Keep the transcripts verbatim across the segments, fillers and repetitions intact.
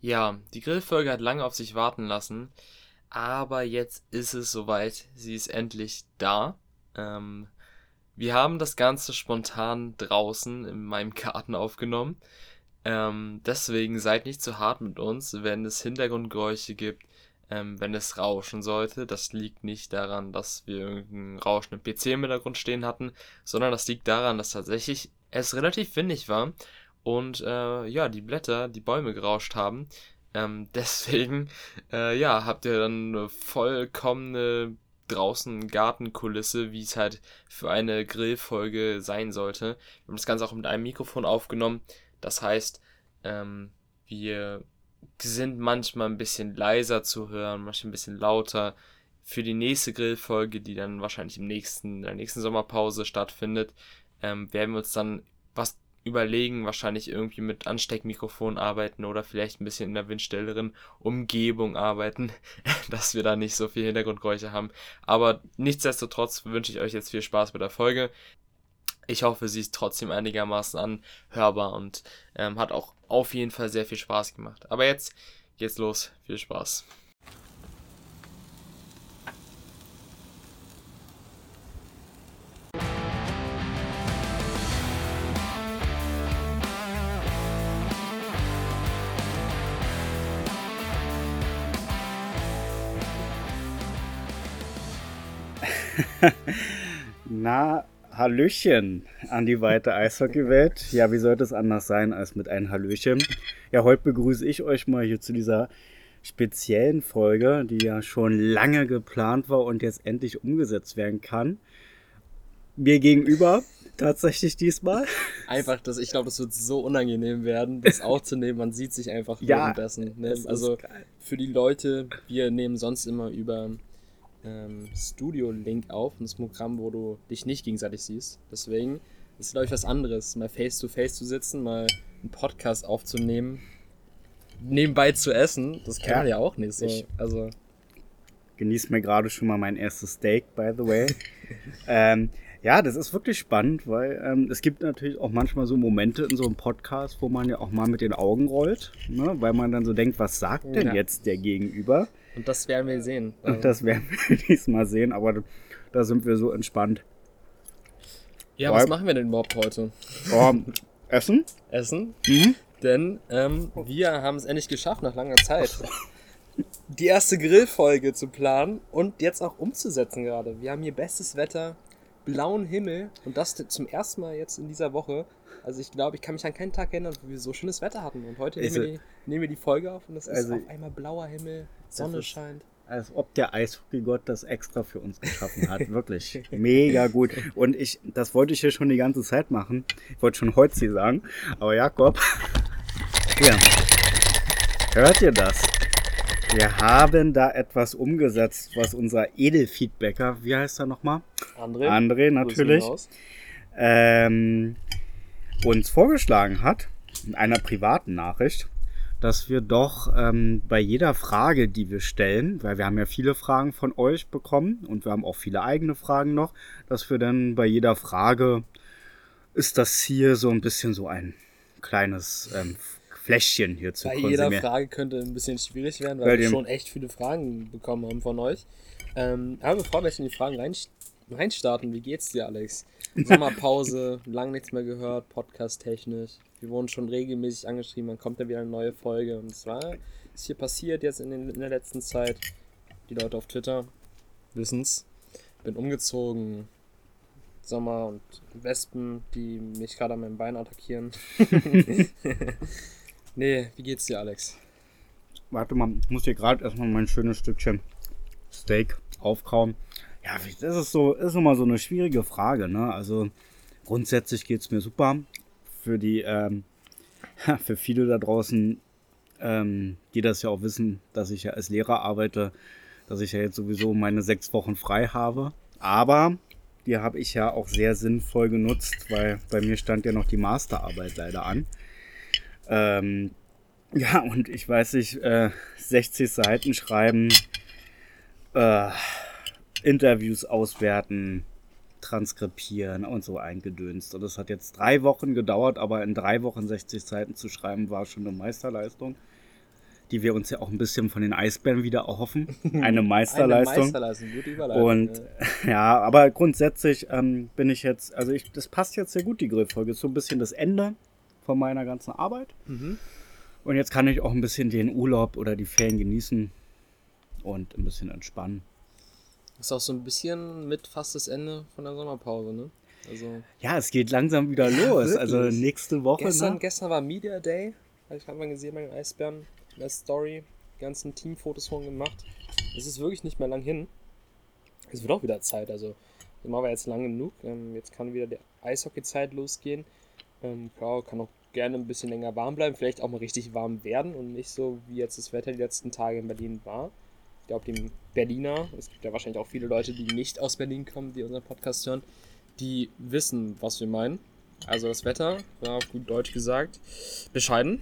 Ja, die Grillfolge hat lange auf sich warten lassen, aber jetzt ist es soweit. Sie ist endlich da. Ähm, wir haben das Ganze spontan draußen in meinem Garten aufgenommen. Ähm, deswegen seid nicht zu hart mit uns, wenn es Hintergrundgeräusche gibt, ähm, wenn es rauschen sollte. Das liegt nicht daran, dass wir irgendeinen rauschenden P C im Hintergrund stehen hatten, sondern das liegt daran, dass tatsächlich es relativ windig war und äh, ja, die Blätter, die Bäume gerauscht haben. Ähm, deswegen, äh, ja, habt ihr dann eine vollkommene draußen Gartenkulisse, wie es halt für eine Grillfolge sein sollte. Wir haben das Ganze auch mit einem Mikrofon aufgenommen. Das heißt, ähm, wir sind manchmal ein bisschen leiser zu hören, manchmal ein bisschen lauter. Für die nächste Grillfolge, die dann wahrscheinlich im nächsten, in der nächsten Sommerpause stattfindet, ähm, werden wir uns dann was überlegen, wahrscheinlich irgendwie mit Ansteckmikrofon arbeiten oder vielleicht ein bisschen in der windstilleren Umgebung arbeiten, dass wir da nicht so viel Hintergrundgeräusche haben. Aber nichtsdestotrotz wünsche ich euch jetzt viel Spaß bei der Folge. Ich hoffe, sie ist trotzdem einigermaßen anhörbar und ähm, hat auch auf jeden Fall sehr viel Spaß gemacht. Aber jetzt geht's los. Viel Spaß. Na, Hallöchen an die weite Eishockeywelt. Ja, wie sollte es anders sein als mit einem Hallöchen? Ja, heute begrüße ich euch mal hier zu dieser speziellen Folge, die ja schon lange geplant war und jetzt endlich umgesetzt werden kann. Mir gegenüber, tatsächlich diesmal. Einfach, das, ich glaube, das wird so unangenehm werden, das aufzunehmen. Man sieht sich einfach Ja, währenddessen. Ne? das ist Also geil. für die Leute, wir nehmen sonst immer über ähm, Studio-Link auf, das Programm, wo du dich nicht gegenseitig siehst. Deswegen ist es, glaube ich, was anderes, mal face-to-face zu sitzen, mal einen Podcast aufzunehmen, nebenbei zu essen. Das kann Ja, man ja auch nicht so. ich- Also Genieß mir gerade schon mal mein erstes Steak, by the way. ähm, ja, das ist wirklich spannend, weil ähm, es gibt natürlich auch manchmal so Momente in so einem Podcast, wo man ja auch mal mit den Augen rollt, ne? Weil man dann so denkt, was sagt denn Ja. jetzt der Gegenüber? Und das werden wir sehen. Und das werden wir diesmal sehen, aber da sind wir so entspannt. Ja, was machen wir denn überhaupt heute? Oh, Essen? Essen? Mhm. Denn ähm, wir haben es endlich geschafft, nach langer Zeit, die erste Grillfolge zu planen und jetzt auch umzusetzen gerade. Wir haben hier bestes Wetter, blauen Himmel und das zum ersten Mal jetzt in dieser Woche. Also ich glaube, ich kann mich an keinen Tag erinnern, wo wir so schönes Wetter hatten. Und heute nehmen wir die, nehmen wir die Folge auf und es ist Also- auf einmal blauer Himmel, Sonne ist- scheint. Als ob der Eishockeygott das extra für uns geschaffen hat. Wirklich. Mega gut. Und ich, das wollte ich hier schon die ganze Zeit machen. Ich wollte schon Holzi sagen. Aber Jakob. Ja. Hört ihr das? Wir haben da etwas umgesetzt, was unser Edelfeedbacker, wie heißt er nochmal? André, André Grüße natürlich, gehen raus. ähm, uns vorgeschlagen hat, in einer privaten Nachricht, dass wir doch ähm, bei jeder Frage, die wir stellen, weil wir haben ja viele Fragen von euch bekommen und wir haben auch viele eigene Fragen noch, dass wir dann bei jeder Frage, ist das hier so ein bisschen so ein kleines ähm, Fläschchen hier zu Bei jeder konsumieren. Frage könnte ein bisschen schwierig werden, weil Bei wir dem- schon echt viele Fragen bekommen haben von euch. Ähm, aber bevor wir jetzt in die Fragen rein, reinstarten, wie geht's dir, Alex? Sommerpause, lang nichts mehr gehört, podcast-technisch. Wir wurden schon regelmäßig angeschrieben, dann kommt da wieder eine neue Folge. Und zwar ist hier passiert jetzt in, den, in der letzten Zeit. Die Leute auf Twitter wissen's. Bin umgezogen. Sommer und Wespen, die mich gerade an meinem Bein attackieren. Nee, wie geht's dir, Alex? Warte mal, ich muss hier gerade erstmal mein schönes Stückchen Steak aufkauen. Ja, das ist so, ist immer so eine schwierige Frage, ne? Also grundsätzlich geht's mir super. Für die, ähm, für viele da draußen, ähm, die das ja auch wissen, dass ich ja als Lehrer arbeite, dass ich ja jetzt sowieso meine sechs Wochen frei habe. Aber die habe ich ja auch sehr sinnvoll genutzt, weil bei mir stand ja noch die Masterarbeit leider an. Ähm, ja, und ich weiß nicht, äh, sechzig Seiten schreiben, äh, Interviews auswerten, transkribieren und so eingedönst. Und das hat jetzt drei Wochen gedauert, aber in drei Wochen sechzig Seiten zu schreiben, war schon eine Meisterleistung. die wir uns ja auch ein bisschen von den Eisbären wieder erhoffen. Eine Meisterleistung. Eine Meisterleistung, gute Überleitung. Und ja, ja aber grundsätzlich ähm, bin ich jetzt, also ich, das passt jetzt sehr gut, die Grillfolge. Ist so ein bisschen das Ende von meiner ganzen Arbeit. Mhm. Und jetzt kann ich auch ein bisschen den Urlaub oder die Ferien genießen und ein bisschen entspannen. Das ist auch so ein bisschen mit fast das Ende von der Sommerpause, ne? Also ja, es geht langsam wieder los. Ja, also nächste Woche. Gestern, ne? gestern war Media Day. Habe ich mal gesehen bei den Eisbären in der Story. Die ganzen Teamfotos von gemacht. Es ist wirklich nicht mehr lang hin. Es wird auch wieder Zeit. Also, das machen wir jetzt lang genug. Ähm, jetzt kann wieder die Eishockey-Zeit losgehen. Ähm, klar, kann auch gerne ein bisschen länger warm bleiben. Vielleicht auch mal richtig warm werden und nicht so, wie jetzt das Wetter die letzten Tage in Berlin war. Ich glaube, die Berliner, es gibt ja wahrscheinlich auch viele Leute, die nicht aus Berlin kommen, die unseren Podcast hören, die wissen, was wir meinen. Also das Wetter, war auf gut Deutsch gesagt, bescheiden.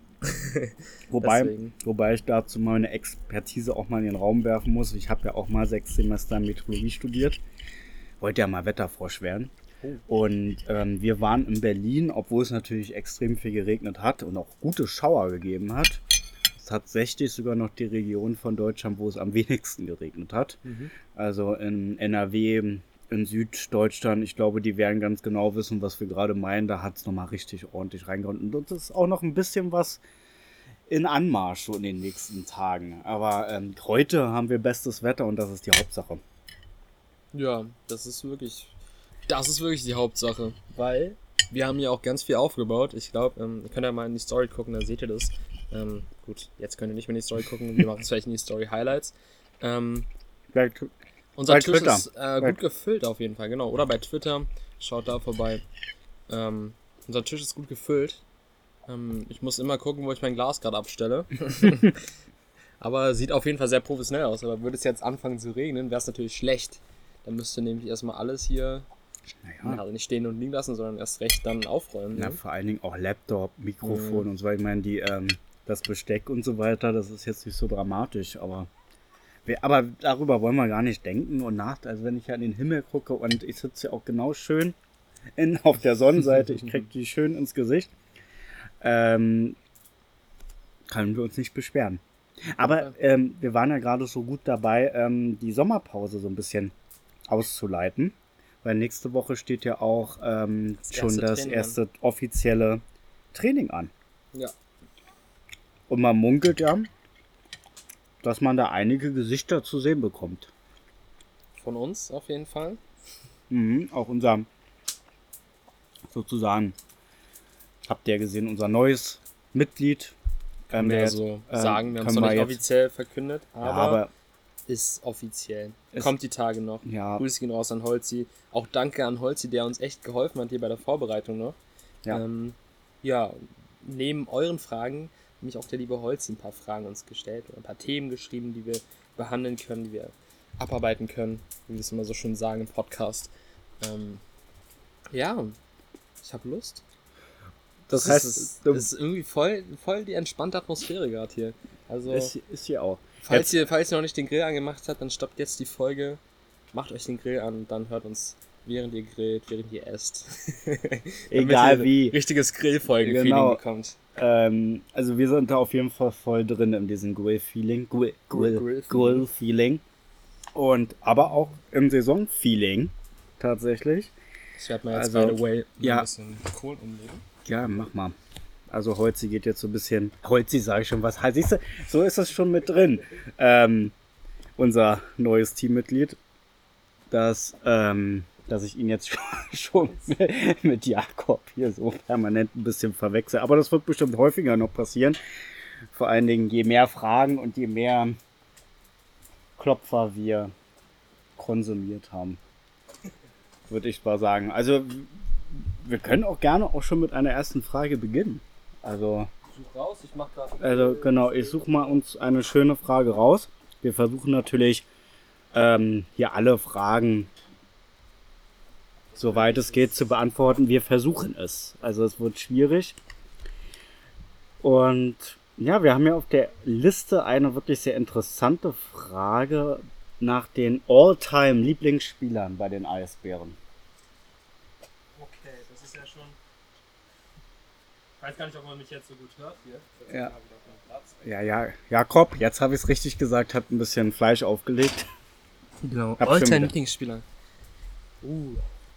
wobei, wobei ich dazu meine Expertise auch mal in den Raum werfen muss. Ich habe ja auch mal sechs Semester Meteorologie studiert. Wollte ja mal Wetterfrosch werden. Oh. Und ähm, wir waren in Berlin, obwohl es natürlich extrem viel geregnet hat und auch gute Schauer gegeben hat. Tatsächlich sogar noch die Region von Deutschland, wo es am wenigsten geregnet hat. Mhm. Also in N R W, in Süddeutschland, ich glaube, die werden ganz genau wissen, was wir gerade meinen. Da hat es nochmal richtig ordentlich reingehauen. Und das ist auch noch ein bisschen was in Anmarsch so in den nächsten Tagen. Aber ähm, heute haben wir bestes Wetter und das ist die Hauptsache. Ja, das ist wirklich, das ist wirklich die Hauptsache. Weil wir haben ja auch ganz viel aufgebaut. Ich glaube, ähm, ihr könnt ja mal in die Story gucken, da seht ihr das. Ähm, gut, jetzt könnt ihr nicht mehr in die Story gucken. Wir machen es vielleicht in die Story Highlights. Ähm, bei, unser bei Tisch Twitter. ist äh, gut gefüllt auf jeden Fall, genau. Oder bei Twitter, schaut da vorbei. Ähm, unser Tisch ist gut gefüllt. Ähm, ich muss immer gucken, wo ich mein Glas gerade abstelle. Aber sieht auf jeden Fall sehr professionell aus. Aber würde es jetzt anfangen zu regnen, wäre es natürlich schlecht. Dann müsste nämlich erstmal alles hier, naja. also nicht stehen und liegen lassen, sondern erst recht dann aufräumen. Ja, ne? vor allen Dingen auch Laptop, Mikrofon mhm. und so weiter. Ich meine, die, ähm, das Besteck und so weiter, das ist jetzt nicht so dramatisch, aber wir, aber darüber wollen wir gar nicht denken und nach, also wenn ich ja in den Himmel gucke und ich sitze ja auch genau schön in, auf der Sonnenseite, ich kriege die schön ins Gesicht, ähm, können wir uns nicht beschweren. Aber ähm, wir waren ja gerade so gut dabei, ähm, die Sommerpause so ein bisschen auszuleiten, weil nächste Woche steht ja auch ähm, das schon das Training erste an. offizielle Training an. Ja. Und man munkelt ja, dass man da einige Gesichter zu sehen bekommt. Von uns auf jeden Fall. Mhm, auch unser, sozusagen, habt ihr gesehen, unser neues Mitglied. Können ähm, wir so äh, sagen, wir haben es noch nicht jetzt, offiziell verkündet, aber, ja, aber ist offiziell. Ist, Kommt die Tage noch. Ja. Grüße gehen raus an Holzi. Auch danke an Holzi, der uns echt geholfen hat hier bei der Vorbereitung noch. Ja, ähm, ja neben euren Fragen nämlich auch der liebe Holzi ein paar Fragen uns gestellt oder ein paar Themen geschrieben, die wir behandeln können, die wir abarbeiten können, wie wir es immer so schön sagen im Podcast. Ähm, ja, ich habe Lust. Das, das heißt, ist, das ist irgendwie voll, voll die entspannte Atmosphäre gerade hier. Also ist, ist hier auch. Falls ihr, falls ihr noch nicht den Grill angemacht habt, dann stoppt jetzt die Folge, macht euch den Grill an und dann hört uns, während ihr grillt, während ihr esst. Egal wie. Richtiges Grillfolgen-Feeling genau. bekommt. Ähm, also wir sind da auf jeden Fall voll drin in diesem Grill-Feeling. Grill, Grill, Grill-Feeling. Und aber auch im Saison-Feeling tatsächlich. Ich werde mal jetzt, also, by the way, ja, ein bisschen Kohl umlegen. Ja, mach mal. Also Holzi geht jetzt so ein bisschen... Holzi sage ich schon was. Siehst du, so ist es schon mit drin. Ähm, unser neues Teammitglied, das, ähm, dass ich ihn jetzt schon mit Jakob hier so permanent ein bisschen verwechsel. Aber das wird bestimmt häufiger noch passieren. Vor allen Dingen, je mehr Fragen und je mehr Klopfer wir konsumiert haben, würde ich mal sagen. Also wir können auch gerne auch schon mit einer ersten Frage beginnen. Also, such raus, ich mach gerade. Also genau, ich suche mal uns eine schöne Frage raus. Wir versuchen natürlich ähm, hier alle Fragen, soweit es geht, zu beantworten. Wir versuchen es. Also es wird schwierig. Und ja, wir haben ja auf der Liste eine wirklich sehr interessante Frage nach den All-Time-Lieblingsspielern bei den Eisbären. Okay, das ist ja schon... Ich weiß gar nicht, ob man mich jetzt so gut hört hier. Jetzt Ja. habe ich auf meinem Platz. Ja, ja, Jakob, jetzt habe ich es richtig gesagt, hat ein bisschen Fleisch aufgelegt. Genau. Hab schon All-Time wieder- Lieblingsspieler. Uh.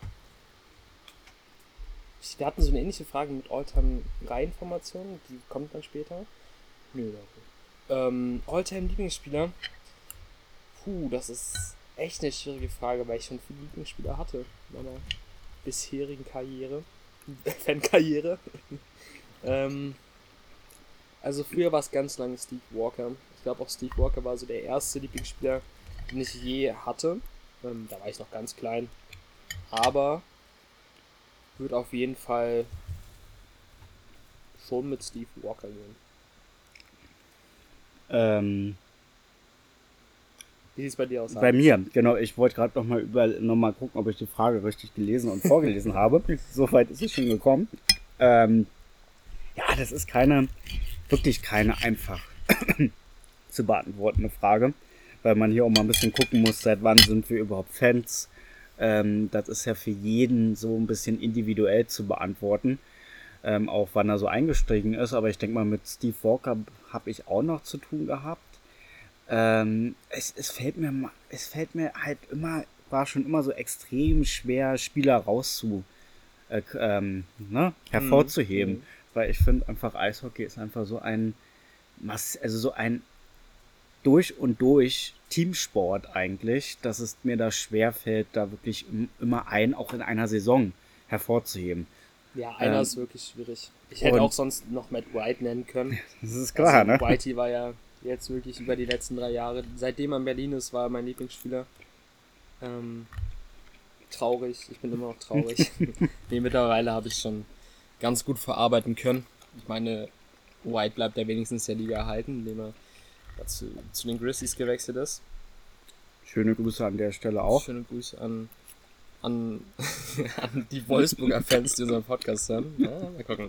Wir hatten so eine ähnliche Frage mit All-Time Reihenformationen, die kommt dann später. Nö, okay. Ähm, All-Time Lieblingsspieler. Puh, das ist echt eine schwierige Frage, weil ich schon viele Lieblingsspieler hatte in meiner bisherigen Karriere. Fankarriere. ähm, also früher war es ganz lange Steve Walker. Ich glaube auch Steve Walker war so der erste Lieblingsspieler, den ich je hatte. Ähm, da war ich noch ganz klein. Aber würde auf jeden Fall schon mit Steve Walker gehen. Ähm, Wie sieht es bei dir aus? bei mir, genau, ich wollte gerade nochmal über noch mal gucken, ob ich die Frage richtig gelesen und vorgelesen habe. Soweit ist es schon gekommen. Ähm, ja, das ist keine, wirklich keine einfach zu beantwortende Frage, weil man hier auch mal ein bisschen gucken muss, seit wann sind wir überhaupt Fans. Ähm, das ist ja für jeden so ein bisschen individuell zu beantworten, ähm, auch wann er so eingestiegen ist. Aber ich denke mal, mit Steve Walker habe ich auch noch zu tun gehabt. Ähm, es, es fällt mir ma- es fällt mir halt immer, war schon immer so extrem schwer, Spieler rauszu, äh, k- ähm, ne, hervorzuheben. Mhm. Weil ich finde einfach, Eishockey ist einfach so ein, Mass- also so ein durch und durch Teamsport eigentlich, dass es mir da schwer fällt, da wirklich im- immer einen, auch in einer Saison, hervorzuheben. Ja, einer Ähm, ist wirklich schwierig. Ich hätte und- auch sonst noch Matt White nennen können. Das ist klar, also, ne? Whitey war ja jetzt wirklich über die letzten drei Jahre, seitdem er in Berlin ist, war er mein Lieblingsspieler. Ähm, traurig, ich bin immer noch traurig. nee, mittlerweile habe ich schon ganz gut verarbeiten können. Ich meine, White bleibt ja wenigstens der Liga erhalten, indem er dazu, zu den Grizzlies gewechselt ist. Schöne Grüße an der Stelle auch. Schöne Grüße an, an, an die Wolfsburger Fans, die unseren Podcast hören. Ja, mal gucken.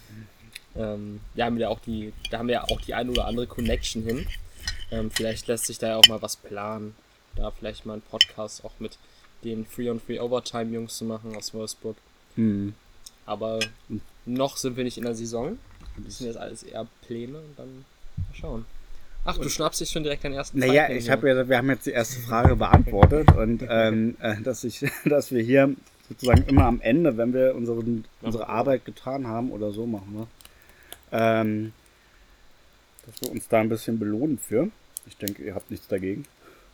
Ähm, ja, haben wir auch die, da haben wir ja auch die ein oder andere Connection hin. Ähm, vielleicht lässt sich da ja auch mal was planen. Da vielleicht mal einen Podcast auch mit den Free on Free Overtime Jungs zu machen aus Wolfsburg. Hm. Aber noch sind wir nicht in der Saison. Das sind jetzt alles eher Pläne und dann mal schauen. Ach, du schnappst dich schon direkt deinen ersten Naja, Fight ich hin, habe ja, wir haben jetzt die erste Frage beantwortet und ähm, äh, dass ich, dass wir hier sozusagen immer am Ende, wenn wir unseren, unsere Arbeit getan haben oder so machen wir, ähm, dass wir uns da ein bisschen belohnen für. Ich denke, ihr habt nichts dagegen.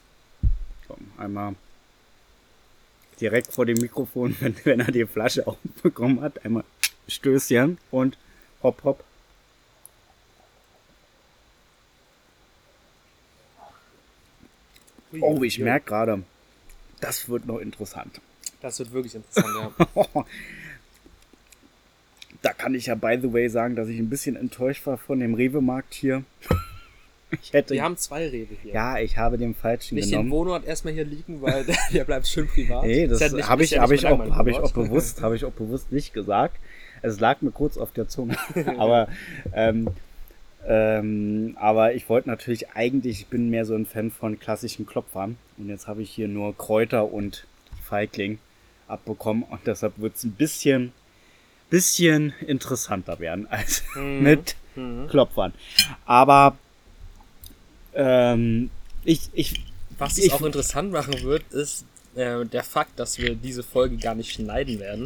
So, einmal direkt vor dem Mikrofon, wenn, wenn er die Flasche aufbekommen hat, einmal Stößchen und hopp hopp. Ui, Oh, ich ui. merke gerade, das wird noch interessant. Das wird wirklich interessant, ja. Da kann ich ja by the way sagen, dass ich ein bisschen enttäuscht war von dem Rewe-Markt hier. Ich hätte, Wir haben zwei Rewe hier. ja, ich habe den falschen Nicht den genommen. Wohnort erstmal hier liegen, weil der bleibt schön privat. Nee, das Ist ja nicht- habe ist ich, ja hab nicht ich, mein auch, Wohnort. hab ich auch bewusst, habe ich auch bewusst nicht gesagt. Es lag mir kurz auf der Zunge. aber, ähm, ähm, aber ich wollte natürlich eigentlich, ich bin mehr so ein Fan von klassischen Klopfern. Und jetzt habe ich hier nur Kräuter und Feigling abbekommen. Und deshalb wird es ein bisschen, bisschen interessanter werden als Mhm. mit Mhm. Klopfern. Aber ähm, ich, ich, Was es ich, auch interessant machen wird, ist äh, der Fakt, dass wir diese Folge gar nicht schneiden werden.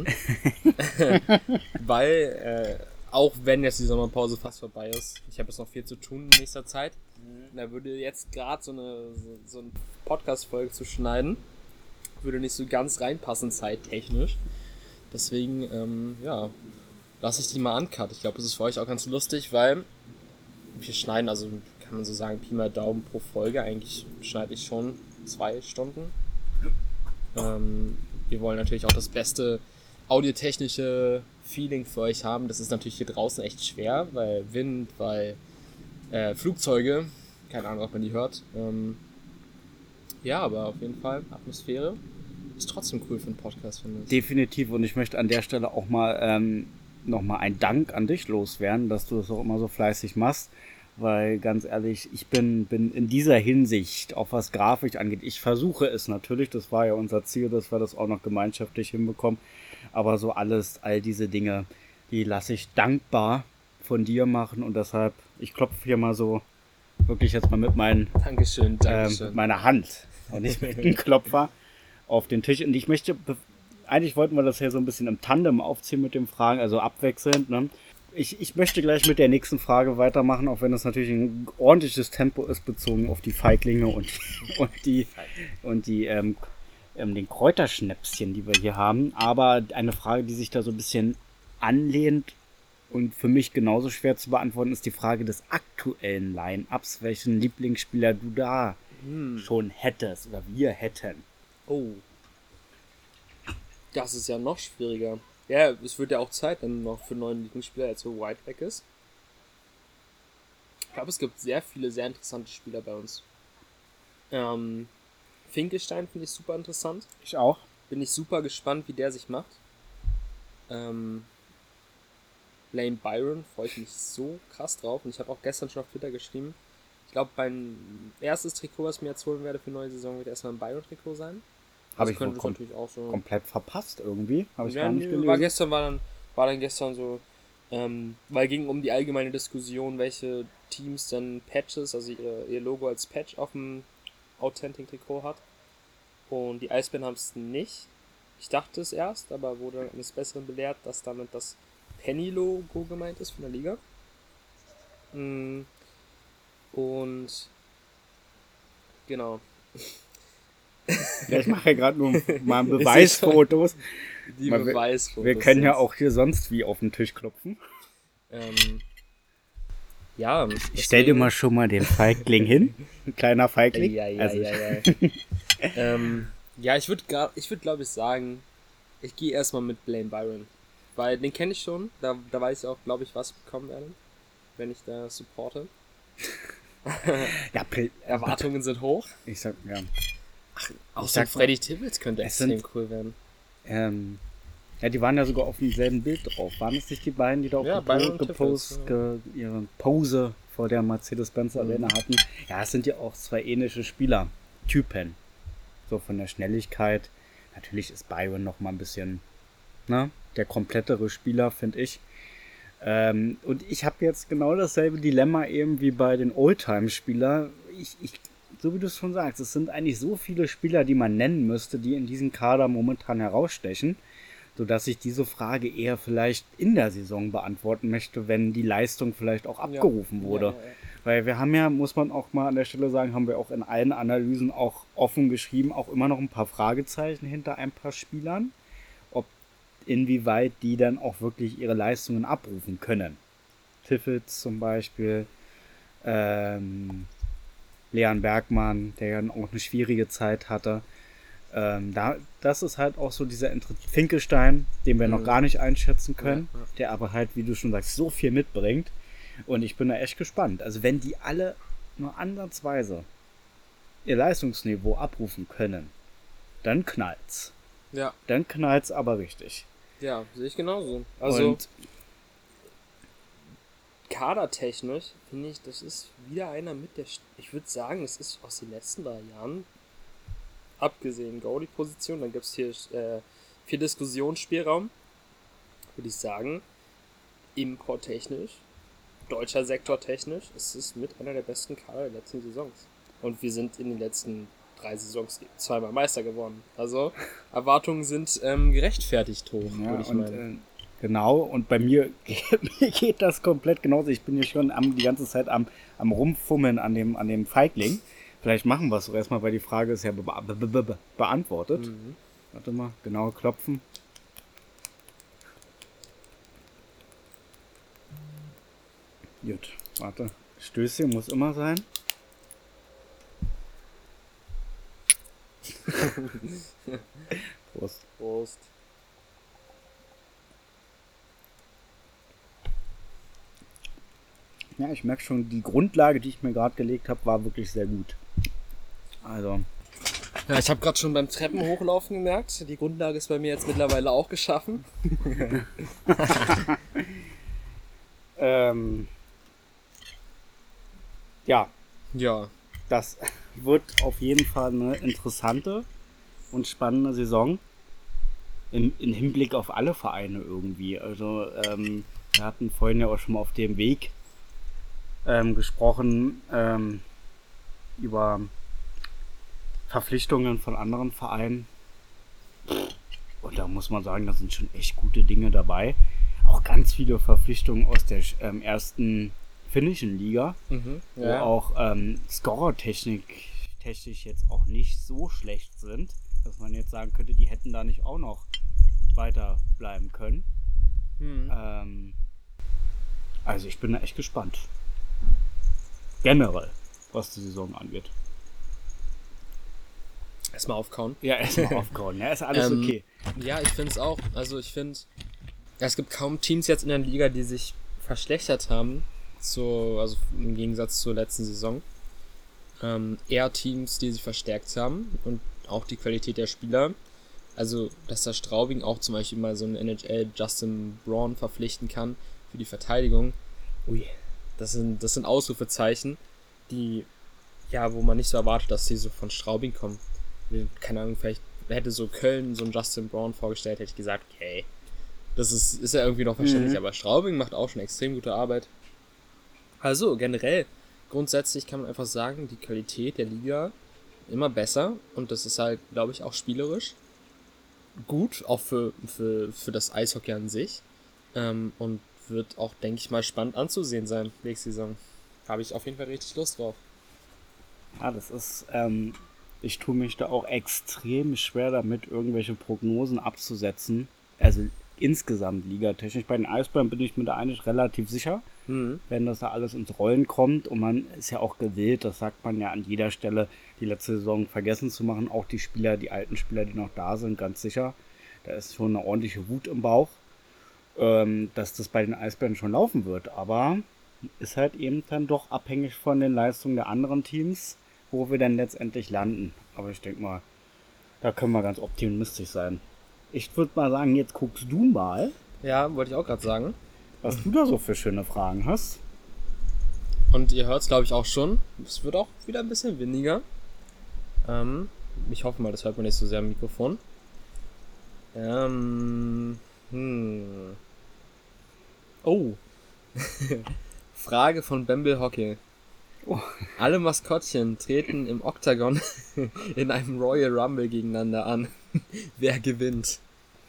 Weil, äh, auch wenn jetzt die Sommerpause fast vorbei ist, ich habe jetzt noch viel zu tun in nächster Zeit. Da würde jetzt gerade so eine, so, so eine Podcast-Folge zu schneiden, würde nicht so ganz reinpassen zeittechnisch. Deswegen, ähm, ja, lasse ich die mal uncut. Ich glaube, das ist für euch auch ganz lustig, weil wir schneiden, also kann man so sagen, Pi mal Daumen pro Folge. Eigentlich schneide ich schon zwei Stunden. Ähm, wir wollen natürlich auch das beste audiotechnische Feeling für euch haben. Das ist natürlich hier draußen echt schwer, weil Wind, weil äh, Flugzeuge, keine Ahnung, ob man die hört. Ähm, ja, aber auf jeden Fall Atmosphäre ist trotzdem cool für einen Podcast, finde ich. definitiv. Und ich möchte an der Stelle auch mal ähm, nochmal einen Dank an dich loswerden, dass du das auch immer so fleißig machst. Weil ganz ehrlich, ich bin, bin in dieser Hinsicht, auch was Grafik angeht, ich versuche es natürlich, das war ja unser Ziel, dass wir das auch noch gemeinschaftlich hinbekommen. Aber so alles, all diese Dinge, die lasse ich dankbar von dir machen und deshalb, ich klopfe hier mal so wirklich jetzt mal mit, meinen, Dankeschön, Dankeschön. Ähm, mit meiner Hand und nicht mit dem Klopfer auf den Tisch. Und ich möchte, eigentlich wollten wir das hier so ein bisschen im Tandem aufziehen mit den Fragen, also abwechselnd. Ne? Ich, ich möchte gleich mit der nächsten Frage weitermachen, auch wenn das natürlich ein ordentliches Tempo ist, bezogen auf die Feiglinge und, und die, und die ähm, ähm, den Kräuterschnäpschen, die wir hier haben. Aber eine Frage, die sich da so ein bisschen anlehnt und für mich genauso schwer zu beantworten, ist die Frage des aktuellen Line-Ups, welchen Lieblingsspieler du da hm. schon hättest oder wir hätten. Oh. Das ist ja noch schwieriger. Ja, es wird ja auch Zeit dann noch für einen neuen Lieblingsspieler, als so White weg ist. Ich glaube, es gibt sehr viele sehr interessante Spieler bei uns. Ähm, Finkelstein finde ich super interessant. Ich auch. Bin ich super gespannt, wie der sich macht. Ähm, Lane Byron freue ich mich so krass drauf. Und ich habe auch gestern schon auf Twitter geschrieben, ich glaube, mein erstes Trikot, was ich mir jetzt holen werde für die neue Saison, wird erstmal ein Byron-Trikot sein. Habe ich könnte kom- natürlich auch so komplett verpasst irgendwie. Habe ich ja, gar nicht gelesen. War gestern, war dann, war dann gestern so, ähm, weil ging um die allgemeine Diskussion, welche Teams dann Patches, also ihre, ihr Logo als Patch auf dem Authentic-Trikot hat. Und die Eisbären haben es nicht. Ich dachte es erst, aber wurde eines Besseren belehrt, dass damit das Penny-Logo gemeint ist von der Liga. Und ja, ich mache ja gerade nur mal Beweisfotos. Die Mal, Beweisfotos. Wir, wir können ja auch hier sonst wie auf den Tisch klopfen. Ähm, ja. Ich, ich stell dir mal schon mal den Feigling hin. Ein kleiner Feigling. Ja, ja, also ja, ja. ähm, ja, ich würde, ich würd, glaube ich, sagen, ich gehe erstmal mit Blaine Byron. Weil den kenne ich schon. Da, da weiß ich auch, glaube ich, was ich bekommen werde, wenn ich da supporte. ja, Pl- Erwartungen sind hoch. Ich sag, ja. Ach, auch so Freddy Tibbets könnte extrem sind, cool werden. Ähm, ja, die waren ja sogar auf demselben Bild drauf. Waren es nicht die beiden, die da auch ja, gepo- gepost, ge- ihre Pose vor der Mercedes-Benz Arena mhm. hatten? Ja, es sind ja auch zwei ähnliche Spielertypen. So von der Schnelligkeit. Natürlich ist Byron noch mal ein bisschen, ne, der komplettere Spieler, finde ich. Ähm, und ich habe jetzt genau dasselbe Dilemma eben wie bei den Oldtime-Spielern. Ich, ich, so wie du es schon sagst, es sind eigentlich so viele Spieler, die man nennen müsste, die in diesem Kader momentan herausstechen, sodass ich diese Frage eher vielleicht in der Saison beantworten möchte, wenn die Leistung vielleicht auch abgerufen ja. wurde. Ja, ja, ja. Weil wir haben ja, muss man auch mal an der Stelle sagen, haben wir auch in allen Analysen auch offen geschrieben, auch immer noch ein paar Fragezeichen hinter ein paar Spielern, ob inwieweit die dann auch wirklich ihre Leistungen abrufen können. Tiffels zum Beispiel, ähm, Leon Bergmann, der ja auch eine schwierige Zeit hatte. Ähm, da, das ist halt auch so dieser Inter- Finkelstein, den wir mhm. noch gar nicht einschätzen können, ja, ja. der aber halt, wie du schon sagst, so viel mitbringt. Und ich bin da echt gespannt. Also wenn die alle nur ansatzweise ihr Leistungsniveau abrufen können, dann knallt's. Ja. Dann knallt's aber richtig. Ja, sehe ich genauso. Also und kadertechnisch finde ich, das ist wieder einer mit der... St- ich würde sagen, es ist aus den letzten drei Jahren, abgesehen Goalie-Position, dann gibt es hier äh, viel Diskussionsspielraum, würde ich sagen, importtechnisch, deutscher Sektor technisch, es ist mit einer der besten Kader der letzten Saisons. Und wir sind in den letzten drei Saisons zweimal Meister geworden. Also Erwartungen sind ähm, gerechtfertigt hoch, ja, würde ich und, meinen. Äh, genau, und bei mir, mir geht das komplett genauso. Ich bin hier schon am, die ganze Zeit am, am Rumfummeln an dem, an dem Feigling. Vielleicht machen wir es doch erstmal, weil die Frage ist ja be- be- be- be- beantwortet. Mhm. Warte mal, genau klopfen. Gut, warte. Stößchen muss immer sein. Prost. Prost. Ja, ich merke schon, die Grundlage, die ich mir gerade gelegt habe, war wirklich sehr gut. Also. Ja, ich habe gerade schon beim Treppenhochlaufen gemerkt, die Grundlage ist bei mir jetzt mittlerweile auch geschaffen. ähm. Ja. Ja. Das wird auf jeden Fall eine interessante und spannende Saison. im, im Hinblick auf alle Vereine irgendwie. Also ähm, wir hatten vorhin ja auch schon mal auf dem Weg ähm, gesprochen ähm, über Verpflichtungen von anderen Vereinen. Und da muss man sagen, da sind schon echt gute Dinge dabei. Auch ganz viele Verpflichtungen aus der ähm, ersten finnischen Liga, Mhm, wo ja. auch ähm, Scorer-Technik technisch jetzt auch nicht so schlecht sind, dass man jetzt sagen könnte, die hätten da nicht auch noch weiter bleiben können. Mhm. Ähm, also ich bin da echt gespannt. Generell, was die Saison angeht. Erstmal aufkauen. Ja, erstmal aufkauen. Ja, ist alles Ähm, okay. Ja, ich finde es auch. Also ich finde, ja, es gibt kaum Teams jetzt in der Liga, die sich verschlechtert haben. So, also im Gegensatz zur letzten Saison. Ähm, eher Teams, die sich verstärkt haben und auch die Qualität der Spieler. Also, dass der Straubing auch zum Beispiel mal so einen N H L Justin Braun verpflichten kann für die Verteidigung. Ui, das sind, das sind Ausrufezeichen, die, ja, wo man nicht so erwartet, dass die so von Straubing kommen. Keine Ahnung, vielleicht hätte so Köln so einen Justin Braun vorgestellt, hätte ich gesagt, okay, das ist, ist ja irgendwie noch verständlich, Mhm. aber Straubing macht auch schon extrem gute Arbeit. Also generell, grundsätzlich kann man einfach sagen, die Qualität der Liga immer besser und das ist halt, glaube ich, auch spielerisch gut, auch für, für, für das Eishockey an sich ähm, und wird auch, denke ich mal, spannend anzusehen sein nächste Saison. Habe ich auf jeden Fall richtig Lust drauf. Ja, das ist, ähm, ich tue mich da auch extrem schwer damit, irgendwelche Prognosen abzusetzen. Also insgesamt ligatechnisch. Bei den Eisbären bin ich mir da eigentlich relativ sicher, Mhm. wenn das da alles ins Rollen kommt. Und man ist ja auch gewillt, das sagt man ja an jeder Stelle, die letzte Saison vergessen zu machen. Auch die Spieler, die alten Spieler, die noch da sind, ganz sicher. Da ist schon eine ordentliche Wut im Bauch, ähm, dass das bei den Eisbären schon laufen wird. Aber ist halt eben dann doch abhängig von den Leistungen der anderen Teams, wo wir dann letztendlich landen. Aber ich denke mal, da können wir ganz optimistisch sein. Ich würde mal sagen, jetzt guckst du mal, Ja, wollte ich auch gerade sagen. was du da so für schöne Fragen hast. Und ihr hört es, glaube ich, auch schon. Es wird auch wieder ein bisschen windiger. Ähm, ich hoffe mal, das hört man nicht so sehr am Mikrofon. Ähm, hm. Oh. Frage von Bamble Hockey. Oh. Alle Maskottchen treten im Oktagon in einem Royal Rumble gegeneinander an. Wer gewinnt?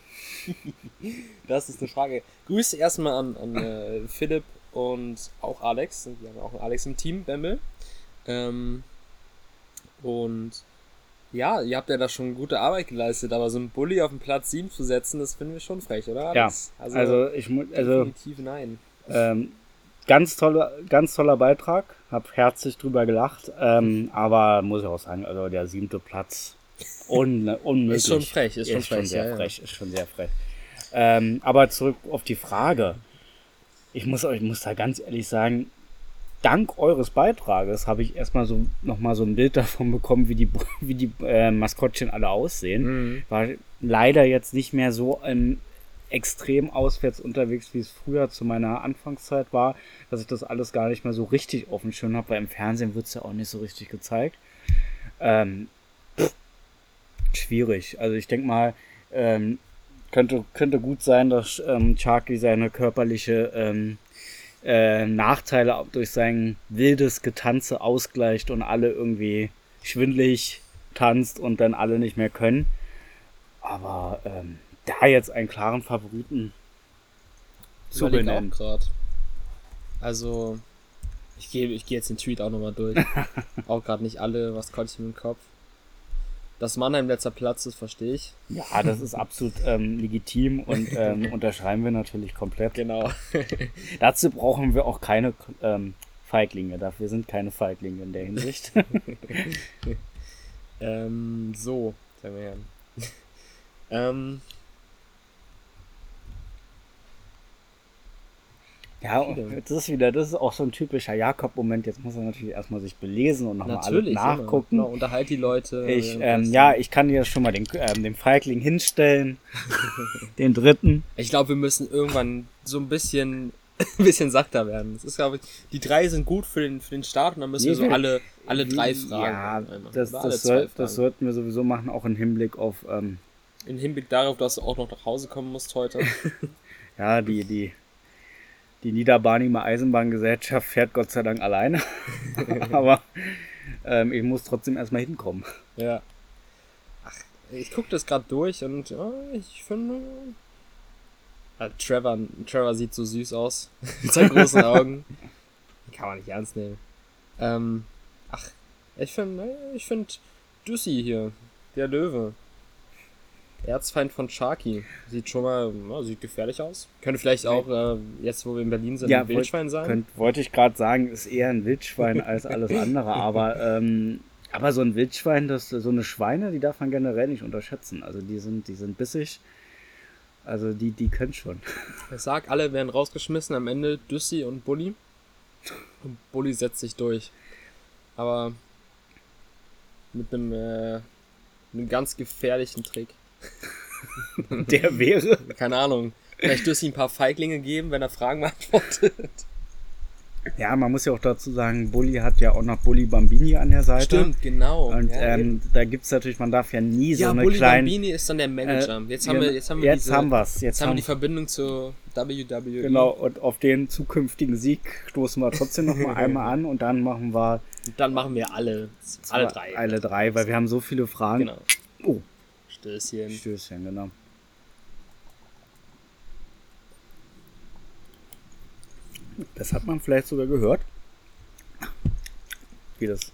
Das ist eine Frage. Grüße erstmal an, an äh, Philipp und auch Alex. Wir haben auch einen Alex im Team, Bamble. Ähm, und ja, ihr habt ja da schon gute Arbeit geleistet, aber so einen Bulli auf den Platz sieben zu setzen, das finden wir schon frech, oder Alex? Ja, also, also ich muss, also definitiv nein. ähm, ganz toller, ganz toller Beitrag, hab herzlich drüber gelacht, ähm, aber muss ich auch sagen, also der siebte Platz un, unmöglich. Ist schon frech, ist schon ist schon frech, sehr ja, frech, ist schon sehr frech. Ähm, aber zurück auf die Frage. Ich muss euch, muss da ganz ehrlich sagen, dank eures Beitrages habe ich erstmal so nochmal so ein Bild davon bekommen, wie die, wie die äh, Maskottchen alle aussehen. Mhm. War leider jetzt nicht mehr so ähm, extrem auswärts unterwegs, wie es früher zu meiner Anfangszeit war, dass ich das alles gar nicht mehr so richtig auf dem Schirm habe, weil im Fernsehen wird es ja auch nicht so richtig gezeigt. Ähm, pff, schwierig. Also ich denke mal, ähm, könnte, könnte gut sein, dass ähm, Sharky seine körperliche ähm, äh, Nachteile durch sein wildes Getanze ausgleicht und alle irgendwie schwindelig tanzt und dann alle nicht mehr können. Aber ähm, da jetzt einen klaren Favoriten zu Überleg benennen. auch gerade. Also, ich gehe ich geh jetzt den Tweet auch nochmal durch. Auch gerade nicht alle, was konnte ich im Kopf. Dass Mannheim letzter Platz ist, verstehe ich. Ja, das ist absolut ähm, legitim und ähm, unterschreiben wir natürlich komplett. Genau. Dazu brauchen wir auch keine ähm, Feiglinge. Dafür sind keine Feiglinge in der Hinsicht. ähm, so, sagen wir her. ähm, Ja, das ist wieder, das ist auch so ein typischer Jakob-Moment. Jetzt muss er natürlich erstmal sich belesen und nochmal alles nachgucken. Genau, unterhalt die Leute. Ich, ähm, ja, ich kann dir schon mal den, ähm, den Feigling hinstellen. Den dritten. Ich glaube, wir müssen irgendwann so ein bisschen, ein bisschen sachter werden. Das ist, glaube ich, die drei sind gut für den, für den Start und dann müssen Nee, wir so alle, alle drei Ja, Fragen. das, Oder alle das, zwei soll, Fragen. das sollten wir sowieso machen, auch im Hinblick auf ähm, Im Hinblick darauf, dass du auch noch nach Hause kommen musst heute. Ja, die, die, die Niederbarnimer Eisenbahngesellschaft fährt Gott sei Dank alleine. Aber ähm, ich muss trotzdem erstmal hinkommen. Ja. Ach, ich gucke das gerade durch und ja, ich finde... Ja, Trevor, Trevor sieht so süß aus. Mit seinen großen Augen. Kann man nicht ernst nehmen. Ähm, ach, ich finde, ich finde Düssi hier, der Löwe. Erzfeind von Sharky. Sieht schon mal, na, sieht gefährlich aus. Könnte vielleicht auch, äh, jetzt wo wir in Berlin sind, Ja, ein Wildschwein sein. Könnt, wollte ich gerade sagen, ist eher ein Wildschwein als alles andere. Aber, ähm, aber so ein Wildschwein, das, so eine Schweine, die darf man generell nicht unterschätzen. Also die sind, die sind bissig. Also die, die können schon. Ich sag, alle werden rausgeschmissen, am Ende Düssi und Bulli. Und Bulli setzt sich durch. Aber mit einem, äh, einem ganz gefährlichen Trick. Der wäre? Keine Ahnung. Vielleicht Düssi ein paar Feiglinge geben, wenn er Fragen beantwortet. Ja, man muss ja auch dazu sagen, Bulli hat ja auch noch Bulli Bambini an der Seite. Stimmt, genau. Und ja, ähm, da gibt es natürlich, man darf ja nie so ja, eine Bulli kleine... Bambini ist dann der Manager. Äh, jetzt haben wir, jetzt haben wir, jetzt diese, haben wir's. Jetzt, jetzt haben haben wir die Verbindung zur W W E. Genau, und auf den zukünftigen Sieg stoßen wir trotzdem noch mal einmal an und dann machen wir... Und dann machen wir alle, alle drei. Alle drei, weil wir haben so viele Fragen. Genau. Oh. Stößchen. Stößchen, genau. Das hat man vielleicht sogar gehört. Wie das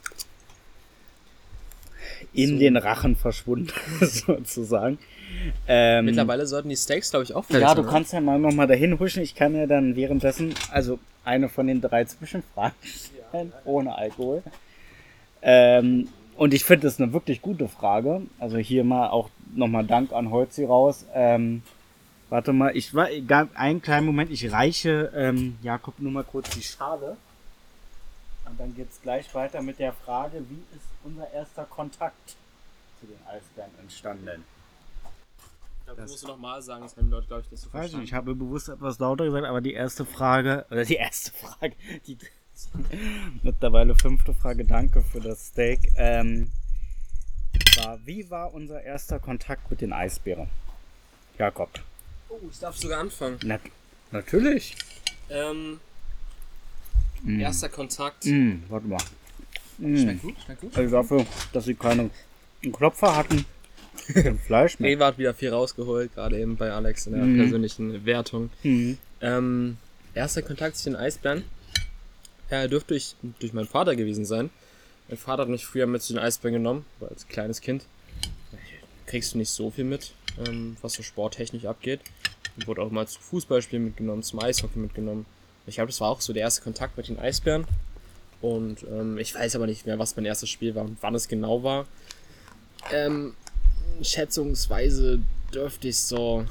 in so den Rachen verschwunden, sozusagen. Ähm, Mittlerweile sollten die Steaks, glaube ich, auch fertig Ja, sein, du oder? kannst ja mal nochmal dahin huschen. Ich kann ja dann währenddessen, also eine von den drei Zwischenfragen stellen, ja, ohne Alkohol. Ähm, und ich finde das eine wirklich gute Frage. Also hier mal auch nochmal Dank an Holzi raus. Ähm, warte mal, ich war, einen kleinen Moment, ich reiche ähm, Jakob nur mal kurz die Schale. Und dann geht es gleich weiter mit der Frage, wie ist unser erster Kontakt zu den Eisbären entstanden? Das musst du nochmal sagen, das haben die Leute, glaube ich, nicht so Weiß verstanden. nicht, ich habe bewusst etwas lauter gesagt, aber die erste Frage, oder die erste Frage, die mittlerweile fünfte Frage, danke für das Steak, ähm, war, wie war unser erster Kontakt mit den Eisbären? Jakob. Oh, ich darf sogar anfangen. Na, natürlich. Ähm, Mm. erster Kontakt. Mm, warte mal. Mm. Schmeckt gut, schmeckt gut. Also dafür, dass sie keinen Klopfer hatten, kein Fleisch mehr. Rewe hat wieder viel rausgeholt, gerade eben bei Alex in der Mhm. persönlichen Wertung. Mhm. Ähm, erster Kontakt zu den Eisbären äh, dürfte durch, durch meinen Vater gewesen sein. Mein Vater hat mich früher mit zu den Eisbären genommen, weil als kleines Kind kriegst du nicht so viel mit, ähm, was so sporttechnisch abgeht. Ich wurde auch mal zu Fußballspielen mitgenommen, zum Eishockey mitgenommen. Ich glaube, das war auch so der erste Kontakt mit den Eisbären. Und ähm, ich weiß aber nicht mehr, was mein erstes Spiel war und wann es genau war. Ähm, schätzungsweise dürfte ich so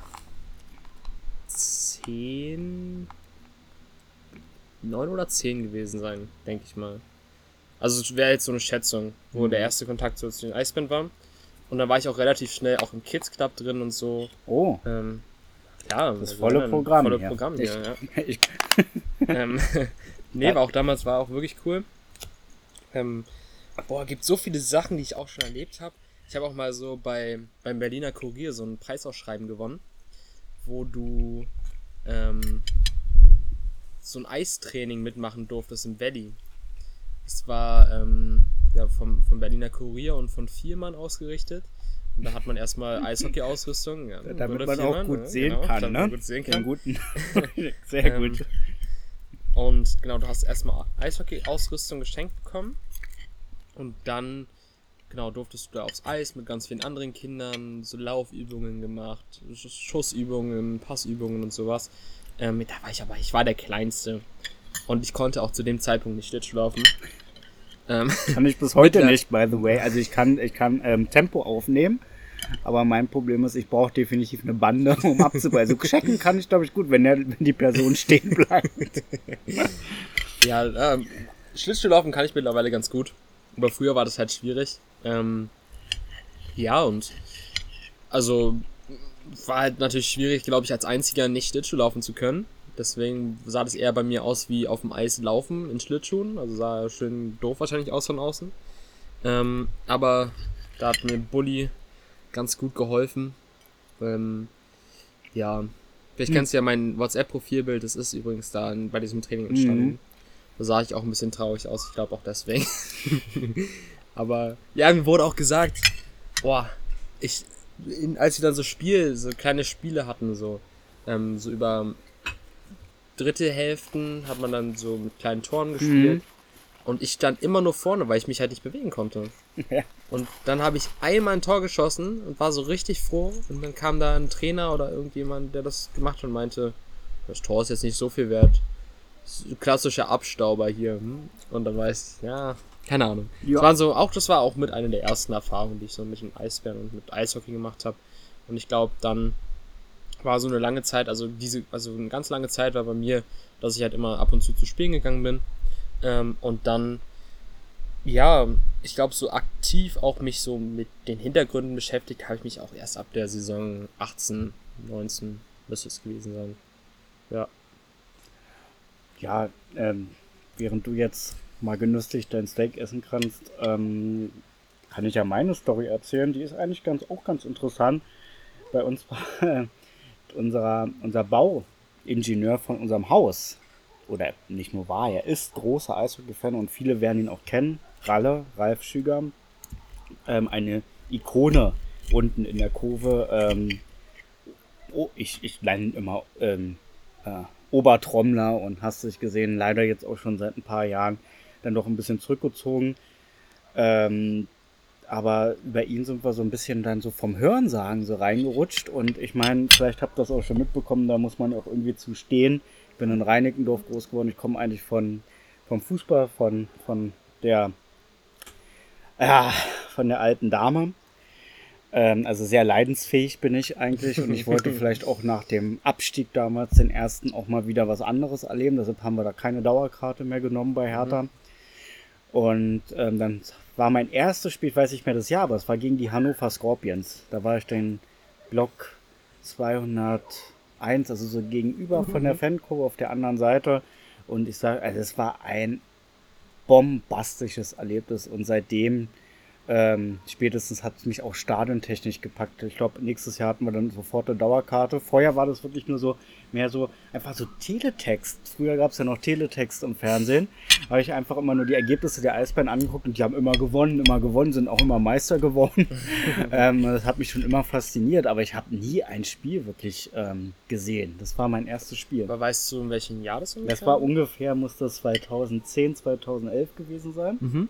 zehn, neun oder zehn gewesen sein, denke ich mal. Also es wäre jetzt so eine Schätzung, wo mhm. der erste Kontakt so zu den Eisbären war. Und dann war ich auch relativ schnell auch im Kids Club drin und so. Oh. Ähm, ja, das also volle Programm. Volle ja. Programm ich, hier, ja. Ich, ähm, nee, war auch damals war auch wirklich cool. Ähm, boah, gibt so viele Sachen, die ich auch schon erlebt habe. Ich habe auch mal so bei beim Berliner Kurier so ein Preisausschreiben gewonnen, wo du ähm, so ein Eistraining mitmachen durftest im Valley. Es war ähm, ja, vom, vom Berliner Kurier und von Viermann ausgerichtet. Und da hat man erstmal Eishockey-Ausrüstung. Ja, damit man auch gut ne? sehen genau, kann, ne? Gut sehen kann. Guten. Sehr ähm, gut. Und genau, du hast erstmal Eishockey-Ausrüstung geschenkt bekommen. Und dann, genau, durftest du da aufs Eis mit ganz vielen anderen Kindern so Laufübungen gemacht, Schussübungen, Passübungen und sowas. Ähm, da war ich aber, ich war der Kleinste. Und ich konnte auch zu dem Zeitpunkt nicht Schlittschuh laufen. Ähm, kann ich bis heute nicht, by the way. Also ich kann, ich kann ähm, Tempo aufnehmen, aber mein Problem ist, ich brauche definitiv eine Bande, um abzubeißen. Also checken kann ich, glaube ich, gut, wenn, der, wenn die Person stehen bleibt. Ja, ähm, Schlittschuh laufen kann ich mittlerweile ganz gut. Aber früher war das halt schwierig. Ähm, ja, und also war halt natürlich schwierig, glaube ich, als einziger nicht Schlittschuh laufen zu können. Deswegen sah das eher bei mir aus wie auf dem Eis laufen in Schlittschuhen. Also sah schön doof wahrscheinlich aus von außen. Ähm, aber da hat mir Bulli ganz gut geholfen. Ähm, ja, vielleicht Hm. kennst du ja mein WhatsApp-Profilbild, das ist übrigens da in, bei diesem Training entstanden. Mhm. Da sah ich auch ein bisschen traurig aus, ich glaube auch deswegen. Aber ja, mir wurde auch gesagt, boah, ich, in, als wir dann so Spiel, so kleine Spiele hatten, so, ähm, so über dritte Hälften hat man dann so mit kleinen Toren gespielt. Mhm. Und ich stand immer nur vorne, weil ich mich halt nicht bewegen konnte. Ja. Und dann habe ich einmal ein Tor geschossen und war so richtig froh. Und dann kam da ein Trainer oder irgendjemand, der das gemacht hat und meinte, das Tor ist jetzt nicht so viel wert. Das ist ein klassischer Abstauber hier. Hm? Und dann weiß ich, ja, keine Ahnung. Ja. Das, waren so, auch, das war auch mit einer der ersten Erfahrungen, die ich so mit dem Eisbären und mit Eishockey gemacht habe. Und ich glaube, dann war so eine lange Zeit, also diese, also eine ganz lange Zeit war bei mir, dass ich halt immer ab und zu zu spielen gegangen bin. Ähm, und dann, ja, ich glaube, so aktiv auch mich so mit den Hintergründen beschäftigt, habe ich mich auch erst ab der Saison achtzehn, neunzehn müsste es gewesen sein. Ja. Ja, ähm, während du jetzt mal genüsslich dein Steak essen kannst, ähm, kann ich ja meine Story erzählen. Die ist eigentlich ganz auch ganz interessant. Bei uns war unser, unser Bauingenieur von unserem Haus, oder nicht nur war, er ist großer Eishockey-Fan und viele werden ihn auch kennen. Ralle, Ralf Schüger, ähm, eine Ikone unten in der Kurve. Ähm, oh, ich, ich nenne ihn immer ähm, äh, Obertrommler und hast dich gesehen, leider jetzt auch schon seit ein paar Jahren dann doch ein bisschen zurückgezogen. Ähm, aber über ihn sind wir so ein bisschen dann so vom Hörensagen so reingerutscht und ich meine, vielleicht habt ihr das auch schon mitbekommen, da muss man auch irgendwie zu stehen. Ich bin in Reinickendorf groß geworden, ich komme eigentlich von, vom Fußball, von, von der ja, von der alten Dame. Ähm, also sehr leidensfähig bin ich eigentlich und ich wollte vielleicht auch nach dem Abstieg damals, den ersten, auch mal wieder was anderes erleben. Deshalb haben wir da keine Dauerkarte mehr genommen bei Hertha. Mhm. Und ähm, dann war mein erstes Spiel, ich weiß nicht mehr das Jahr, aber es war gegen die Hannover Scorpions. Da war ich den Block zweihunderteins, also so gegenüber mhm. von der Fankurve auf der anderen Seite. Und ich sage, also es war ein bombastisches Erlebnis und seitdem ähm, spätestens hat es mich auch stadiontechnisch gepackt. Ich glaube, nächstes Jahr hatten wir dann sofort eine Dauerkarte. Vorher war das wirklich nur so, mehr so, einfach so Teletext. Früher gab es ja noch Teletext im Fernsehen. Habe ich einfach immer nur die Ergebnisse der Eisbären angeguckt und die haben immer gewonnen, immer gewonnen, sind auch immer Meister geworden. ähm, das hat mich schon immer fasziniert, aber ich habe nie ein Spiel wirklich ähm, gesehen. Das war mein erstes Spiel. Aber weißt du, in welchem Jahr das ungefähr? Das war ungefähr, muss das zweitausendzehn, zweitausendelf gewesen sein. Mhm.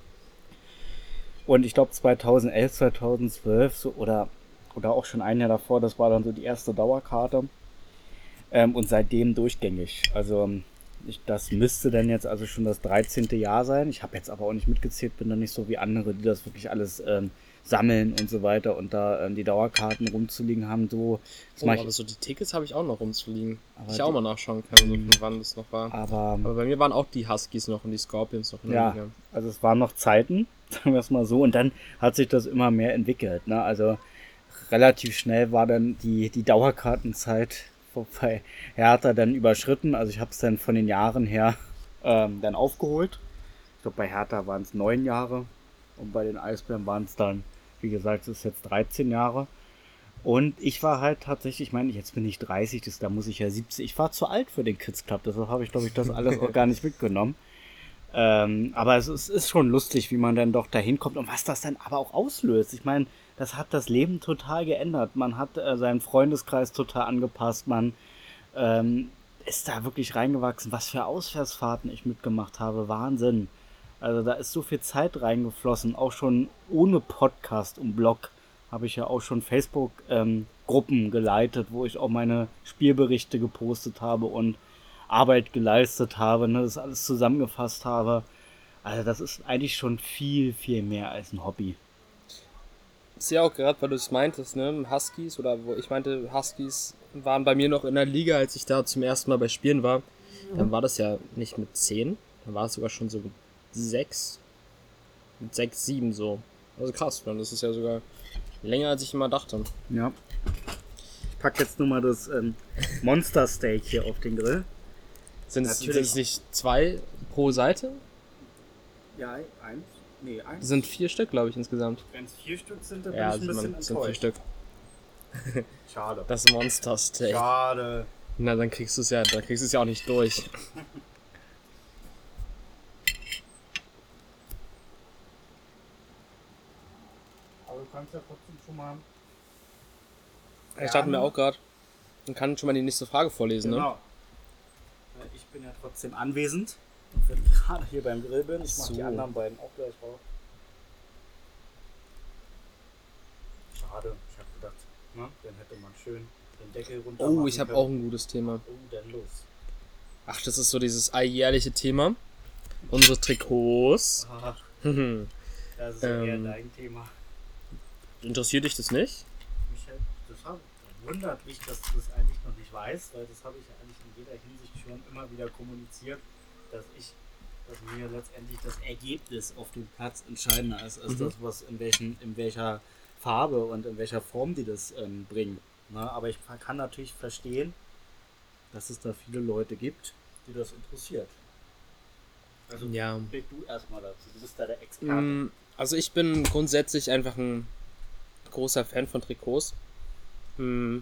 Und ich glaube zweitausendelf, zweitausendzwölf so, oder, oder auch schon ein Jahr davor, das war dann so die erste Dauerkarte. Ähm, und seitdem durchgängig. Also ich, das müsste dann jetzt also schon das dreizehnte Jahr sein. Ich habe jetzt aber auch nicht mitgezählt, bin da nicht so wie andere, die das wirklich alles ähm, sammeln und so weiter und da ähm, die Dauerkarten rumzuliegen haben. So, oh, aber so die Tickets habe ich auch noch rumzuliegen. Aber ich auch mal nachschauen kann, so von wann das noch war. Aber, aber bei mir waren auch die Huskies noch und die Scorpions noch in der ja, Liga. Also es waren noch Zeiten, sagen wir es mal so. Und dann hat sich das immer mehr entwickelt. Ne? Also relativ schnell war dann die, die Dauerkartenzeit bei Hertha dann überschritten. Also ich habe es dann von den Jahren her ähm, dann aufgeholt. Ich glaube, bei Hertha waren es neun Jahre und bei den Eisbären waren es dann, wie gesagt, es ist jetzt dreizehn Jahre. Und ich war halt tatsächlich, ich meine, jetzt bin ich dreißig, das, da muss ich ja siebzig, ich war zu alt für den Kids Club, deshalb habe ich, glaube ich, das alles auch gar nicht mitgenommen. Ähm, aber es ist, ist schon lustig, wie man dann doch dahin kommt und was das dann aber auch auslöst. Ich meine, das hat das Leben total geändert. Man hat äh, seinen Freundeskreis total angepasst. Man ähm, ist da wirklich reingewachsen. Was für Auswärtsfahrten ich mitgemacht habe. Wahnsinn. Also da ist so viel Zeit reingeflossen. Auch schon ohne Podcast und Blog habe ich ja auch schon Facebook-Gruppen ähm, geleitet, wo ich auch meine Spielberichte gepostet habe und Arbeit geleistet habe, ne, das alles zusammengefasst habe. Also das ist eigentlich schon viel, viel mehr als ein Hobby. Ich sehe auch gerade, weil du es meintest, ne, Huskies, oder wo ich meinte, Huskies waren bei mir noch in der Liga, als ich da zum ersten Mal bei Spielen war. Mhm. Dann war das ja nicht mit zehn, dann war es sogar schon so mit sechs, mit sechs, sieben so. Also krass, das ist ja sogar länger, als ich immer dachte. Ja. Ich packe jetzt nur mal das ähm, Monster Steak hier auf den Grill. Sind es, sind es nicht zwei pro Seite? Ja, eins. Nee, eins. Das sind vier Stück, glaube ich, insgesamt. Wenn es vier Stück sind, dann ja, bin ich ein bisschen enttäuscht. Sind vier Stück. Schade. Das Monster-Steak. Schade. Na, dann kriegst du es ja, dann kriegst du es ja auch nicht durch. Aber du kannst ja trotzdem schon mal... Ich dachte mir auch gerade, man kann schon mal die nächste Frage vorlesen, genau. ne? Ich bin ja trotzdem anwesend. Und wenn ich gerade hier beim Grill bin, ich mache So. die anderen beiden auch gleich raus. Schade, ich habe gedacht, ne, dann hätte man schön den Deckel runter Oh, machen ich habe können. auch ein gutes Thema. Oh, dann los. Ach, das ist so dieses alljährliche Thema. Unsere Trikots. Ach, Mhm. das ist ja eher Ähm. dein Thema. Interessiert dich das nicht? Michael, das hab, wundert mich, dass du das eigentlich noch nicht weißt, weil das habe ich ja eigentlich in jeder Hinsicht schon immer wieder kommuniziert, dass ich, dass mir letztendlich das Ergebnis auf dem Platz entscheidender ist, als Mhm. das, was in welchen, in welcher Farbe und in welcher Form die das ähm, bringen. Na, aber ich kann natürlich verstehen, dass es da viele Leute gibt, die das interessiert. Also Ja. leg du erstmal dazu, du bist da der Experte. Mm, Also ich bin grundsätzlich einfach ein großer Fan von Trikots. Mm,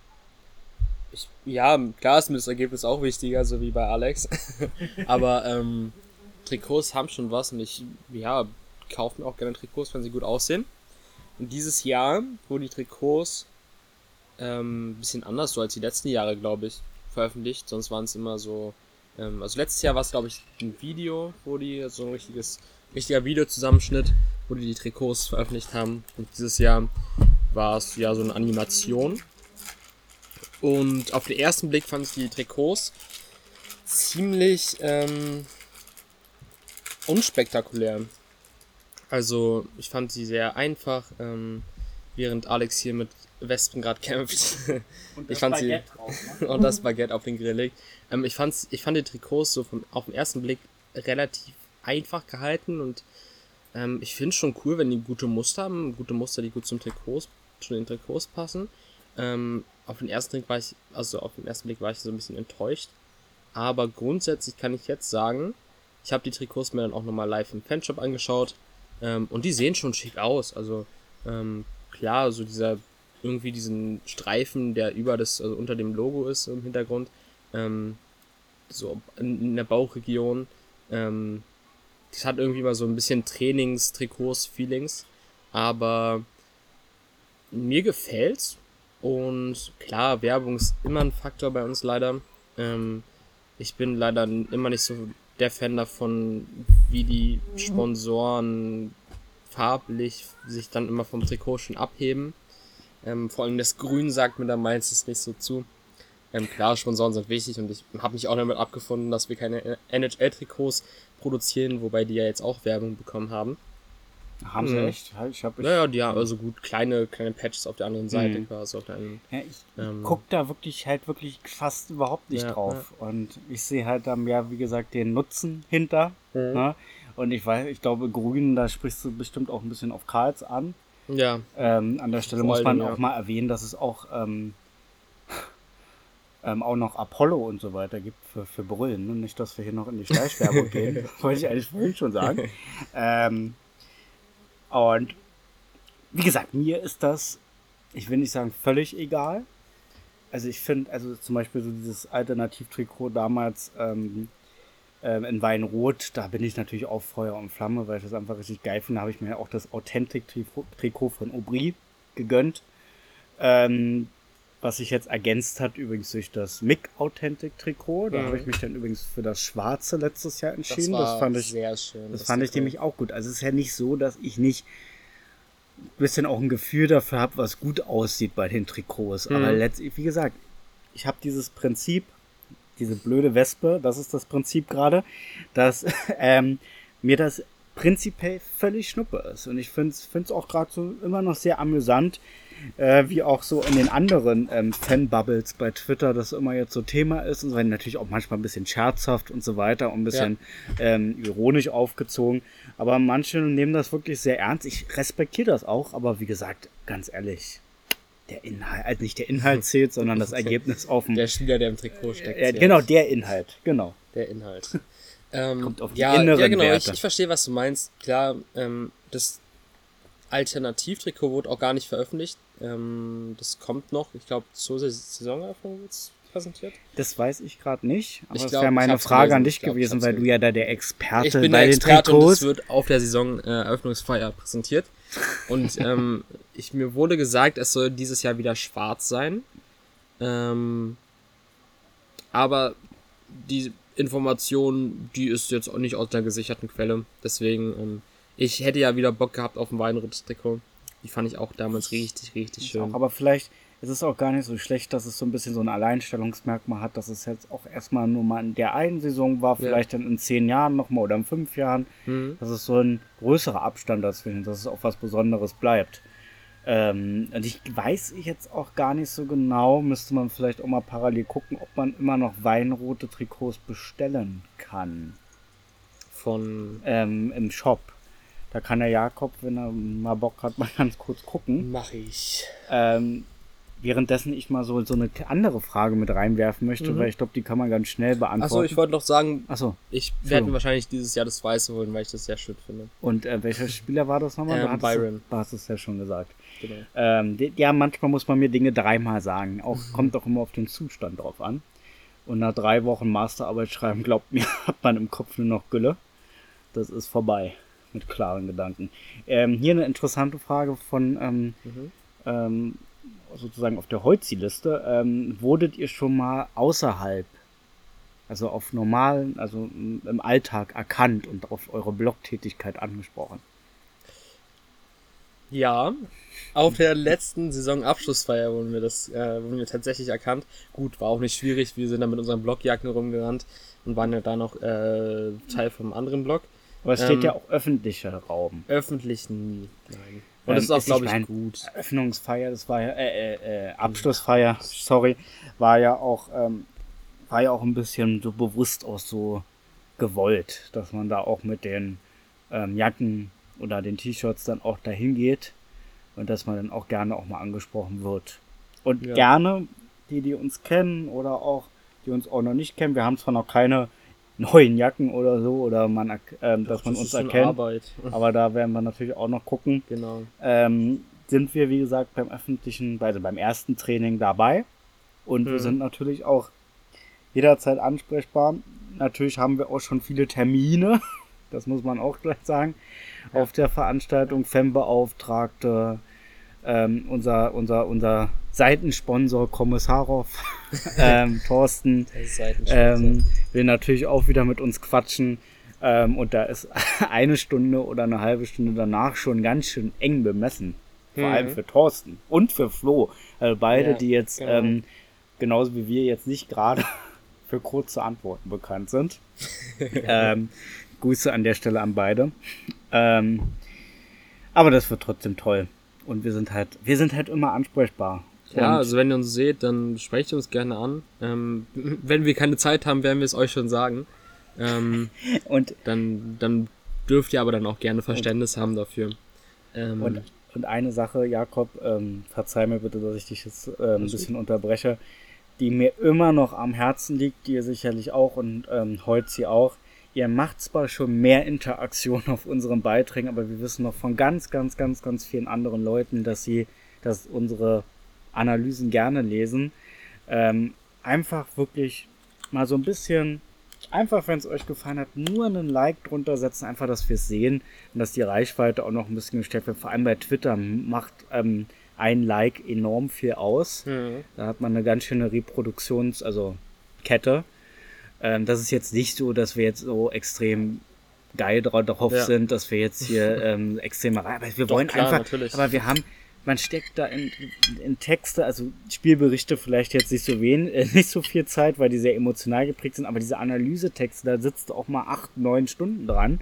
Ich, ja, klar ist mir das Ergebnis auch wichtiger, so wie bei Alex. Aber ähm, Trikots haben schon was und ich, ja, kaufe mir auch gerne Trikots, wenn sie gut aussehen. Und dieses Jahr, wo die Trikots ähm, ein bisschen anders so als die letzten Jahre, glaube ich, veröffentlicht. Sonst waren es immer so, ähm, also letztes Jahr war es, glaube ich, ein Video, wo die, so ein richtiges, richtiger Videozusammenschnitt, wo die die Trikots veröffentlicht haben. Und dieses Jahr war es ja so eine Animation. Und auf den ersten Blick fand ich die Trikots ziemlich ähm, unspektakulär. Also ich fand sie sehr einfach, ähm, während Alex hier mit Wespen gerade kämpft. Und ich fand sie Baguette drauf, ne? und das Baguette auf den Grill legt. Ähm, ich, fand's, ich fand die Trikots so vom, auf den ersten Blick relativ einfach gehalten und ähm, ich finde es schon cool, wenn die gute Muster haben, gute Muster, die gut zum Trikots, zu den Trikots passen. Ähm, auf den ersten Blick war ich, also auf den ersten Blick war ich so ein bisschen enttäuscht. Aber grundsätzlich kann ich jetzt sagen, ich habe die Trikots mir dann auch nochmal live im Fanshop angeschaut. Ähm, und die sehen schon schick aus. Also ähm, klar, so dieser irgendwie diesen Streifen, der über das, also unter dem Logo ist im Hintergrund, ähm, so in, in der Bauchregion. Ähm, das hat irgendwie mal so ein bisschen Trainings-Trikots-Feelings. Aber mir gefällt's. Und klar, Werbung ist immer ein Faktor bei uns leider. Ähm, ich bin leider immer nicht so der Fan davon, wie die Sponsoren farblich sich dann immer vom Trikot schon abheben. Ähm, vor allem das Grün sagt mir da meistens nicht so zu. Ähm, klar, Sponsoren sind wichtig und ich habe mich auch damit abgefunden, dass wir keine N H L-Trikots produzieren, wobei die ja jetzt auch Werbung bekommen haben. Haben sie Mhm. echt? Ich hab, ich, Naja, die haben also gut kleine, kleine Patches auf der anderen Seite Mhm. quasi. Auf der einen, ja, ich ähm, guck da wirklich halt wirklich fast überhaupt nicht Ja, drauf. Und ich sehe halt dann ja, wie gesagt, den Nutzen hinter. Mhm. Ne? Und ich weiß, ich glaube, Grün, da sprichst du bestimmt auch ein bisschen auf Karls an. ja, Ähm, an der Stelle Vor muss man allem, auch ja. mal erwähnen, dass es auch, ähm, ähm, auch noch Apollo und so weiter gibt für, für Brüllen. Ne? Nicht, dass wir hier noch in die Schleichwerbung gehen. Wollte ich eigentlich vorhin schon sagen. ähm, und wie gesagt, mir ist das, ich will nicht sagen völlig egal. Also ich finde, also zum Beispiel so dieses Alternativtrikot damals ähm, ähm, in Weinrot, da bin ich natürlich auch Feuer und Flamme, weil ich das einfach richtig geil finde. Da habe ich mir auch das Authentic-Trikot von Aubry gegönnt. Ähm, was sich jetzt ergänzt hat übrigens durch das Mick Authentic-Trikot. Da Mhm. habe ich mich dann übrigens für das Schwarze letztes Jahr das entschieden. war Das fand ich sehr schön. das fand ich Trikot. nämlich auch gut. Also es ist ja nicht so, dass ich nicht ein bisschen auch ein Gefühl dafür habe, was gut aussieht bei den Trikots. Mhm. Aber letztlich, wie gesagt, ich habe dieses Prinzip, diese blöde Wespe, das ist das Prinzip gerade, dass ähm, mir das prinzipiell völlig schnuppe ist. Und ich finde es auch gerade so immer noch sehr amüsant, äh, wie auch so in den anderen ähm, Fanbubbles bei Twitter das immer jetzt so Thema ist und so weiter. Natürlich auch manchmal ein bisschen scherzhaft und so weiter und ein bisschen ähm, ironisch aufgezogen. Aber manche nehmen das wirklich sehr ernst. Ich respektiere das auch, aber wie gesagt, ganz ehrlich, der Inhalt, also nicht der Inhalt zählt, sondern das Ergebnis auf dem... Der Spieler, der im Trikot steckt. äh, zählt. genau, der Inhalt, genau. Der Inhalt. ähm, Kommt auf die ja, inneren ja, genau, Werte. ich, ich verstehe, was du meinst. Klar, ähm, das Alternativtrikot wurde auch gar nicht veröffentlicht. Ähm, das kommt noch. Ich glaube, zur Saisoneröffnung wird es präsentiert. Das weiß ich gerade nicht, aber Ich das glaub, wäre ich meine hab's Frage gelesen. an dich Ich glaub, ich gewesen, hab's weil du gelesen. ja da der Experte Ich bin bei der den Experte und Trikots. es wird auf der Saisoneröffnungsfeier präsentiert. Und ähm, ich, mir wurde gesagt, es soll dieses Jahr wieder schwarz sein. Ähm, aber die Information, die ist jetzt auch nicht aus der gesicherten Quelle. Deswegen, ähm, ich hätte ja wieder Bock gehabt auf ein Weinritz-Trikot. Die fand ich auch damals richtig, richtig schön. Auch, aber vielleicht ist es auch gar nicht so schlecht, dass es so ein bisschen so ein Alleinstellungsmerkmal hat, dass es jetzt auch erstmal nur mal in der einen Saison war, vielleicht ja. dann in zehn Jahren nochmal oder in fünf Jahren, mhm. dass es so ein größerer Abstand dazwischen, dass es auch was Besonderes bleibt. Ähm, und ich weiß jetzt auch gar nicht so genau, müsste man vielleicht auch mal parallel gucken, ob man immer noch weinrote Trikots bestellen kann. Von? Ähm, im Shop. Da kann der Jakob, wenn er mal Bock hat, mal ganz kurz gucken. Mach ich. Ähm, währenddessen ich mal so, so eine andere Frage mit reinwerfen möchte, mhm. weil ich glaube, die kann man ganz schnell beantworten. Achso, ich wollte noch sagen, Achso. ich werde wahrscheinlich dieses Jahr das Weiße holen, weil ich das sehr schön finde. Und äh, welcher Spieler war das nochmal? Ähm, Byron. Du hast es ja schon gesagt. Genau. Ähm, die, ja, manchmal muss man mir Dinge dreimal sagen. Auch mhm. kommt auch immer auf den Zustand drauf an. Und nach drei Wochen Masterarbeit schreiben, glaubt mir, hat man im Kopf nur noch Gülle. Das ist vorbei. Mit klaren Gedanken. Ähm, hier eine interessante Frage von ähm, mhm. ähm, sozusagen auf der Holzi-Liste. Ähm, wurdet ihr schon mal außerhalb, also auf normalen, also im Alltag erkannt und auf eure Blogtätigkeit angesprochen? Ja, auf der letzten Saisonabschlussfeier wurden wir das, äh, wurden wir tatsächlich erkannt. Gut, war auch nicht schwierig. Wir sind da mit unseren Blogjacken rumgerannt und waren ja da noch äh, Teil vom anderen Blog. Aber es steht ähm, ja auch öffentlicher Raum. Öffentlich nie, nein. Und ähm, das ist auch, glaube ich, ich mein, gut. Öffnungsfeier, das war ja, äh, äh, Abschlussfeier, sorry, war ja auch, ähm, war ja auch ein bisschen so bewusst auch so gewollt, dass man da auch mit den ähm, Jacken oder den T-Shirts dann auch dahin geht und dass man dann auch gerne auch mal angesprochen wird. Und ja. gerne, die, die uns kennen oder auch, die uns auch noch nicht kennen, wir haben zwar noch keine neuen Jacken oder so, oder man, ähm, dass Doch, man das uns erkennt. Arbeit. Aber da werden wir natürlich auch noch gucken. Genau. Ähm, sind wir, wie gesagt, beim öffentlichen, also beim ersten Training dabei. Und hm. wir sind natürlich auch jederzeit ansprechbar. Natürlich haben wir auch schon viele Termine, das muss man auch gleich sagen, ja. auf der Veranstaltung. Fanbeauftragte, ähm, unser, unser, unser Seitensponsor Kommissarov, ähm, Thorsten, ähm, will natürlich auch wieder mit uns quatschen. Ähm, und da ist eine Stunde oder eine halbe Stunde danach schon ganz schön eng bemessen. Vor mhm. allem für Thorsten und für Flo. Also beide, ja, die jetzt, genau. ähm, genauso wie wir jetzt nicht gerade für kurze Antworten bekannt sind. ähm, Grüße an der Stelle an beide. Ähm, aber das wird trotzdem toll. Und wir sind halt, wir sind halt immer ansprechbar. Ja, und also wenn ihr uns seht, dann sprecht ihr uns gerne an. Ähm, wenn wir keine Zeit haben, werden wir es euch schon sagen. Ähm, und dann, dann dürft ihr aber dann auch gerne Verständnis und, haben dafür. Ähm, und, und eine Sache, Jakob, ähm, verzeih mir bitte, dass ich dich jetzt ähm, ein bisschen unterbreche, die mir immer noch am Herzen liegt, dir sicherlich auch und ähm, Holzi auch. Ihr macht zwar schon mehr Interaktion auf unseren Beiträgen, aber wir wissen noch von ganz, ganz, ganz, ganz vielen anderen Leuten, dass sie, dass unsere Analysen gerne lesen. Ähm, einfach wirklich mal so ein bisschen, einfach wenn es euch gefallen hat, nur einen Like drunter setzen, einfach, dass wir es sehen und dass die Reichweite auch noch ein bisschen gestärkt wird. Vor allem bei Twitter macht ähm, ein Like enorm viel aus. Mhm. Da hat man eine ganz schöne Reproduktions-, also Kette. Ähm, das ist jetzt nicht so, dass wir jetzt so extrem geil drauf ja. sind, dass wir jetzt hier ähm, extrem rein, aber wir Doch, wollen klar, einfach, natürlich. Aber wir haben, man steckt da in, in Texte, also Spielberichte vielleicht jetzt nicht so wen, äh, nicht so viel Zeit, weil die sehr emotional geprägt sind, aber diese Analysetexte, da sitzt auch mal acht, neun Stunden dran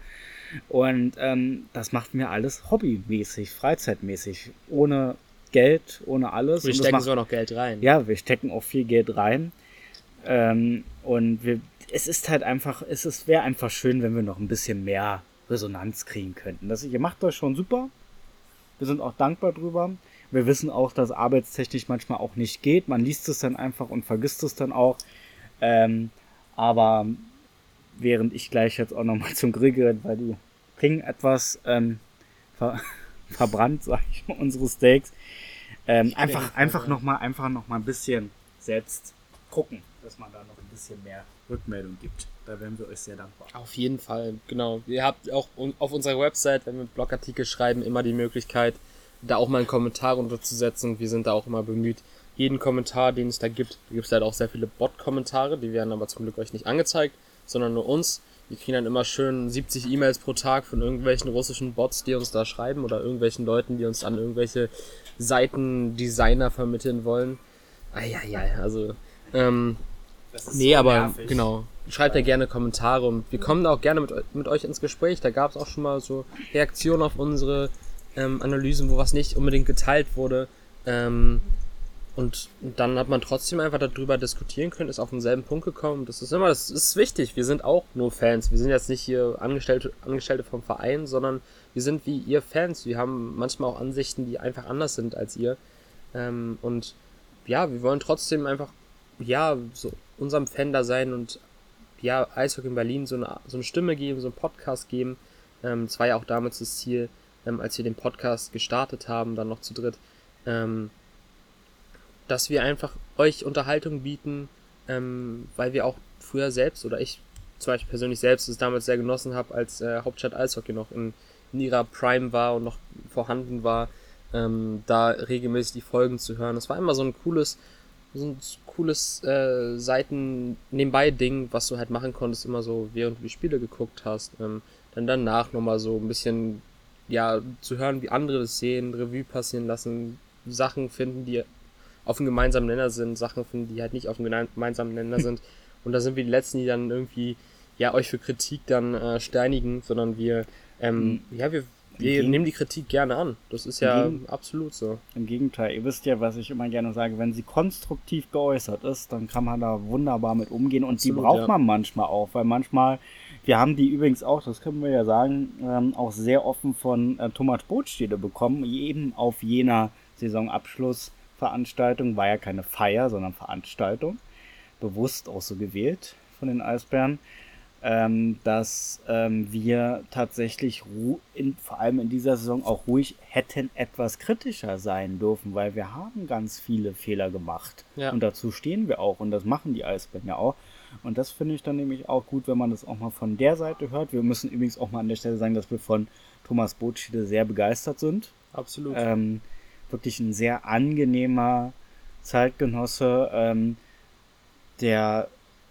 und ähm, das macht mir alles hobbymäßig, freizeitmäßig, ohne Geld, ohne alles. Wir stecken sogar noch Geld rein. Ja, wir stecken auch viel Geld rein. Ähm, und wir, es ist halt einfach, es ist, wäre einfach schön, wenn wir noch ein bisschen mehr Resonanz kriegen könnten. Das, ihr macht das schon super. Wir sind auch dankbar drüber. Wir wissen auch, dass arbeitstechnisch manchmal auch nicht geht. Man liest es dann einfach und vergisst es dann auch. Ähm, aber während ich gleich jetzt auch nochmal zum Grill gerät, weil die klingen etwas ähm, ver verbrannt, sag ich mal, unsere Steaks. Ähm, einfach einfach nochmal einfach noch mal ein bisschen selbst gucken, dass man da noch ein bisschen mehr Rückmeldung gibt. Da wären wir euch sehr dankbar. Auf jeden Fall, genau. Ihr habt auch auf unserer Website, wenn wir Blogartikel schreiben, immer die Möglichkeit, da auch mal einen Kommentar unterzusetzen. Wir sind da auch immer bemüht, jeden Kommentar, den es da gibt, da gibt es halt auch sehr viele Bot-Kommentare, die werden aber zum Glück euch nicht angezeigt, sondern nur uns. Wir kriegen dann immer schön siebzig E-Mails pro Tag von irgendwelchen russischen Bots, die uns da schreiben oder irgendwelchen Leuten, die uns an irgendwelche Seitendesigner vermitteln wollen. Eieiei, also, ähm, nee, so aber nervig. Genau, schreibt ja gerne Kommentare und wir kommen da auch gerne mit, mit euch ins Gespräch. Da gab es auch schon mal so Reaktionen auf unsere ähm, Analysen, wo was nicht unbedingt geteilt wurde. Ähm, und dann hat man trotzdem einfach darüber diskutieren können, ist auf denselben Punkt gekommen. Das ist immer, das ist wichtig. Wir sind auch nur Fans. Wir sind jetzt nicht hier Angestellte, Angestellte vom Verein, sondern wir sind wie ihr Fans. Wir haben manchmal auch Ansichten, die einfach anders sind als ihr. Ähm, und ja, wir wollen trotzdem einfach, ja, so unserem Fan da sein und ja, Eishockey in Berlin so eine, so eine Stimme geben, so einen Podcast geben. Ähm, das war ja auch damals das Ziel, ähm, als wir den Podcast gestartet haben, dann noch zu dritt, ähm, dass wir einfach euch Unterhaltung bieten, ähm, weil wir auch früher selbst, oder ich zum Beispiel persönlich selbst, es damals sehr genossen habe, als äh, Hauptstadt Eishockey noch in, in ihrer Prime war und noch vorhanden war, ähm, da regelmäßig die Folgen zu hören. Das war immer so ein cooles, so ein cooles äh, Seiten-Nebenbei-Ding, was du halt machen konntest, immer so, während du die Spiele geguckt hast. Ähm, dann danach nochmal so ein bisschen, ja, zu hören, wie andere das sehen, Revue passieren lassen, Sachen finden, die auf dem gemeinsamen Nenner sind, Sachen finden, die halt nicht auf dem gemeinsamen Nenner sind. Und da sind wir die Letzten, die dann irgendwie, ja, euch für Kritik dann äh, steinigen, sondern wir, ähm, mhm. ja, wir, wir nehmen die Kritik gerne an. Das ist ja Gegen- absolut so. Im Gegenteil, ihr wisst ja, was ich immer gerne sage, wenn sie konstruktiv geäußert ist, dann kann man da wunderbar mit umgehen und absolut, die braucht ja. man manchmal auch, weil manchmal, wir haben die übrigens auch, das können wir ja sagen, ähm, auch sehr offen von äh, Thomas Botstede bekommen, eben auf jener Saisonabschluss Veranstaltung, war ja keine Feier, sondern Veranstaltung, bewusst auch so gewählt von den Eisbären, ähm, dass ähm, wir tatsächlich ru- in, vor allem in dieser Saison auch ruhig hätten etwas kritischer sein dürfen, weil wir haben ganz viele Fehler gemacht. Ja. Und dazu stehen wir auch und das machen die Eisbären ja auch. Und das finde ich dann nämlich auch gut, wenn man das auch mal von der Seite hört. Wir müssen übrigens auch mal an der Stelle sagen, dass wir von Thomas Botschede sehr begeistert sind. Absolut. Ähm, wirklich ein sehr angenehmer Zeitgenosse, ähm, der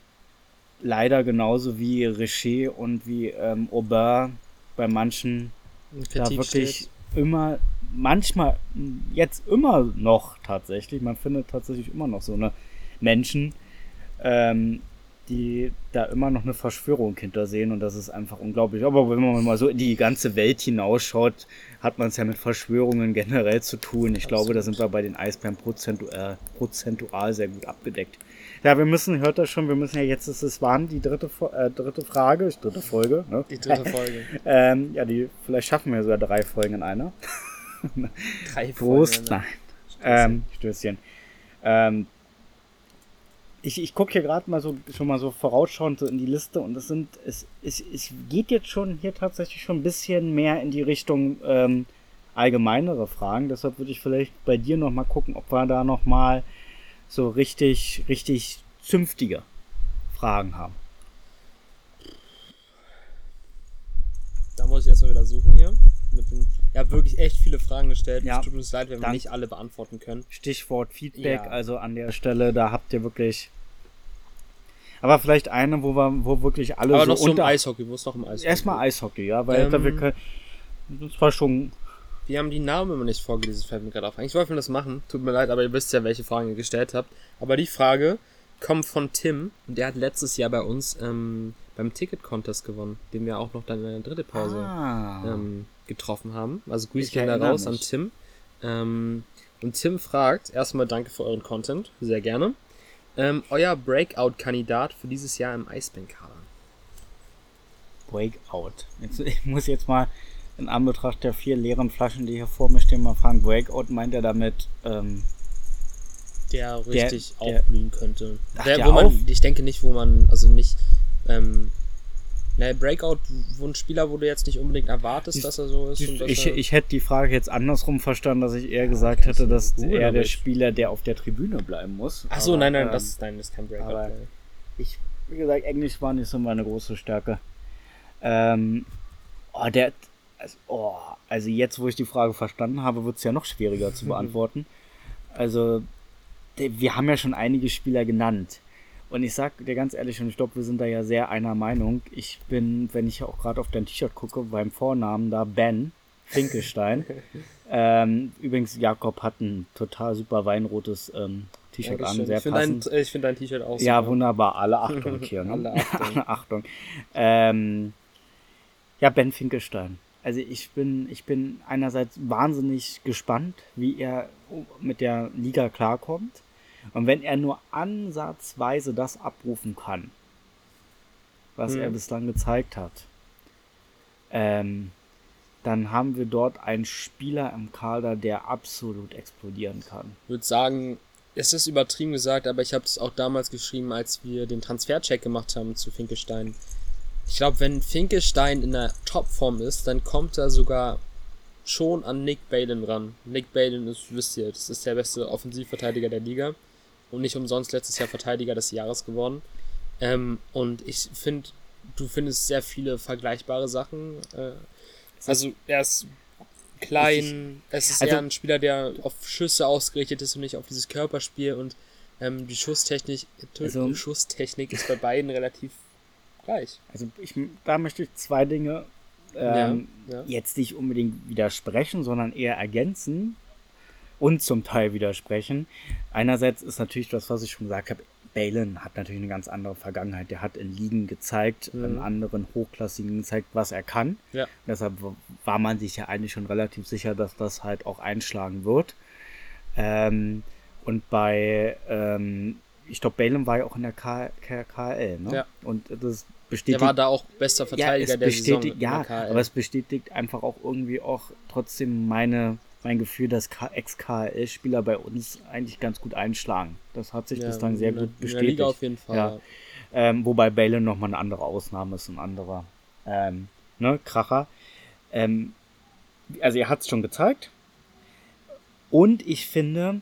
leider genauso wie Richer und wie ähm, Aubin bei manchen da wirklich steht. immer, manchmal, jetzt immer noch tatsächlich, man findet tatsächlich immer noch so eine Menschen, ähm, die da immer noch eine Verschwörung hintersehen und das ist einfach unglaublich. Aber wenn man mal so in die ganze Welt hinausschaut, hat man es ja mit Verschwörungen generell zu tun. Ich Absolut. glaube, da sind wir bei den Eisbären prozentual, prozentual sehr gut abgedeckt. Ja, wir müssen, hört das schon, wir müssen ja jetzt, es waren die dritte, äh, dritte Frage, dritte Folge. Ne? Die dritte Folge. ähm, ja, die, vielleicht schaffen wir sogar drei Folgen in einer. Drei Prost, Folgen. Ne? Nein. Ähm, Stößchen. Ähm, Ich, ich gucke hier gerade mal so schon mal so vorausschauend so in die Liste und es sind es, es, es geht jetzt schon hier tatsächlich schon ein bisschen mehr in die Richtung ähm, allgemeinere Fragen. Deshalb würde ich vielleicht bei dir noch mal gucken, ob wir da noch mal so richtig richtig zünftige Fragen haben. Da muss ich erstmal wieder suchen hier. Mit dem, ihr habt wirklich echt viele Fragen gestellt. Ja, es tut uns leid, wenn wir Dank. nicht alle beantworten können. Stichwort Feedback, Ja. also an der Stelle, da habt ihr wirklich. Aber vielleicht eine, wo wir, wo wirklich alle Aber so noch so im unter. Eishockey, wo es noch im Eishockey Erstmal geht. Eishockey, ja, weil Ähm, da wir können. Das war schon. Wir haben die Namen immer nicht vorgelesen, fällt mir gerade auf. Eigentlich wollten wir das machen. Tut mir leid, aber ihr wisst ja, welche Fragen ihr gestellt habt. Aber die Frage kommt von Tim und der hat letztes Jahr bei uns ähm, beim Ticket-Contest gewonnen, den wir auch noch dann in der dritten Pause Ah. ähm, getroffen haben. Also Grüße Ich gehen da erinnere raus mich. an Tim. Ähm, und Tim fragt, erstmal danke für euren Content, sehr gerne. Ähm, euer Breakout-Kandidat für dieses Jahr im Eisbären-Kader. Breakout. Jetzt, ich muss jetzt mal in Anbetracht der vier leeren Flaschen, die hier vor mir stehen, mal fragen, Breakout meint er damit, ähm, Der richtig der- aufblühen könnte. Ach, Der, der wo man, auf- ich denke nicht, wo man, also nicht, ähm, Ne, Breakout, wo ein Spieler, wo du jetzt nicht unbedingt erwartest, ich, dass er so ist. Ich, und dass ich, er ich hätte die Frage jetzt andersrum verstanden, dass ich eher gesagt hätte, dass gut, er der ich... Spieler, der auf der Tribüne bleiben muss. Ach so, aber, nein, nein, ähm, das, nein, das ist kein Breakout. Aber ich, wie gesagt, Englisch war nicht so meine große Stärke. Ähm, oh, der, also, oh, also jetzt, wo ich die Frage verstanden habe, wird es ja noch schwieriger zu beantworten. Also, der, wir haben ja schon einige Spieler genannt. Und ich sag dir ganz ehrlich, und ich glaube, wir sind da ja sehr einer Meinung. Ich bin, wenn ich auch gerade auf dein T-Shirt gucke, beim Vornamen da Ben Finkelstein. ähm, übrigens, Jakob hat ein total super weinrotes ähm, T-Shirt ja, an, sehr ich passend. Dein, ich finde dein T-Shirt auch super. Ja, wunderbar. Alle Achtung hier. Ne? Alle Achtung. Alle Achtung. Ähm, ja, Ben Finkelstein. Also ich bin, ich bin einerseits wahnsinnig gespannt, wie er mit der Liga klarkommt. Und wenn er nur ansatzweise das abrufen kann, was hm. er bislang gezeigt hat, ähm, dann haben wir dort einen Spieler im Kader, der absolut explodieren kann. Ich würde sagen, es ist übertrieben gesagt, aber ich habe es auch damals geschrieben, als wir den Transfercheck gemacht haben zu Finkelstein. Ich glaube, wenn Finkelstein in der Topform ist, dann kommt er sogar schon an Nick Balin ran. Nick Balin ist, wisst ihr, das ist der beste Offensivverteidiger der Liga und nicht umsonst letztes Jahr Verteidiger des Jahres geworden. Ähm, und ich finde, du findest sehr viele vergleichbare Sachen. Äh, also er ist klein, es ist also, eher ein Spieler, der auf Schüsse ausgerichtet ist und nicht auf dieses Körperspiel und ähm, die Schusstechnik, also, die Schusstechnik ist bei beiden relativ gleich. Also ich, da möchte ich zwei Dinge ähm, ja, ja. jetzt nicht unbedingt widersprechen, sondern eher ergänzen und zum Teil widersprechen. Einerseits ist natürlich das, was ich schon gesagt habe, Balin hat natürlich eine ganz andere Vergangenheit. Der hat in Ligen gezeigt, mhm. in anderen Hochklassigen gezeigt, was er kann. Ja. Deshalb war man sich ja eigentlich schon relativ sicher, dass das halt auch einschlagen wird. Ähm, und bei, ähm, ich glaube, Balin war ja auch in der K K L, ne? Ja. Und das bestätigt... Der war da auch bester Verteidiger ja, der Saison. Ja, aber es bestätigt einfach auch irgendwie auch trotzdem meine... mein Gefühl, dass Ex-K H L-Spieler bei uns eigentlich ganz gut einschlagen. Das hat sich ja, bislang sehr gut bestätigt. In der Liga auf jeden Fall. Ja. Ähm, wobei Balin nochmal eine andere Ausnahme ist, ein anderer ähm, ne, Kracher. Ähm, also er hat es schon gezeigt. Und ich finde,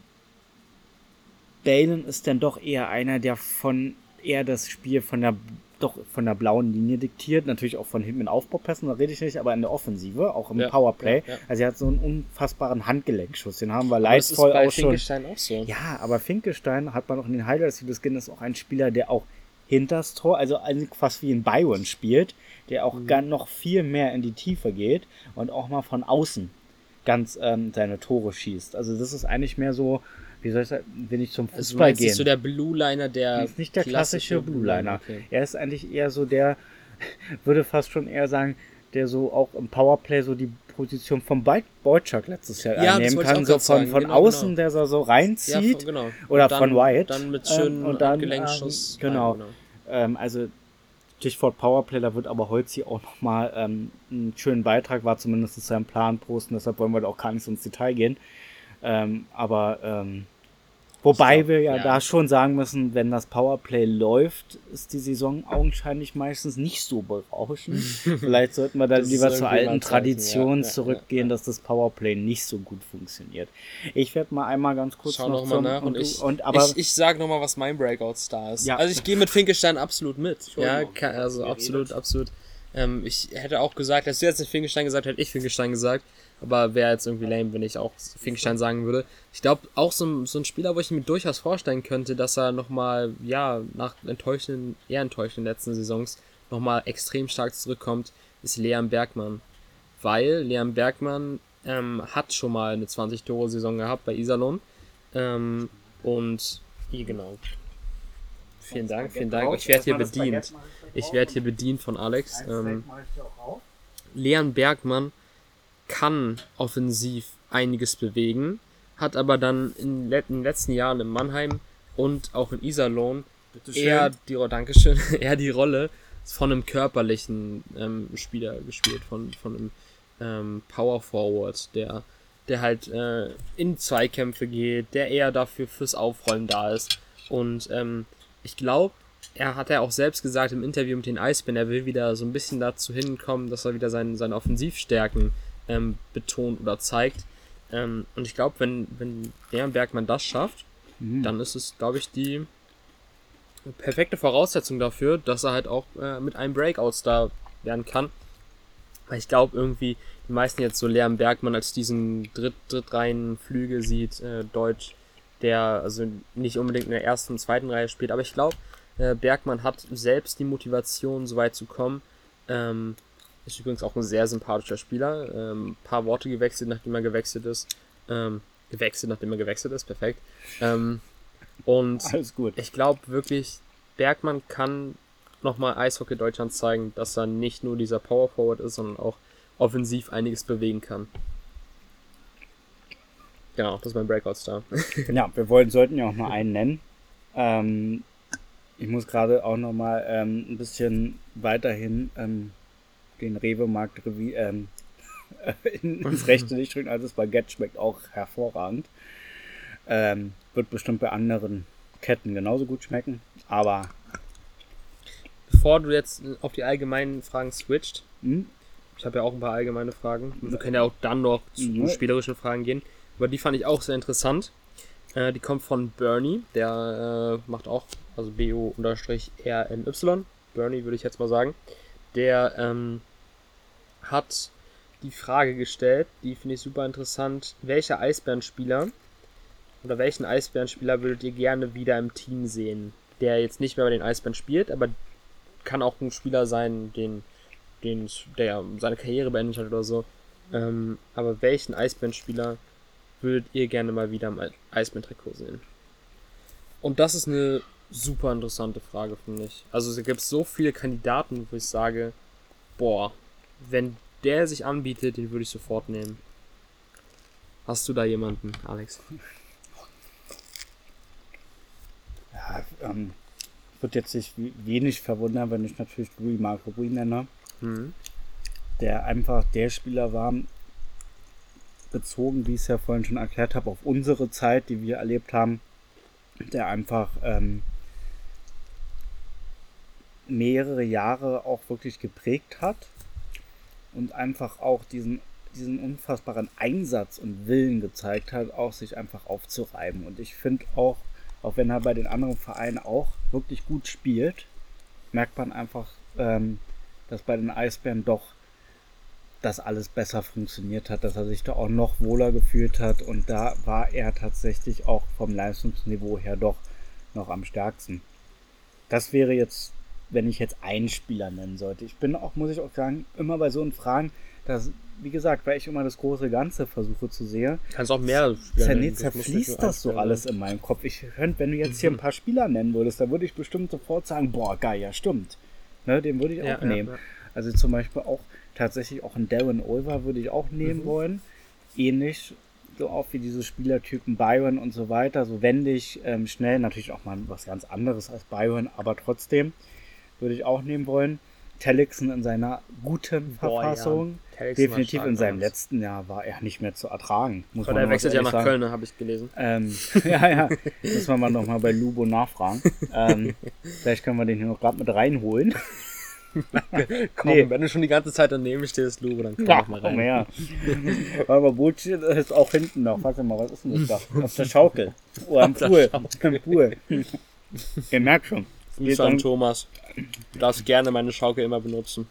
Balin ist dann doch eher einer, der von eher das Spiel von der doch von der blauen Linie diktiert, natürlich auch von hinten in Aufbaupässen, da rede ich nicht, aber in der Offensive, auch im ja, Powerplay. Ja, ja. Also er hat so einen unfassbaren Handgelenkschuss, den haben wir leidvoll auch schon. Das ist bei Finkelstein auch so. Ja, aber Finkelstein hat man auch in den Highlights gesehen, ist auch ein Spieler, der auch hinters Tor, also fast wie in Byron spielt, der auch mhm. gar noch viel mehr in die Tiefe geht und auch mal von außen ganz ähm, seine Tore schießt. Also das ist eigentlich mehr so, wie soll ich sagen, wenn ich zum Fußball also gehe. Ist so der Blue-Liner, der... Er ist nicht der klassische, klassische Blue-Liner. Okay. Er ist eigentlich eher so der, würde fast schon eher sagen, der so auch im Powerplay so die Position vom Wojciech letztes Jahr ja, einnehmen kann. So von, von genau, außen, genau. der so reinzieht. Ja, von, genau. Oder dann, von White. Dann mit schönen ähm, Gelenksschuss. Ähm, genau. genau. Ähm, also Stichwort Powerplay, da wird aber Holzi auch nochmal ähm, einen schönen Beitrag, war zumindest sein Plan posten, deshalb wollen wir da auch gar nicht so ins Detail gehen. Ähm, aber ähm, wobei glaub, wir ja, ja da schon sagen müssen, wenn das Powerplay läuft, ist die Saison augenscheinlich meistens nicht so berauschend. Vielleicht sollten wir dann lieber zur alten Tradition ja, ja, zurückgehen, ja, ja. dass das Powerplay nicht so gut funktioniert. Ich werde mal einmal ganz kurz Schau noch, noch mal nach und, und, ich, und aber ich, ich sag nochmal, was mein Breakout-Star ist. Ja. Also ich gehe mit Finkelstein absolut mit. Ja, kann, also absolut, absolut. Ähm, ich hätte auch gesagt, dass du jetzt nicht Finkelstein gesagt hätte ich Finkelstein gesagt. Aber wäre jetzt irgendwie lame, wenn ich auch Finkelstein sagen würde. Ich glaube, auch so, so ein Spieler, wo ich mir durchaus vorstellen könnte, dass er nochmal, ja, nach enttäuschenden, eher enttäuschenden letzten Saisons nochmal extrem stark zurückkommt, ist Leon Bergmann. Weil Leon Bergmann ähm, hat schon mal eine zwanzig-Tore-Saison gehabt bei Iserlohn. Ähm, und, hier genau. Vielen Dank, vielen Dank. Ich werde hier bedient. Ich werde hier bedient von Alex. Ähm, Leon Bergmann kann offensiv einiges bewegen, hat aber dann in den letzten Jahren in Mannheim und auch in Iserlohn eher die, oh, Dankeschön, eher die Rolle von einem körperlichen ähm, Spieler gespielt, von, von einem ähm, Power Forward, der, der halt äh, in Zweikämpfe geht, der eher dafür fürs Aufrollen da ist. Und ähm, ich glaube, er hat ja auch selbst gesagt im Interview mit den Eisbären, er will wieder so ein bisschen dazu hinkommen, dass er wieder seine, seine Offensivstärken ähm, betont oder zeigt. Ähm, und ich glaube, wenn, wenn Leon Bergmann das schafft, mhm. dann ist es, glaube ich, die perfekte Voraussetzung dafür, dass er halt auch äh, mit einem Breakout-Star werden kann. Weil ich glaube irgendwie, die meisten jetzt so Leon Bergmann als diesen Dritt, Drittreihenflügel sieht, äh, Deutsch, der also nicht unbedingt in der ersten und zweiten Reihe spielt, aber ich glaube, äh, Bergmann hat selbst die Motivation, so weit zu kommen. Ähm, ist übrigens auch ein sehr sympathischer Spieler. Ähm, paar Worte gewechselt, nachdem er gewechselt ist. Ähm, gewechselt, nachdem er gewechselt ist, perfekt. Ähm, und Alles gut. Ich glaube wirklich, Bergmann kann nochmal Eishockey Deutschland zeigen, dass er nicht nur dieser Power Forward ist, sondern auch offensiv einiges bewegen kann. Genau, das ist mein Breakout-Star. Ja, wir wollten, sollten ja auch mal einen nennen. Ähm, ich muss gerade auch nochmal ähm, ein bisschen weiterhin ähm, den Rewe-Markt ähm, ins rechte Licht drücken. Also das Baguette schmeckt auch hervorragend. Ähm, wird bestimmt bei anderen Ketten genauso gut schmecken, aber bevor du jetzt auf die allgemeinen Fragen switcht, hm? ich habe ja auch ein paar allgemeine Fragen, wir können ja auch dann noch zu mhm. spielerischen Fragen gehen, aber die fand ich auch sehr interessant. Äh, die kommt von Bernie, der äh, macht auch, also B O R N Y, Bernie würde ich jetzt mal sagen, der ähm, hat die Frage gestellt, die finde ich super interessant, welcher Eisbärenspieler oder welchen Eisbärenspieler würdet ihr gerne wieder im Team sehen, der jetzt nicht mehr bei den Eisbären spielt, aber kann auch ein Spieler sein, den, den, der seine Karriere beendet hat oder so. Ähm, aber welchen Eisbärenspieler würdet ihr gerne mal wieder im Eisbären-Trikot sehen? Und das ist eine super interessante Frage, finde ich. Also es gibt so viele Kandidaten, wo ich sage, boah, wenn der sich anbietet, den würde ich sofort nehmen. Hast du da jemanden, Alex? Ja, ähm, wird jetzt sich wenig verwundern, wenn ich natürlich Louis Marco Bouy nenne, mhm. der einfach der Spieler war, bezogen, wie ich es ja vorhin schon erklärt habe, auf unsere Zeit, die wir erlebt haben, der einfach ähm, mehrere Jahre auch wirklich geprägt hat und einfach auch diesen, diesen unfassbaren Einsatz und Willen gezeigt hat, auch sich einfach aufzureiben. Und ich finde auch, auch wenn er bei den anderen Vereinen auch wirklich gut spielt, merkt man einfach, ähm, dass bei den Eisbären doch das alles besser funktioniert hat, dass er sich da auch noch wohler gefühlt hat und da war er tatsächlich auch vom Leistungsniveau her doch noch am stärksten. Das wäre jetzt, wenn ich jetzt einen Spieler nennen sollte. Ich bin auch, muss ich auch sagen, immer bei so einen Fragen, dass, wie gesagt, weil ich immer das große Ganze versuche zu sehen. Kannst auch mehr Spieler nennen. Zerfließt das so alles in meinem Kopf. Ich könnte, wenn du jetzt hier ein paar Spieler nennen würdest, dann würde ich bestimmt sofort sagen, boah, geil, ja, stimmt. Ne, den würde ich auch ja, nehmen. Ja, ja. Also zum Beispiel auch tatsächlich auch einen Darren Ulver würde ich auch nehmen mhm. wollen. Ähnlich, so auch wie diese Spielertypen Byron und so weiter, so wendig, ähm, schnell, natürlich auch mal was ganz anderes als Byron, aber trotzdem würde ich auch nehmen wollen. Tellickson in seiner guten Boah, Verfassung. Ja. Definitiv in seinem aus. letzten Jahr war er nicht mehr zu ertragen. Muss man der wechselt ja nach sagen. Köln, habe ich gelesen. Ähm, ja, ja. Müssen wir mal nochmal bei Lubo nachfragen. ähm, vielleicht können wir den hier noch gerade mit reinholen. Komm, nee. Wenn du schon die ganze Zeit daneben stehst, Lubo, dann komm ja, doch mal rein. Ja. Aber Bullshit ist auch hinten noch. Warte mal, was ist denn das da? Auf der Schaukel. Oh, am Pool. Am Pool. Ihr merkt schon. Grüße an Thomas. Du darfst gerne meine Schaukel immer benutzen.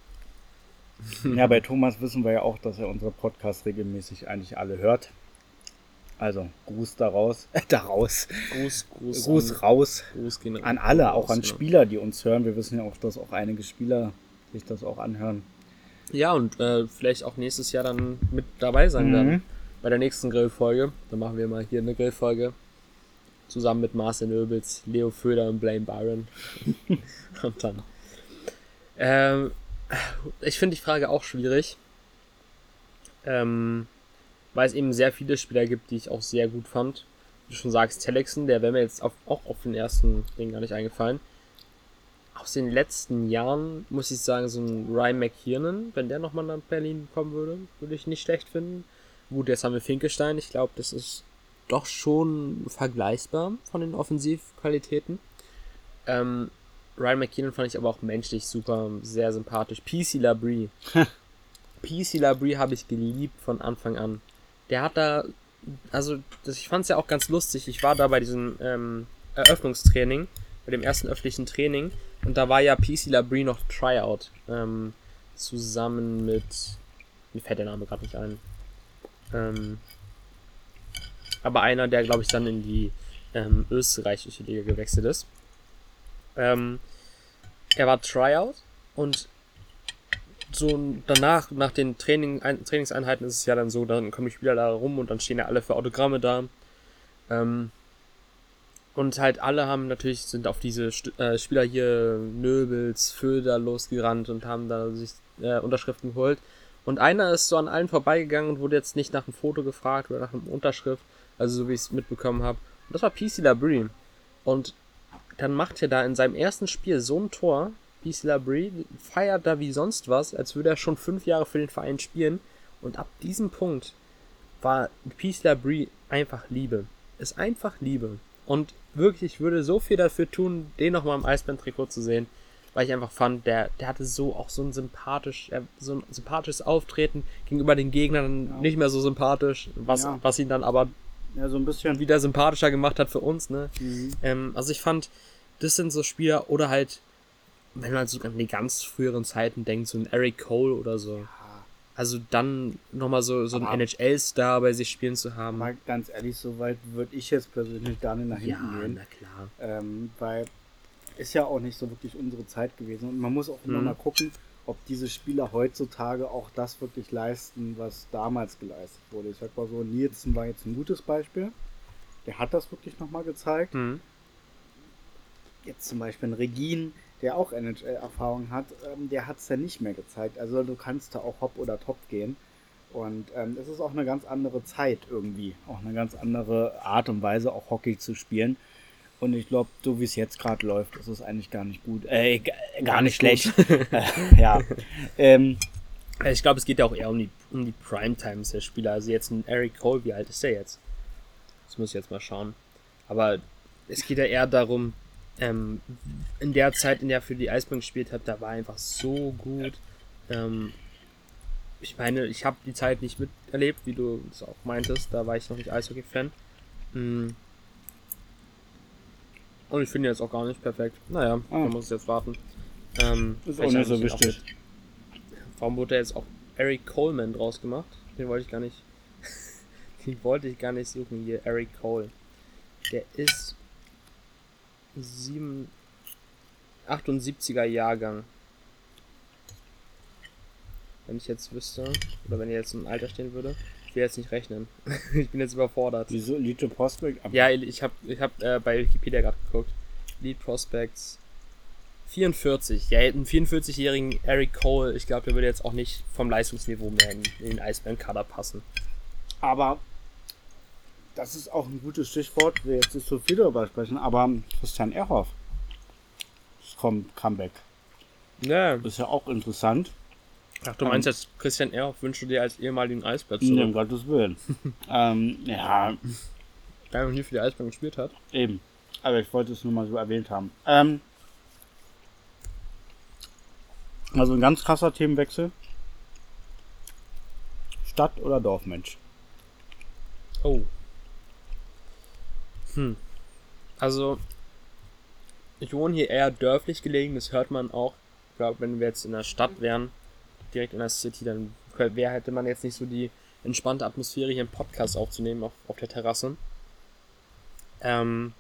Ja, bei Thomas wissen wir ja auch, dass er unsere Podcasts regelmäßig eigentlich alle hört. Also, Gruß daraus. Äh, daraus. Gruß, Gruß, Gruß an, raus. Gruß gehen an alle, raus, auch an ja. Spieler, die uns hören. Wir wissen ja auch, dass auch einige Spieler sich das auch anhören. Ja, und äh, vielleicht auch nächstes Jahr dann mit dabei sein mhm. werden. Bei der nächsten Grillfolge. Dann machen wir mal hier eine Grillfolge. Zusammen mit Marcel Nöbels, Leo Föder und Blaine Byron. Und dann. Ähm, ich finde die Frage auch schwierig. Ähm, weil es eben sehr viele Spieler gibt, die ich auch sehr gut fand. Wie du schon sagst, Tellickson, der wäre mir jetzt auf, auch auf den ersten Ding gar nicht eingefallen. Aus den letzten Jahren muss ich sagen, so ein Ryan McKiernan, wenn der nochmal nach Berlin kommen würde, würde ich nicht schlecht finden. Gut, jetzt haben wir Finkestein. Ich glaube, das ist doch schon vergleichbar von den Offensivqualitäten. Ähm, Ryan McKinnon fand ich aber auch menschlich super, sehr sympathisch. P C Labrie. P C Labrie habe ich geliebt von Anfang an. Der hat da, also das, ich fand es ja auch ganz lustig. Ich war da bei diesem ähm, Eröffnungstraining, bei dem ersten öffentlichen Training. Und da war ja P C Labrie noch Tryout. Ähm, zusammen mit, mir fällt der Name gerade nicht ein. Ähm, aber einer, der glaube ich dann in die ähm, österreichische Liga gewechselt ist. Ähm, er war Tryout und so danach, nach den Training, ein, Trainingseinheiten ist es ja dann so, dann kommen die Spieler da rum und dann stehen ja alle für Autogramme da. Ähm, und halt alle haben natürlich, sind auf diese St- äh, Spieler hier, Nöbels, Föder losgerannt und haben da sich äh, Unterschriften geholt. Und einer ist so an allen vorbeigegangen und wurde jetzt nicht nach einem Foto gefragt oder nach einer Unterschrift, also so wie ich es mitbekommen habe. Und das war P C Labrie. Und dann macht er da in seinem ersten Spiel so ein Tor. P C Labrie feiert da wie sonst was, als würde er schon fünf Jahre für den Verein spielen. Und ab diesem Punkt war P C Labrie einfach Liebe. Ist einfach Liebe. Und wirklich, ich würde so viel dafür tun, den nochmal im Eisbären-Trikot zu sehen, weil ich einfach fand, der, der hatte so auch so ein sympathisch, so ein sympathisches Auftreten gegenüber den Gegnern, ja. Nicht mehr so sympathisch, was, ja. was ihn dann aber ja, so ein bisschen wieder sympathischer gemacht hat für uns, ne? Mhm. Ähm, also ich fand, das sind so Spieler, oder halt, wenn man so an die ganz früheren Zeiten denkt, so ein Eric Cole oder so. Ja. Also dann nochmal so, so einen N H L-Star bei sich spielen zu haben. Mal ganz ehrlich, so weit würde ich jetzt persönlich gar nicht nach hinten ja, gehen. Na klar. Ähm, weil ist ja auch nicht so wirklich unsere Zeit gewesen. Und man muss auch immer Mhm. mal gucken, ob diese Spieler heutzutage auch das wirklich leisten, was damals geleistet wurde. Ich sag mal so, Nielsen war jetzt ein gutes Beispiel. Der hat das wirklich nochmal gezeigt. Mhm. Jetzt zum Beispiel ein Regin, der auch N H L-Erfahrung hat, ähm, der hat es ja nicht mehr gezeigt. Also du kannst da auch hopp oder top gehen. Und ähm, es ist auch eine ganz andere Zeit irgendwie. Auch eine ganz andere Art und Weise, auch Hockey zu spielen. Und ich glaube, so wie es jetzt gerade läuft, ist es eigentlich gar nicht gut. Äh, g- gar, gar nicht schlecht. äh, ja. Ähm, Ich glaube, es geht ja auch eher um die, um die Primetimes der Spieler. Also jetzt ein Eric Cole, wie alt ist der jetzt? Das muss ich jetzt mal schauen. Aber es geht ja eher darum, ähm, in der Zeit, in der er für die Eisbären gespielt hat, da war er einfach so gut. Ähm, ich meine, ich habe die Zeit nicht miterlebt, wie du es auch meintest. Da war ich noch nicht Eishockey-Fan. Mm. Und ich finde ihn jetzt auch gar nicht perfekt. Naja, Ah. man muss jetzt warten. Ähm, ist auch nicht so vielleicht wichtig. auch Warum wurde da jetzt auch Eric Coleman draus gemacht? Den wollte ich gar nicht. Den wollte ich gar nicht suchen hier. Eric Cole. Der ist sieben, achtundsiebziger Jahrgang. Wenn ich jetzt wüsste, oder wenn er jetzt im Alter stehen würde, ich will jetzt nicht rechnen. Ich bin jetzt überfordert. Wieso? Elite Prospect? Ja, ich habe ich hab, äh, bei Wikipedia gerade geguckt. Lead Prospects vierundvierzig. Ja, einen vierundvierzigjährigen Eric Cole, ich glaube, der würde jetzt auch nicht vom Leistungsniveau mehr in, in den Eisbären-Kader passen. Aber das ist auch ein gutes Stichwort. Wir jetzt nicht so viel darüber sprechen, aber Christian Ehrhoff. Das kommt Comeback. Ja. Das ist ja auch interessant. Ach, du meinst jetzt, Christian Ehrhoff wünschst du dir als ehemaligen Eisbär Um zurück? Gottes Willen. ähm, ja, Der noch nie für die Eisbären gespielt hat. eben. Aber ich wollte es nur mal so erwähnt haben. Ähm, also ein ganz krasser Themenwechsel. Stadt- oder Dorfmensch? Oh. Hm. Also, ich wohne hier eher dörflich gelegen, das hört man auch. Ich glaube, wenn wir jetzt in der Stadt wären, direkt in der City, dann wär, hätte man jetzt nicht so die entspannte Atmosphäre, hier einen Podcast aufzunehmen auf, auf der Terrasse. Ähm,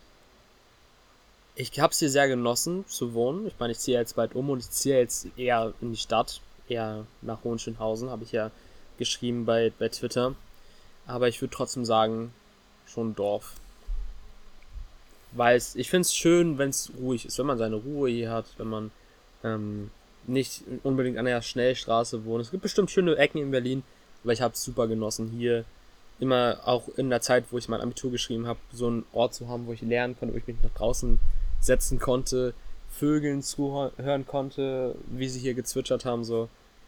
ich habe es hier sehr genossen zu wohnen. Ich meine, ich ziehe jetzt bald um und ich ziehe jetzt eher in die Stadt, eher nach Hohenschönhausen, habe ich ja geschrieben bei, bei Twitter. Aber ich würde trotzdem sagen, schon Dorf. Weil es, ich finde es schön, wenn es ruhig ist, wenn man seine Ruhe hier hat, wenn man ähm, nicht unbedingt an der Schnellstraße wohnt. Es gibt bestimmt schöne Ecken in Berlin, aber ich habe es super genossen, hier immer auch in der Zeit, wo ich mein Abitur geschrieben habe, so einen Ort zu haben, wo ich lernen konnte, wo ich mich nach draußen setzen konnte, Vögeln zuhören konnte, wie sie hier gezwitschert haben, so.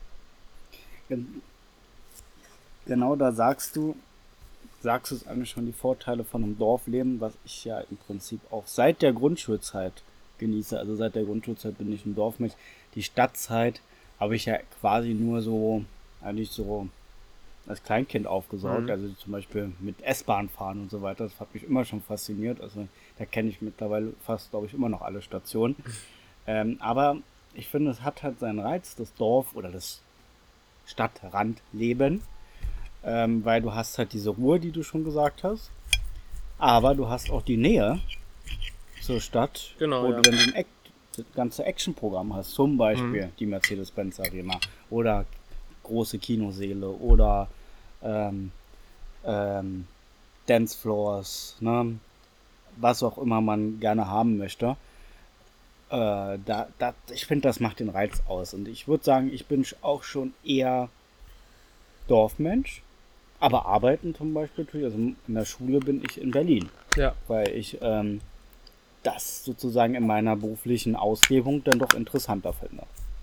Genau, da sagst du, sagst du es eigentlich schon, die Vorteile von einem Dorfleben, was ich ja im Prinzip auch seit der Grundschulzeit genieße. Also seit der Grundschulzeit bin ich ein Dorfmensch. Die Stadtzeit habe ich ja quasi nur so, eigentlich so als Kleinkind aufgesaugt. Mhm. Also zum Beispiel mit S-Bahn fahren und so weiter. Das hat mich immer schon fasziniert. Also da kenne ich mittlerweile fast, glaube ich, immer noch alle Stationen. ähm, aber ich finde, es hat halt seinen Reiz, das Dorf oder das Stadtrandleben. Ähm, weil du hast halt diese Ruhe, die du schon gesagt hast. Aber du hast auch die Nähe zur Stadt, genau, wo ja. du dann so ein Act, das ganze Actionprogramm hast. Zum Beispiel mhm. die Mercedes-Benz Arena oder große Kinosäle oder ähm, ähm, Dancefloors, ne? Was auch immer man gerne haben möchte. Äh, da, da, ich finde, das macht den Reiz aus. Und ich würde sagen, ich bin auch schon eher Dorfmensch. Aber arbeiten zum Beispiel, also in der Schule bin ich in Berlin. Ja. Weil ich ähm, das sozusagen in meiner beruflichen Auslebung dann doch interessanter finde.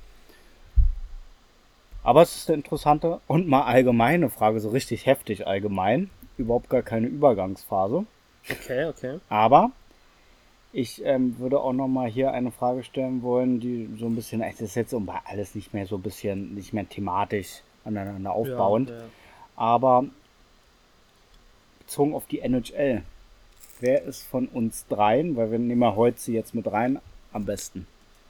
Aber es ist eine interessante und mal allgemeine Frage, so richtig heftig allgemein. Überhaupt gar keine Übergangsphase. Okay, okay. Aber ich ähm, würde auch nochmal hier eine Frage stellen wollen, die so ein bisschen, es ist jetzt alles nicht mehr so ein bisschen, nicht mehr thematisch aneinander aufbauend. Ja, ja. Aber bezogen auf die N H L, wer ist von uns dreien, weil wir nehmen ja heute jetzt mit rein, am besten?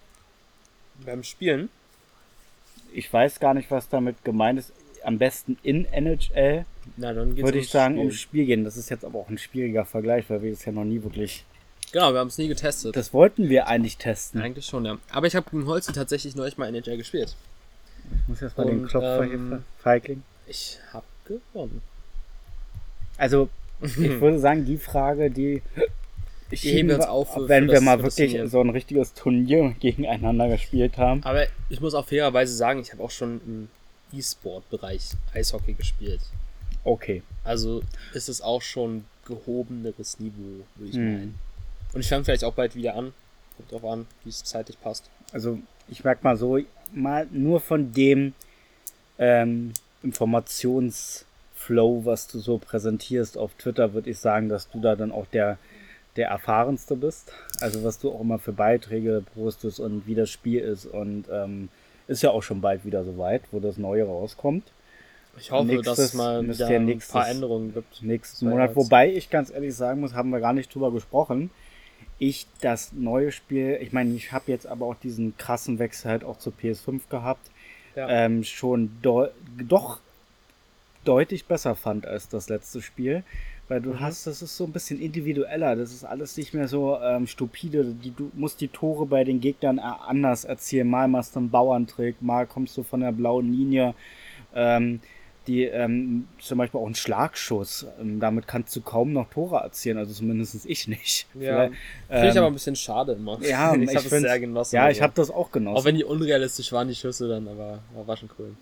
Beim Spielen? Ich weiß gar nicht, was damit gemeint ist. Am besten in N H L, Na, dann geht's würde ich sagen, Spiel. ums Spiel gehen. Das ist jetzt aber auch ein schwieriger Vergleich, weil wir das ja noch nie wirklich... Genau, wir haben es nie getestet. Das wollten wir eigentlich testen. Eigentlich schon, ja. Aber ich habe gegen Holzen tatsächlich neulich mal N H L gespielt. Ich muss erst mal den Klopfer ähm, hier Feigling. Ich habe gewonnen. Also, ich würde sagen, die Frage, die... Ich heben wir uns auf, für, wenn für wir das, mal wirklich so ein richtiges Turnier gegeneinander gespielt haben. Aber ich muss auch fairerweise sagen, ich habe auch schon im E-Sport-Bereich Eishockey gespielt. Okay. Also ist es auch schon gehobeneres Niveau, würde ich hm. meinen. Und ich fange vielleicht auch bald wieder an. Kommt drauf an, wie es zeitlich passt. Also ich merke mal so, mal nur von dem ähm, Informationsflow, was du so präsentierst auf Twitter, würde ich sagen, dass du da dann auch der der erfahrenste bist, also was du auch immer für Beiträge postest und wie das Spiel ist und ähm, ist ja auch schon bald wieder soweit, wo das Neue rauskommt. Ich hoffe, nächstes, dass es mal wieder ja ein paar Änderungen gibt. Nächsten Monat, wobei ich ganz ehrlich sagen muss, haben wir gar nicht drüber gesprochen, ich das neue Spiel, ich meine, ich habe jetzt aber auch diesen krassen Wechsel halt auch zur P S fünf gehabt, ja. ähm, schon do- doch deutlich besser fand als das letzte Spiel. Weil du mhm. hast, das ist so ein bisschen individueller, das ist alles nicht mehr so ähm, stupide, die, du musst die Tore bei den Gegnern anders erzielen, mal machst du einen Bauerntrick, mal kommst du von der blauen Linie, ähm, die ähm, zum Beispiel auch einen Schlagschuss, ähm, damit kannst du kaum noch Tore erzielen, also zumindest ich nicht. Ja, ähm, finde ich aber ein bisschen schade immer. Ja, ich, ich habe es sehr genossen. Ja, ich habe das auch genossen. Auch wenn die unrealistisch waren, die Schüsse dann, aber war schon cool.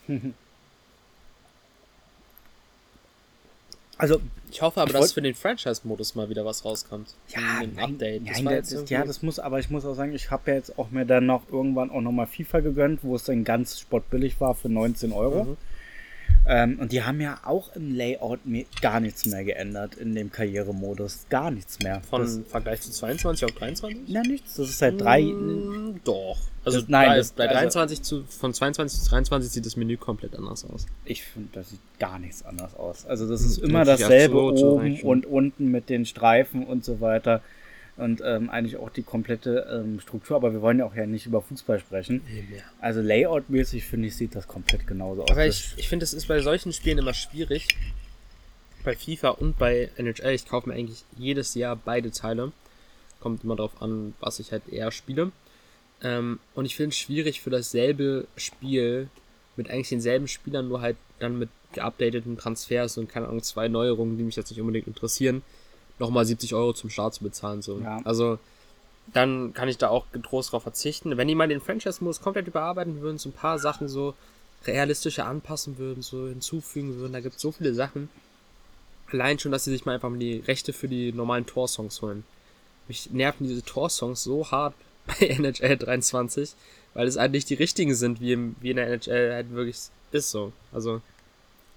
Also, ich hoffe aber, ich dass für den Franchise-Modus mal wieder was rauskommt. Ja, ein nein, Update. Das nein, das ist, ja, das muss, aber ich muss auch sagen, ich habe ja jetzt auch mir dann noch irgendwann auch nochmal FIFA gegönnt, wo es dann ganz spottbillig war für neunzehn Euro. Mhm. Ähm, und die haben ja auch im Layout gar nichts mehr geändert in dem Karrieremodus. Gar nichts mehr. Von das, Vergleich zu zweiundzwanzig auf dreiundzwanzig? Na, nichts. Das ist halt drei. Mm, doch. Also das, nein, das, bei dreiundzwanzig also, zu, von zweiundzwanzig zu dreiundzwanzig sieht das Menü komplett anders aus. Ich finde, das sieht gar nichts anders aus. Also das ist immer dasselbe oben und unten mit den Streifen und so weiter. Und ähm, eigentlich auch die komplette ähm, Struktur. Aber wir wollen ja auch ja nicht über Fußball sprechen. Ja. Also Layout-mäßig, finde ich, sieht das komplett genauso aus. Aber ich, ich finde, es ist bei solchen Spielen immer schwierig. Bei FIFA und bei N H L. Ich kaufe mir eigentlich jedes Jahr beide Teile. Kommt immer drauf an, was ich halt eher spiele. Ähm, und ich finde es schwierig für dasselbe Spiel mit eigentlich denselben Spielern, nur halt dann mit geupdateten Transfers und keine Ahnung, zwei Neuerungen, die mich jetzt nicht unbedingt interessieren, nochmal siebzig Euro zum Start zu bezahlen. So. Ja. Also dann kann ich da auch getrost drauf verzichten. Wenn die mal den Franchise-Modus komplett überarbeiten würden, so ein paar Sachen so realistischer anpassen würden, so hinzufügen würden, da gibt es so viele Sachen. Allein schon, dass sie sich mal einfach mal die Rechte für die normalen Torsongs holen. Mich nerven diese Torsongs so hart bei N H L dreiundzwanzig, weil es eigentlich die richtigen sind, wie, im, wie in der N H L halt wirklich ist so. Also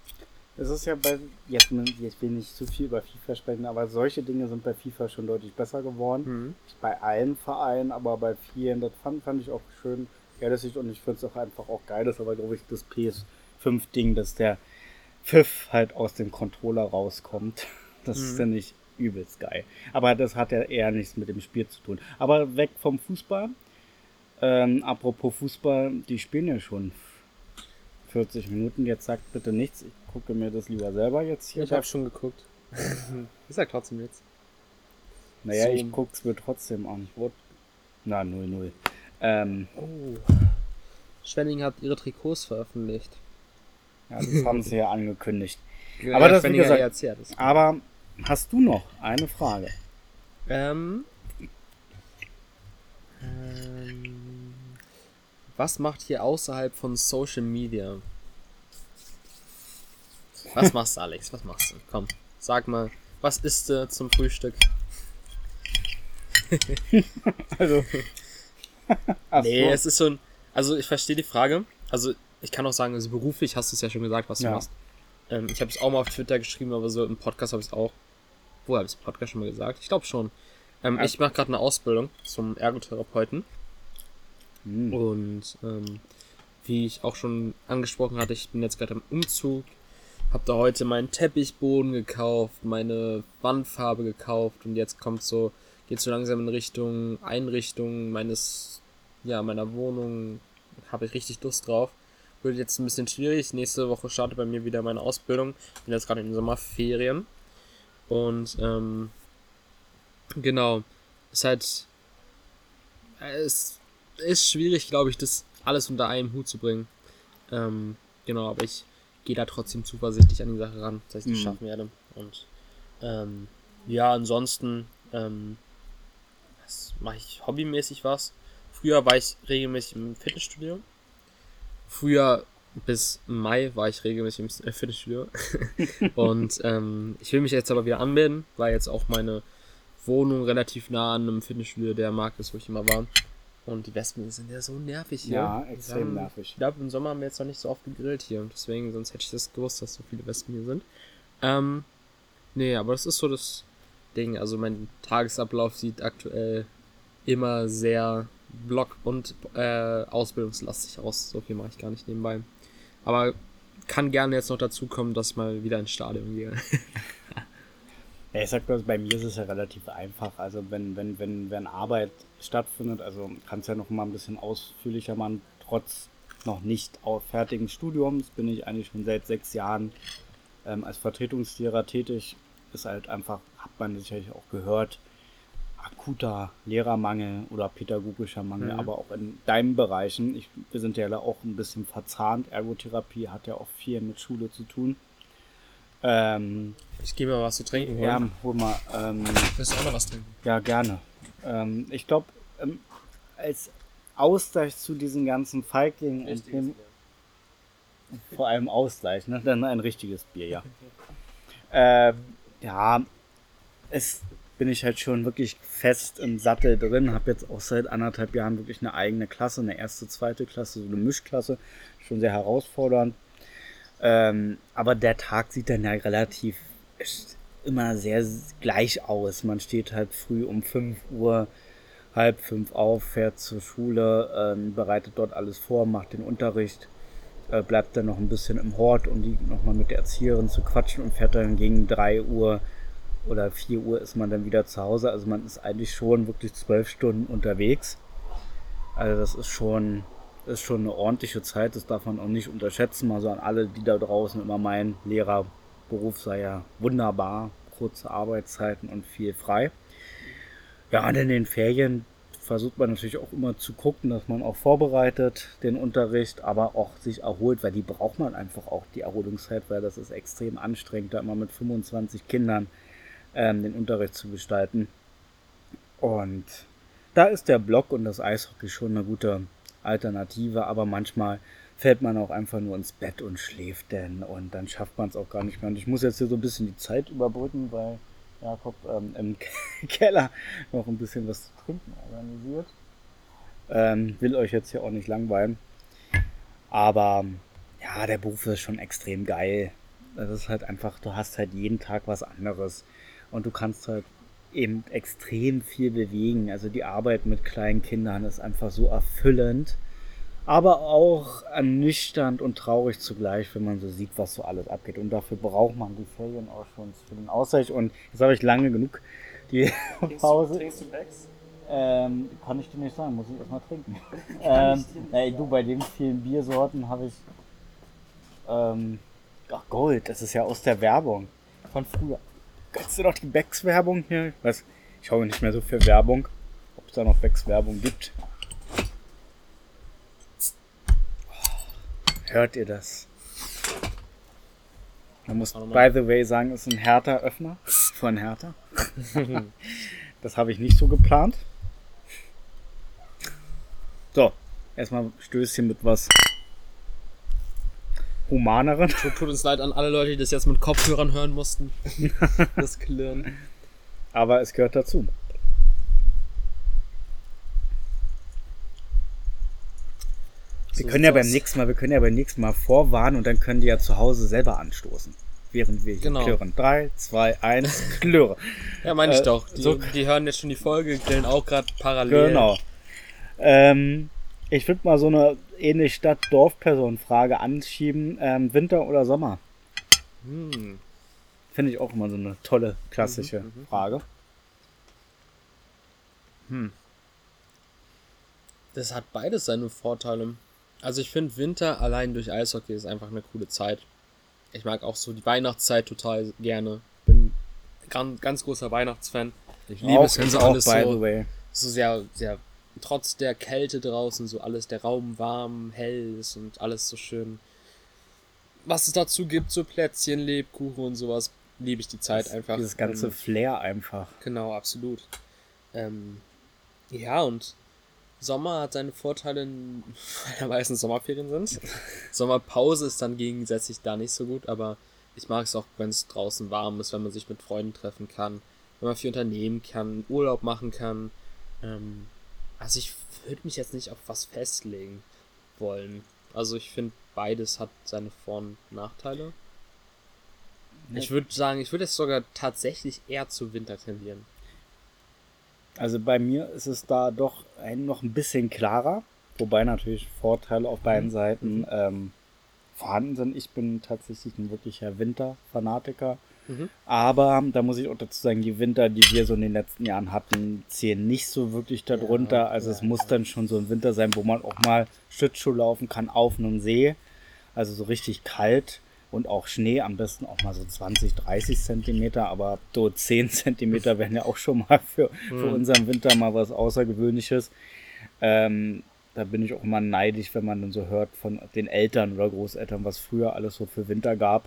es ist ja bei, jetzt, jetzt will ich nicht zu viel über FIFA sprechen, aber solche Dinge sind bei FIFA schon deutlich besser geworden. Mhm. Nicht bei allen Vereinen, aber bei vielen, das fand, fand ich auch schön ehrlich und ich finde es auch einfach auch geil, dass aber, glaube ich, das P S fünf Ding, dass der Pfiff halt aus dem Controller rauskommt. Das mhm. finde ich übelst geil. Aber das hat ja eher nichts mit dem Spiel zu tun. Aber weg vom Fußball. Ähm, apropos Fußball, die spielen ja schon vierzig Minuten. Jetzt sagt bitte nichts. Ich gucke mir das lieber selber jetzt hier. Ich habe schon geguckt. Ich sag trotzdem jetzt. Naja, so. Ich guck's mir trotzdem an. Na, null null. Ähm, oh. Schwenning hat ihre Trikots veröffentlicht. Ja, das haben sie ja angekündigt. Ja, aber das, wie gesagt, E R C, das aber hast du noch eine Frage? Ähm, ähm, was macht ihr außerhalb von Social Media? Was machst du, Alex? Was machst du? Komm, sag mal, was isst du zum Frühstück? also, nee, so. Es ist schon, also ich verstehe die Frage, also ich kann auch sagen, also beruflich hast du es ja schon gesagt, was du ja. machst. Ähm, ich habe es auch mal auf Twitter geschrieben, aber so im Podcast habe ich es auch. Wo habe ich es im Podcast schon mal gesagt? Ich glaube schon. Ähm, ja. Ich mache gerade eine Ausbildung zum Ergotherapeuten. Mhm. Und ähm, wie ich auch schon angesprochen hatte, ich bin jetzt gerade im Umzug. Habe da heute meinen Teppichboden gekauft, meine Wandfarbe gekauft und jetzt kommt so, geht so langsam in Richtung Einrichtung meines, ja, meiner Wohnung. Habe ich richtig Lust drauf. Wird jetzt ein bisschen schwierig. Nächste Woche startet bei mir wieder meine Ausbildung. Bin jetzt gerade in den Sommerferien. Und, ähm, genau. Ist halt, es ist schwierig, glaube ich, das alles unter einen Hut zu bringen. Ähm, genau, aber ich gehe da trotzdem zuversichtlich an die Sache ran, dass ich das mhm. schaffen werde. Und, ähm, ja, ansonsten, ähm, mache ich hobbymäßig was. Früher war ich regelmäßig im Fitnessstudio. Früher, bis Mai, war ich regelmäßig im Fitnessstudio. Und ähm, ich will mich jetzt aber wieder anmelden, weil jetzt auch meine Wohnung relativ nah an einem Fitnessstudio der Markt ist, wo ich immer war. Und die Wespen sind ja so nervig hier. Ja, extrem haben, nervig. Ich glaube, im Sommer haben wir jetzt noch nicht so oft gegrillt hier. Deswegen, sonst hätte ich das gewusst, dass so viele Wespen hier sind. Ähm, nee, aber das ist so das Ding. Also mein Tagesablauf sieht aktuell immer sehr Blog- und äh, ausbildungslastig aus. So viel mache ich gar nicht nebenbei. Aber kann gerne jetzt noch dazu kommen, dass ich mal wieder ins Stadion gehe. Ja, ich sag mal, bei mir ist es ja relativ einfach. Also wenn, wenn, wenn, wenn Arbeit stattfindet, also kannst ja noch mal ein bisschen ausführlicher machen, trotz noch nicht fertigen Studiums bin ich eigentlich schon seit sechs Jahren ähm, als Vertretungslehrer tätig. Ist halt einfach, hat man sicherlich auch gehört, akuter Lehrermangel oder pädagogischer Mangel, mhm. aber auch in deinen Bereichen. Ich, wir sind ja auch ein bisschen verzahnt. Ergotherapie hat ja auch viel mit Schule zu tun. Ähm, ich gehe mal was zu trinken holen. Ja, hol mal. Ähm, Willst du auch noch was trinken? Ja, gerne. Ähm, ich glaube, ähm, als Ausgleich zu diesen ganzen Feigling und dem, vor allem Ausgleich, ne? Dann ein richtiges Bier, ja. ähm, ja, es bin ich halt schon wirklich fest im Sattel drin, habe jetzt auch seit anderthalb Jahren wirklich eine eigene Klasse, eine erste, zweite Klasse, so eine Mischklasse, schon sehr herausfordernd. Ähm, aber der Tag sieht dann ja relativ immer sehr gleich aus. Man steht halt früh um fünf Uhr, halb fünf auf, fährt zur Schule, ähm, bereitet dort alles vor, macht den Unterricht, äh, bleibt dann noch ein bisschen im Hort, um die nochmal mit der Erzieherin zu quatschen und fährt dann gegen drei Uhr oder vier Uhr ist man dann wieder zu Hause. Also man ist eigentlich schon wirklich zwölf Stunden unterwegs. Also das ist schon, ist schon eine ordentliche Zeit. Das darf man auch nicht unterschätzen. Also an alle, die da draußen immer meinen, Lehrerberuf sei ja wunderbar. Kurze Arbeitszeiten und viel frei. Ja, und in den Ferien versucht man natürlich auch immer zu gucken, dass man auch vorbereitet den Unterricht, aber auch sich erholt, weil die braucht man einfach auch, die Erholungszeit, weil das ist extrem anstrengend, da immer mit fünfundzwanzig Kindern ähm, den Unterricht zu gestalten. Und da ist der Block und das Eishockey schon eine gute Alternative, aber manchmal fällt man auch einfach nur ins Bett und schläft denn und dann schafft man es auch gar nicht mehr. Und ich muss jetzt hier so ein bisschen die Zeit überbrücken, weil Jakob ähm, im Keller noch ein bisschen was zu trinken organisiert. Ähm, will euch jetzt hier auch nicht langweilen. Aber ja, der Beruf ist schon extrem geil. Das ist halt einfach, du hast halt jeden Tag was anderes und du kannst halt eben extrem viel bewegen. Also die Arbeit mit kleinen Kindern ist einfach so erfüllend, aber auch ernüchternd und traurig zugleich, wenn man so sieht, was so alles abgeht. Und dafür braucht man die Ferien auch schon für den Ausgleich. Und jetzt habe ich lange genug die trinkst Pause. Du, trinkst du Becks? Ähm, kann ich dir nicht sagen, muss ich erstmal trinken. ähm, ey, du, bei den vielen Biersorten habe ich ähm, ach, Gold, das ist ja aus der Werbung von früher. Kennst du noch die Becks-Werbung hier? Ich weiß, ich schaue nicht mehr so viel Werbung, ob es da noch Becks-Werbung gibt. Hört ihr das? Man muss, by the way, sagen, es ist ein Hertha-Öffner von Hertha. Das habe ich nicht so geplant. So, erstmal Stößchen mit was humaneren. Tut, tut uns leid an alle Leute, die das jetzt mit Kopfhörern hören mussten. Das Klirren. Aber es gehört dazu. Wir so können ja beim nächsten Mal, wir können ja beim nächsten Mal vorwarnen und dann können die ja zu Hause selber anstoßen. Während wir hier genau. klirren. drei, zwei, eins, klirre. Ja, meine ich äh, doch. Die, so, die hören jetzt schon die Folge, grillen auch gerade parallel. Genau. Ähm, ich würde mal so eine ähnliche Stadt-Dorf-Person-Frage anschieben. Ähm, Winter oder Sommer? Hm. Finde ich auch immer so eine tolle, klassische mhm, mhm. Frage. Hm. Das hat beides seine Vorteile. Also ich finde Winter allein durch Eishockey ist einfach eine coole Zeit. Ich mag auch so die Weihnachtszeit total gerne. Bin ganz, ganz großer Weihnachtsfan. Ich liebe auch, es, wenn so alles so, so sehr, sehr, trotz der Kälte draußen, so alles, der Raum warm, hell ist und alles so schön. Was es dazu gibt, so Plätzchen, Lebkuchen und sowas, liebe ich die Zeit das, einfach. Dieses ganze ähm, Flair einfach. Genau, absolut. Ähm, ja, und Sommer hat seine Vorteile, weil da meistens Sommerferien sind. Sommerpause ist dann gegensätzlich da nicht so gut, aber ich mag es auch, wenn es draußen warm ist, wenn man sich mit Freunden treffen kann, wenn man viel unternehmen kann, Urlaub machen kann. Ähm, also ich würde mich jetzt nicht auf was festlegen wollen. Also ich finde, beides hat seine Vor- und Nachteile. Ich würde sagen, ich würde jetzt sogar tatsächlich eher zu Winter tendieren. Also bei mir ist es da doch ein, noch ein bisschen klarer, wobei natürlich Vorteile auf beiden mhm. Seiten ähm, vorhanden sind. Ich bin tatsächlich ein wirklicher Winterfanatiker, mhm. aber da muss ich auch dazu sagen, die Winter, die wir so in den letzten Jahren hatten, zählen nicht so wirklich darunter. Ja, also ja, es muss ja. dann schon so ein Winter sein, wo man auch mal Schlittschuh laufen kann auf einem See, also so richtig kalt. Und auch Schnee, am besten auch mal so zwanzig, dreißig Zentimeter, aber so zehn Zentimeter wären ja auch schon mal für, für mhm. unseren Winter mal was Außergewöhnliches. Ähm, da bin ich auch immer neidisch, wenn man dann so hört von den Eltern oder Großeltern, was früher alles so für Winter gab.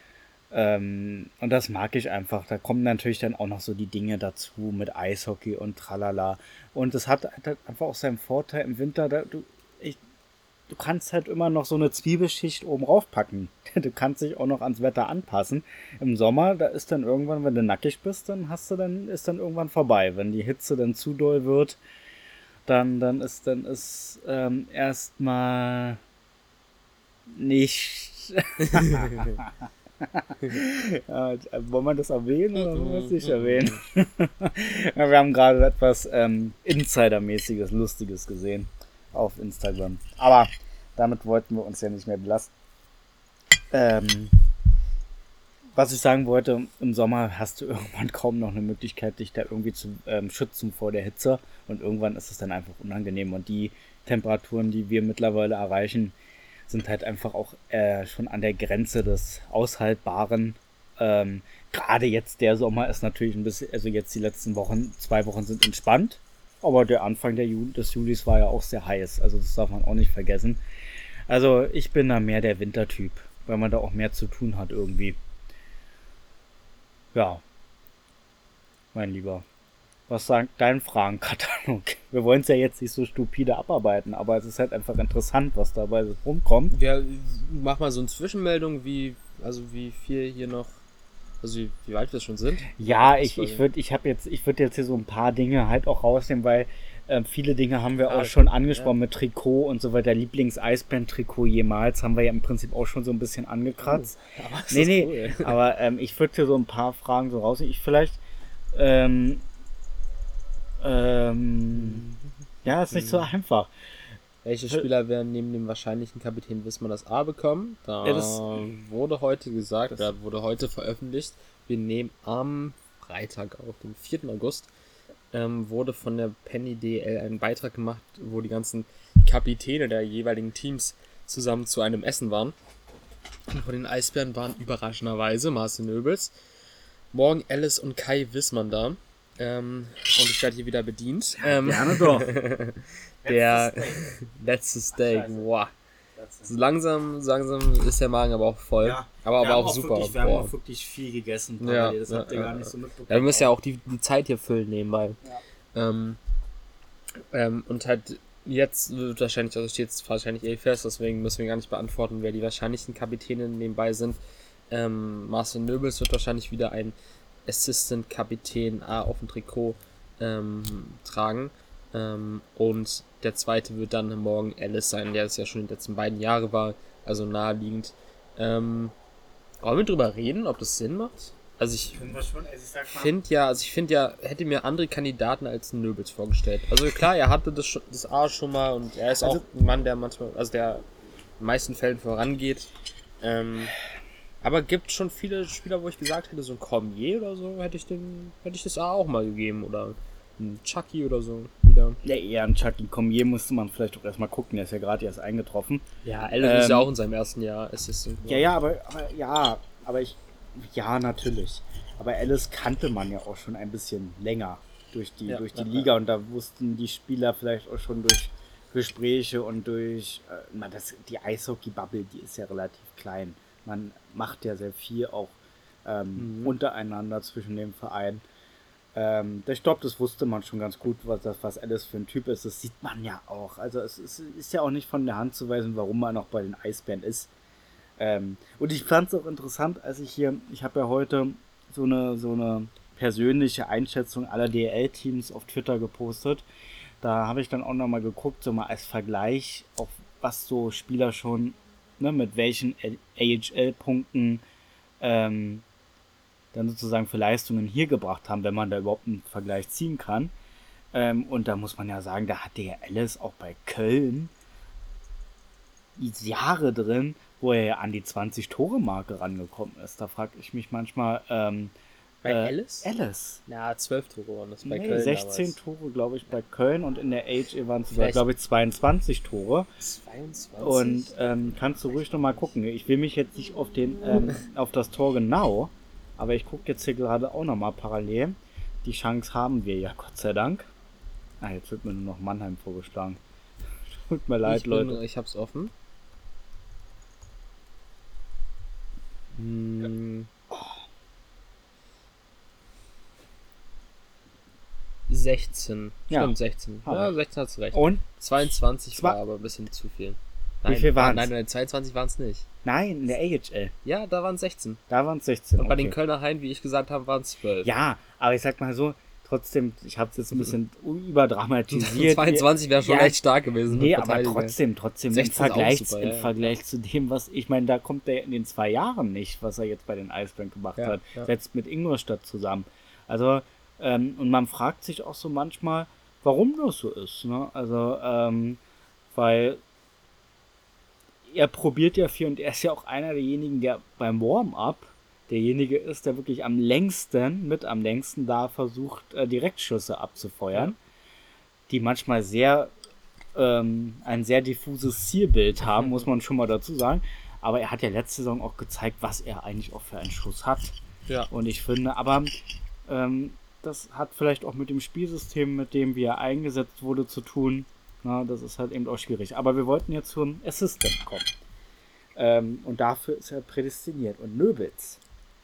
Ähm, und das mag ich einfach. Da kommen natürlich dann auch noch so die Dinge dazu mit Eishockey und tralala. Und es hat, hat einfach auch seinen Vorteil im Winter, da, du, ich, Du kannst halt immer noch so eine Zwiebelschicht oben rauf packen. Du kannst dich auch noch ans Wetter anpassen. Im Sommer, da ist dann irgendwann, wenn du nackig bist, dann hast du dann, ist dann irgendwann vorbei. Wenn die Hitze dann zu doll wird, dann, dann ist, dann ist ähm, erstmal nicht. Ja, wollen wir das erwähnen oder wollen wir es nicht erwähnen? Ja, wir haben gerade etwas ähm, Insidermäßiges, Lustiges gesehen auf Instagram. Aber damit wollten wir uns ja nicht mehr belasten. Ähm, was ich sagen wollte, im Sommer hast du irgendwann kaum noch eine Möglichkeit, dich da irgendwie zu ähm, schützen vor der Hitze. Und irgendwann ist es dann einfach unangenehm. Und die Temperaturen, die wir mittlerweile erreichen, sind halt einfach auch äh, schon an der Grenze des Aushaltbaren. Ähm, Gerade jetzt der Sommer ist natürlich ein bisschen, also jetzt die letzten Wochen, zwei Wochen sind entspannt. Aber der Anfang der Juli, des Julis war ja auch sehr heiß. Also das darf man auch nicht vergessen. Also ich bin da mehr der Wintertyp, weil man da auch mehr zu tun hat irgendwie. Ja. Mein Lieber. Was sagt dein Fragenkatalog? Wir wollen es ja jetzt nicht so stupide abarbeiten, aber es ist halt einfach interessant, was dabei rumkommt. Ja, mach mal so eine Zwischenmeldung, wie, also wie viel hier noch. Also wie, wie weit wir schon sind? Ja, ich, ich würde ich habe jetzt, ich würde jetzt hier so ein paar Dinge halt auch rausnehmen, weil äh, viele Dinge haben wir auch schon angesprochen ja. mit Trikot und so weiter. Lieblings-Eisbären-Trikot jemals haben wir ja im Prinzip auch schon so ein bisschen angekratzt. Oh, aber nee, nee, cool. aber ähm, ich würde dir so ein paar Fragen so raus. Ich vielleicht, ähm, ähm, ja, ist nicht so einfach. Welche Spieler werden neben dem wahrscheinlichen Kapitän Wismar das A bekommen? Da ja, das wurde heute gesagt, da wurde heute veröffentlicht. Wir nehmen am Freitag auf, den vierten August, ähm, wurde von der Penny D L ein Beitrag gemacht, wo die ganzen Kapitäne der jeweiligen Teams zusammen zu einem Essen waren. Und von den Eisbären waren überraschenderweise Marcel Nöbels, morgen Alice und Kai Wismar da. Ähm, und ich werde hier wieder bedient. Ähm, Gerne doch. Der letzte Steak, wow. So langsam, langsam ist der Magen aber auch voll. Ja, aber aber auch, auch super. Wirklich, wir haben auch wirklich viel gegessen. Ja, das ja, habt ihr ja, gar nicht so mitbekommen. Ja, wir müssen ja auch die, die Zeit hier füllen nebenbei. Ja. Ähm, ähm, und halt jetzt wird wahrscheinlich, also steht jetzt wahrscheinlich eh fest, deswegen müssen wir gar nicht beantworten, wer die wahrscheinlichen Kapitäne nebenbei sind. Ähm, Marcel Nöbels wird wahrscheinlich wieder ein Assistant-Kapitän A auf dem Trikot ähm, tragen. Ähm, und der zweite wird dann morgen Alice sein, der es ja schon die letzten beiden Jahre war, also naheliegend. Ähm, wollen wir drüber reden, ob das Sinn macht? Also ich finde ja, also ich finde ja, hätte mir andere Kandidaten als Nöbels vorgestellt. Also klar, er hatte das, schon, das A schon mal und er ist also, auch ein Mann, der manchmal, also der in den meisten Fällen vorangeht. Ähm, aber gibt schon viele Spieler, wo ich gesagt hätte, so ein Cormier oder so, hätte ich den, hätte ich das A auch mal gegeben oder ein Chucky oder so wieder. Ja, eher ein Chucky. Cormier musste man vielleicht auch erstmal gucken, der ist ja gerade erst eingetroffen. Ja, Ellis ähm, ist ja auch in seinem ersten Jahr Assistant. Ja, ja, aber, aber ja, aber ich, ja, natürlich. Aber Alice kannte man ja auch schon ein bisschen länger durch die, ja, durch die ja, Liga ja. Und da wussten die Spieler vielleicht auch schon durch Gespräche und durch, äh, na, das, die Eishockey-Bubble, die ist ja relativ klein. Man macht ja sehr viel auch ähm, mhm. untereinander zwischen dem Verein. Ähm, ich glaube, das wusste man schon ganz gut, was das, was Alice für ein Typ ist. Das sieht man ja auch. Also es ist, ist ja auch nicht von der Hand zu weisen, warum man noch bei den Eisbären ist. Ähm, und ich fand es auch interessant, als ich hier, ich habe ja heute so eine, so eine persönliche Einschätzung aller D L Teams auf Twitter gepostet. Da habe ich dann auch nochmal geguckt, so mal als Vergleich, auf was so Spieler schon, ne, mit welchen A H L-Punkten ähm, dann sozusagen für Leistungen hier gebracht haben, wenn man da überhaupt einen Vergleich ziehen kann. Ähm, und da muss man ja sagen, da hat der Alice auch bei Köln Jahre drin, wo er ja an die zwanzig-Tore-Marke rangekommen ist. Da frage ich mich manchmal, ähm, bei äh, Alice? Alice. Ja, zwölf Tore waren das bei nee, Köln. sechzehn damals. Tore, glaube ich, bei Köln und in der A H L waren es sogar, glaube ich, zweiundzwanzig Tore. zweiundzwanzig? Und ähm, kannst du ruhig nochmal gucken. Ich will mich jetzt nicht auf, den, ähm, auf das Tor genau, aber ich gucke jetzt hier gerade auch nochmal parallel. Die Chance haben wir ja, Gott sei Dank. Ah, jetzt wird mir nur noch Mannheim vorgeschlagen. Tut mir leid, ich bin, Leute. Ich hab's offen. Hm. Oh. sechzehn. Ja. Stimmt, sechzehn. Ja, sechzehn hast du recht. Und? zweiundzwanzig Zwa- war aber ein bisschen zu viel. Nein, wie viel waren es? Nein, nein, zweiundzwanzig waren es nicht. Nein, in der A H L. Ja, da waren es sechzehn. Da waren es sechzehn. Und bei okay. den Kölner Haien, wie ich gesagt habe, waren es zwölf. Ja, aber ich sag mal so, trotzdem, ich habe es jetzt ein bisschen überdramatisiert. zweiundzwanzig wäre schon ja, echt stark gewesen. Nee, aber trotzdem, trotzdem im Vergleich, super, im ja, Vergleich ja. zu dem, was, ich meine, da kommt er in den zwei Jahren nicht, was er jetzt bei den Eisbären gemacht ja, hat. Ja. Setzt mit Ingolstadt zusammen. Also, ähm, und man fragt sich auch so manchmal, warum das so ist. Ne? Also, ähm, weil er probiert ja viel und er ist ja auch einer derjenigen, der beim Warm-up derjenige ist, der wirklich am längsten, mit am längsten da versucht, äh, Direktschüsse abzufeuern, ja. die manchmal sehr, ähm, ein sehr diffuses Zielbild haben, muss man schon mal dazu sagen. Aber er hat ja letzte Saison auch gezeigt, was er eigentlich auch für einen Schuss hat. Ja. Und ich finde, aber ähm, das hat vielleicht auch mit dem Spielsystem, mit dem wie er eingesetzt wurde, zu tun. Na, das ist halt eben auch schwierig. Aber wir wollten jetzt zum Assistant kommen. Ähm, und dafür ist er prädestiniert. Und Nöbels.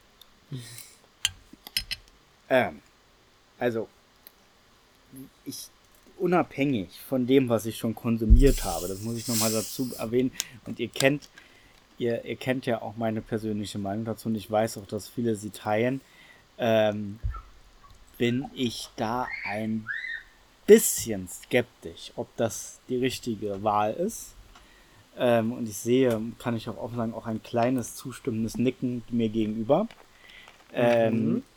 ähm, also, ich, unabhängig von dem, was ich schon konsumiert habe, das muss ich nochmal dazu erwähnen. Und ihr kennt, ihr, ihr kennt ja auch meine persönliche Meinung dazu. Und ich weiß auch, dass viele sie teilen. Ähm, bin ich da ein bisschen skeptisch, ob das die richtige Wahl ist. Ähm, und ich sehe, kann ich auch offen sagen, auch ein kleines zustimmendes Nicken mir gegenüber. Ähm, mhm.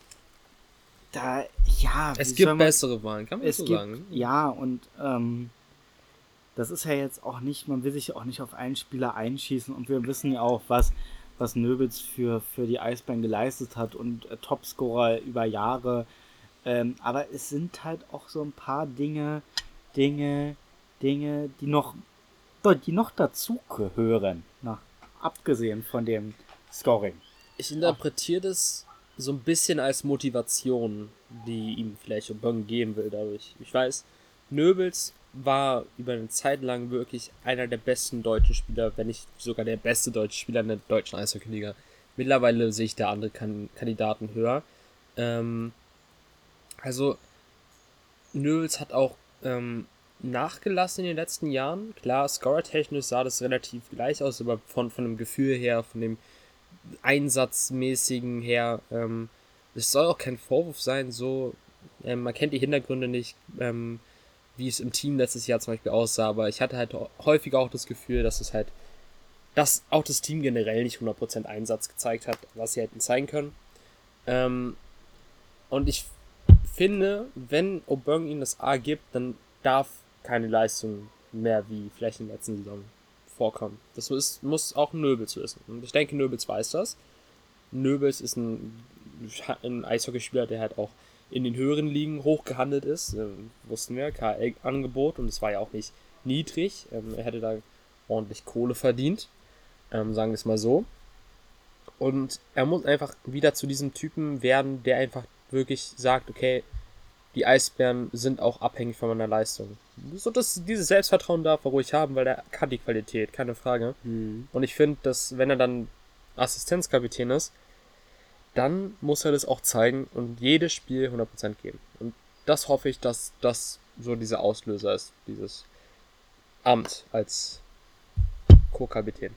Da, ja. Es gibt man, bessere Wahlen, kann man es so gibt, sagen. Ja, und ähm, das ist ja jetzt auch nicht, man will sich ja auch nicht auf einen Spieler einschießen und wir wissen ja auch, was, was Nöbels für, für die Eisbären geleistet hat und äh, Topscorer über Jahre. Ähm, aber es sind halt auch so ein paar Dinge, Dinge, Dinge, die noch, die noch dazu gehören, na, abgesehen von dem Scoring. Ich interpretiere das so ein bisschen als Motivation, die ihm vielleicht Aubin geben will dadurch. Ich weiß, Nöbels war über eine Zeit lang wirklich einer der besten deutschen Spieler, wenn nicht sogar der beste deutsche Spieler in der deutschen Eishockey-Liga. Mittlerweile sehe ich da andere kan- Kandidaten höher. Ähm, also, Nöbels hat auch ähm, nachgelassen in den letzten Jahren. Klar, scorer-technisch sah das relativ gleich aus, aber von, von dem Gefühl her, von dem Einsatzmäßigen her, ähm, es soll auch kein Vorwurf sein, so, ähm, man kennt die Hintergründe nicht, ähm, wie es im Team letztes Jahr zum Beispiel aussah, aber ich hatte halt häufiger auch das Gefühl, dass es halt, dass auch das Team generell nicht hundert Prozent Einsatz gezeigt hat, was sie hätten zeigen können. Ähm, und ich finde, wenn Aubin ihnen das A gibt, dann darf keine Leistung mehr wie vielleicht in der letzten Saison vorkommen. Das ist, muss auch Nöbels wissen. Und ich denke, Nöbels weiß das. Nöbels ist ein, ein Eishockeyspieler, der halt auch in den höheren Ligen hochgehandelt ist. Äh, wussten wir, K L-Angebot, und es war ja auch nicht niedrig. Ähm, er hätte da ordentlich Kohle verdient. Ähm, sagen wir es mal so. Und er muss einfach wieder zu diesem Typen werden, der einfach wirklich sagt, okay, die Eisbären sind auch abhängig von meiner Leistung. So, dass dieses Selbstvertrauen darf er ruhig haben, weil er kann die Qualität, keine Frage. Mhm. Und ich finde, dass wenn er dann Assistenzkapitän ist, dann muss er das auch zeigen und jedes Spiel hundert Prozent geben. Und das hoffe ich, dass das so dieser Auslöser ist, dieses Amt als Co-Kapitän.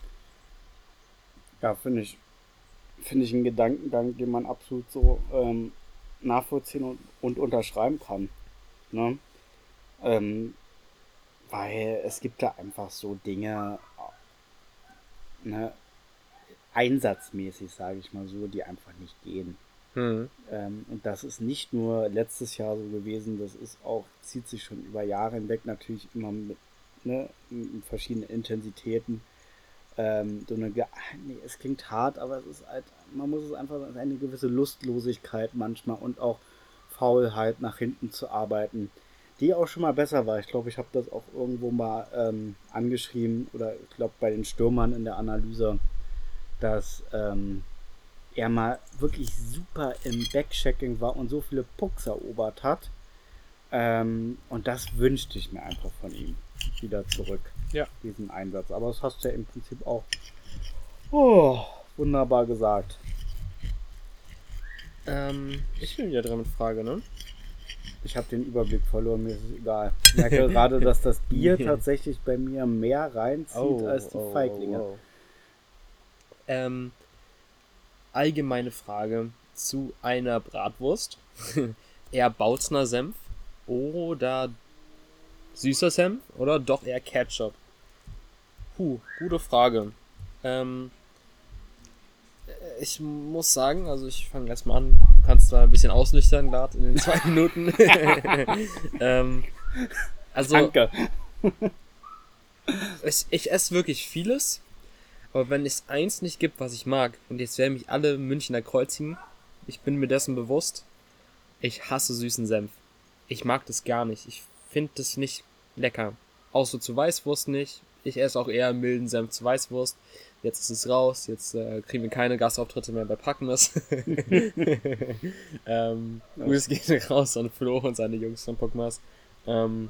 Ja, finde ich, finde ich einen Gedankengang, den man absolut so ähm, nachvollziehen und, und unterschreiben kann. Ne? Ähm, weil es gibt da einfach so Dinge, ne, einsatzmäßig, sage ich mal so, die einfach nicht gehen. Mhm. Ähm, und das ist nicht nur letztes Jahr so gewesen, das ist auch, zieht sich schon über Jahre hinweg natürlich immer mit, ne, in verschiedenen Intensitäten. Ähm, so eine, nee, es klingt hart, aber es ist halt, man muss es einfach sagen, eine gewisse Lustlosigkeit manchmal und auch Faulheit nach hinten zu arbeiten, die auch schon mal besser war. Ich glaube, ich habe das auch irgendwo mal ähm, angeschrieben oder ich glaube bei den Stürmern in der Analyse, dass ähm, er mal wirklich super im Backchecking war und so viele Pucks erobert hat. Ähm, und das wünschte ich mir einfach von ihm wieder zurück. Ja. Diesen Einsatz. Aber das hast du ja im Prinzip auch oh, wunderbar gesagt. Ähm, ich bin wieder dran mit Frage, ne? Ich habe den Überblick verloren, mir ist es egal. Ich merke gerade, dass das Bier tatsächlich bei mir mehr reinzieht oh, als die oh, Feiglinge. Oh, oh. Ähm, allgemeine Frage zu einer Bratwurst. Eher Bautzner Senf oder süßer Senf oder doch eher Ketchup? Puh, gute Frage. Ähm, ich muss sagen, also ich fange erstmal an, du kannst da ein bisschen ausnüchtern, gerade in den zwei Minuten. ähm, also, Danke. ich, ich esse wirklich vieles, aber wenn es eins nicht gibt, was ich mag, und jetzt werden mich alle Münchner kreuzigen, ich bin mir dessen bewusst, ich hasse süßen Senf. Ich mag das gar nicht. Ich finde das nicht lecker. Außer zu Weißwurst nicht. Ich esse auch eher milden Senf zu Weißwurst. Jetzt ist es raus. Jetzt äh, kriegen wir keine Gastauftritte mehr bei Packmas. ähm, ja. Grüße gehen raus an Flo und seine Jungs von Packmas. Ähm,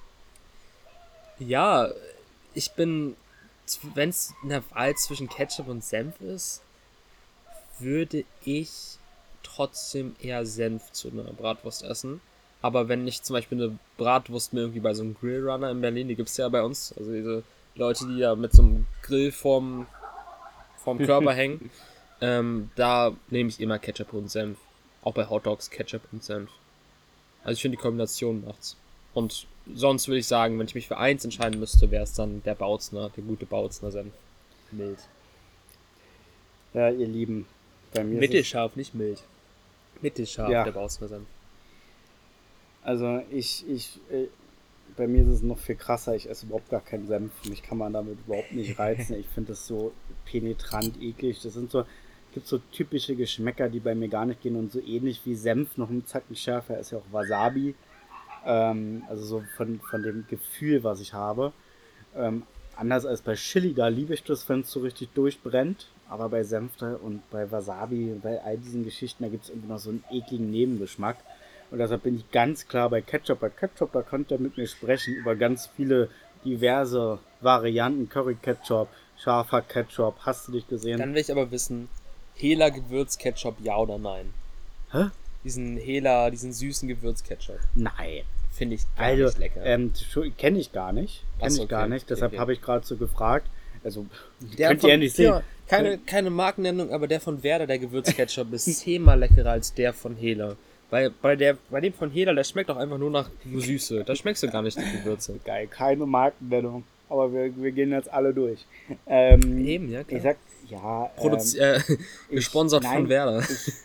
ja, ich bin, wenn es eine Wahl zwischen Ketchup und Senf ist, würde ich trotzdem eher Senf zu einer Bratwurst essen. Aber wenn ich zum Beispiel eine Bratwurst mir irgendwie bei so einem Grillrunner in Berlin, die gibt es ja bei uns, also diese Leute, die da mit so einem Grill vorm, vorm Körper hängen, ähm, da nehme ich immer Ketchup und Senf. Auch bei Hotdogs Ketchup und Senf. Also ich finde, die Kombination macht's. Und sonst würde ich sagen, wenn ich mich für eins entscheiden müsste, wäre es dann der Bautzner, der gute Bautzner Senf. Mild. Ja, ihr Lieben. Bei mir mittelscharf, nicht mild. Mittelscharf, ja. Der Bautzner Senf. Also ich, ich, äh, bei mir ist es noch viel krasser. Ich esse überhaupt gar keinen Senf. Mich kann man damit überhaupt nicht reizen. Ich finde das so penetrant eklig. Das sind so, gibt so typische Geschmäcker, die bei mir gar nicht gehen und so ähnlich wie Senf, noch einen Zacken schärfer ist ja auch Wasabi. Ähm, also so von, von dem Gefühl, was ich habe. Ähm, anders als bei Chili, da liebe ich das, wenn es so richtig durchbrennt. Aber bei Senf und bei Wasabi, bei all diesen Geschichten, da gibt es irgendwie noch so einen ekligen Nebengeschmack. Und deshalb bin ich ganz klar bei Ketchup. Bei Ketchup, da könnt ihr mit mir sprechen über ganz viele diverse Varianten. Curry-Ketchup, scharfer Ketchup, hast du dich gesehen? Dann will ich aber wissen, Hela Gewürzketchup, ja oder nein? Hä? Diesen Hela, diesen süßen Gewürzketchup. Nein. Finde ich gar also, nicht lecker. Ähm, kenne ich gar nicht. Kenne ich okay. gar nicht. Deshalb okay. habe ich gerade so gefragt. Also, der könnt von, ihr ja nicht sehen. Ja, keine, keine Markennennung, aber der von Werder, der Gewürzketchup, ist zehnmal leckerer als der von Hela. Weil bei, der, bei dem von Hela, der schmeckt auch einfach nur nach Süße. Da schmeckst du gar nicht die Gewürze. Geil, keine Markennennung. Aber wir, wir gehen jetzt alle durch. Ähm, Eben, ja, klar. Ich sag, ja. Produzi- ähm, äh, gesponsert ich, nein, von Werder.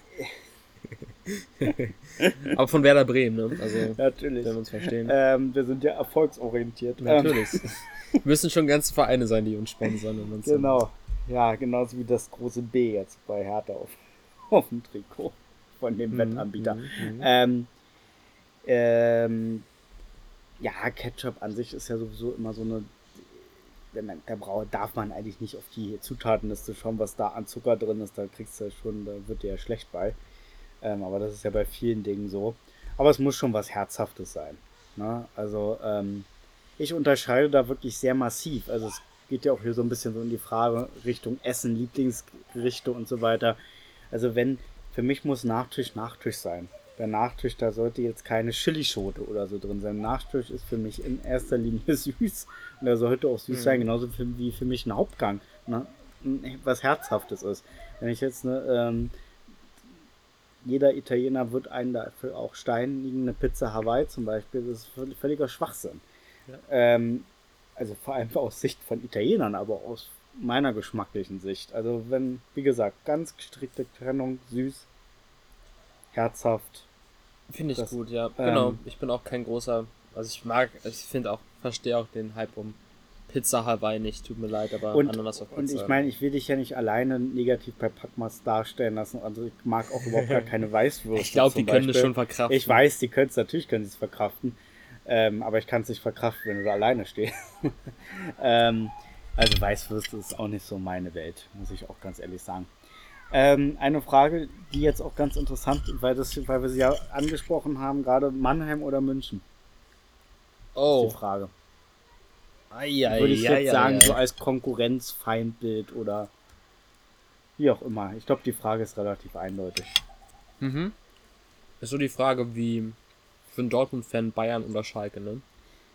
Ich, aber von Werder Bremen, ne? Also, natürlich. Wenn wir uns verstehen. Ähm, wir sind ja erfolgsorientiert. Natürlich. Ähm. Müssen schon ganze Vereine sein, die uns sponsern. Und genau. So. Ja, genauso wie das große B jetzt bei Hertha auf, auf dem Trikot von dem mhm, Wettanbieter. Mhm, ähm, ähm, ja, Ketchup an sich ist ja sowieso immer so eine, wenn man, da braucht, darf man eigentlich nicht auf die Zutatenliste schauen, was da an Zucker drin ist, da kriegst du ja schon, da wird dir ja schlecht bei. Ähm, aber das ist ja bei vielen Dingen so. Aber es muss schon was Herzhaftes sein. Ne? Also ähm, ich unterscheide da wirklich sehr massiv. Also es geht ja auch hier so ein bisschen so in die Frage Richtung Essen, Lieblingsgerichte und so weiter. Also wenn, für mich muss Nachtisch Nachtisch sein. Der Nachtisch, da sollte jetzt keine Chilischote oder so drin sein. Nachtisch ist für mich in erster Linie süß. Und der sollte auch süß mhm. sein, genauso für, wie für mich ein Hauptgang. Ne? Was Herzhaftes ist. Wenn ich jetzt eine, ähm, jeder Italiener wird einen dafür auch steinigen, eine Pizza Hawaii zum Beispiel, das ist völliger Schwachsinn. Ja. Ähm, also vor allem aus Sicht von Italienern, aber aus meiner geschmacklichen Sicht. Also wenn, wie gesagt, ganz strikte Trennung, süß, herzhaft. Finde ich das, gut, ja. Ähm, genau, ich bin auch kein großer, also ich mag, ich finde auch, verstehe auch den Hype um Pizza Hawaii nicht, tut mir leid, aber und, Ananas auf Pizza. Und ich meine, ich will dich ja nicht alleine negativ bei Packmas darstellen lassen, also ich mag auch überhaupt gar keine Weißwürste. Ich glaube, die können das schon verkraften. Ich weiß, die können es, natürlich können sie es verkraften, ähm, aber ich kann es nicht verkraften, wenn du da alleine stehst. ähm, also Weißwürste ist auch nicht so meine Welt, muss ich auch ganz ehrlich sagen. Ähm, eine Frage, die jetzt auch ganz interessant ist, weil, das, weil wir sie ja angesprochen haben, gerade Mannheim oder München? Oh. Das ist die Frage. Ai, ai, Würde ich ai, jetzt ai, sagen, ai. so als Konkurrenzfeindbild oder wie auch immer. Ich glaube, die Frage ist relativ eindeutig. Mhm. Ist so die Frage, wie für einen Dortmund-Fan Bayern oder Schalke, ne?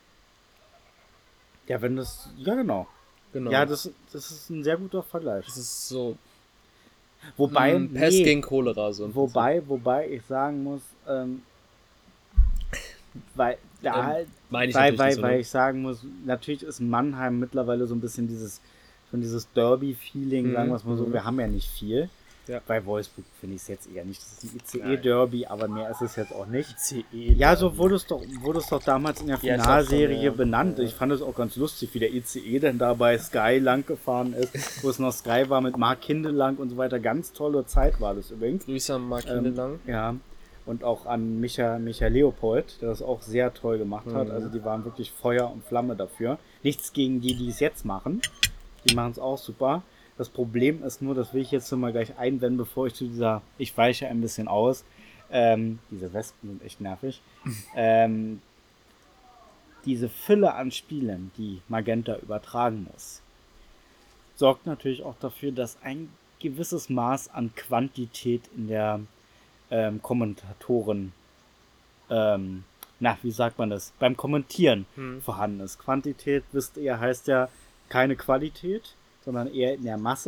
Ja, wenn das... Ja, genau. Genau. Ja, das, das ist ein sehr guter Vergleich. Das ist so... Wobei... Mm, Pest nee, gegen Cholera. So wobei, wobei ich sagen muss, ähm, weil... Da, ähm, meine ich weil, weil, so, weil ne? ich sagen muss, natürlich ist Mannheim mittlerweile so ein bisschen dieses, schon dieses Derby-Feeling, mhm. sagen wir es mal so, wir haben ja nicht viel. Ja. Bei Wolfsburg finde ich es jetzt eher nicht. Das ist ein I C E-Derby, aber mehr ist es jetzt auch nicht. I C E ja, so wurde es doch, wurde es doch damals in der Finalserie ja, benannt. Ja. Ich fand es auch ganz lustig, wie der I C E dann da bei Sky lang gefahren ist, wo es noch Sky war mit Mark Hindelang und so weiter. Ganz tolle Zeit war das übrigens. Grüße an Mark Hindelang. Ähm, ja. Und auch an Micha, Micha Leopold, der das auch sehr toll gemacht hat. Mhm. Also die waren wirklich Feuer und Flamme dafür. Nichts gegen die, die es jetzt machen. Die machen es auch super. Das Problem ist nur, das will ich jetzt mal gleich einwenden, bevor ich zu dieser, ich weiche ein bisschen aus, ähm, diese Wespen sind echt nervig, ähm, diese Fülle an Spielen, die Magenta übertragen muss, sorgt natürlich auch dafür, dass ein gewisses Maß an Quantität in der Ähm, Kommentatoren, ähm, na, wie sagt man das, beim Kommentieren hm. vorhanden ist. Quantität, wisst ihr, heißt ja keine Qualität, sondern eher in der Masse.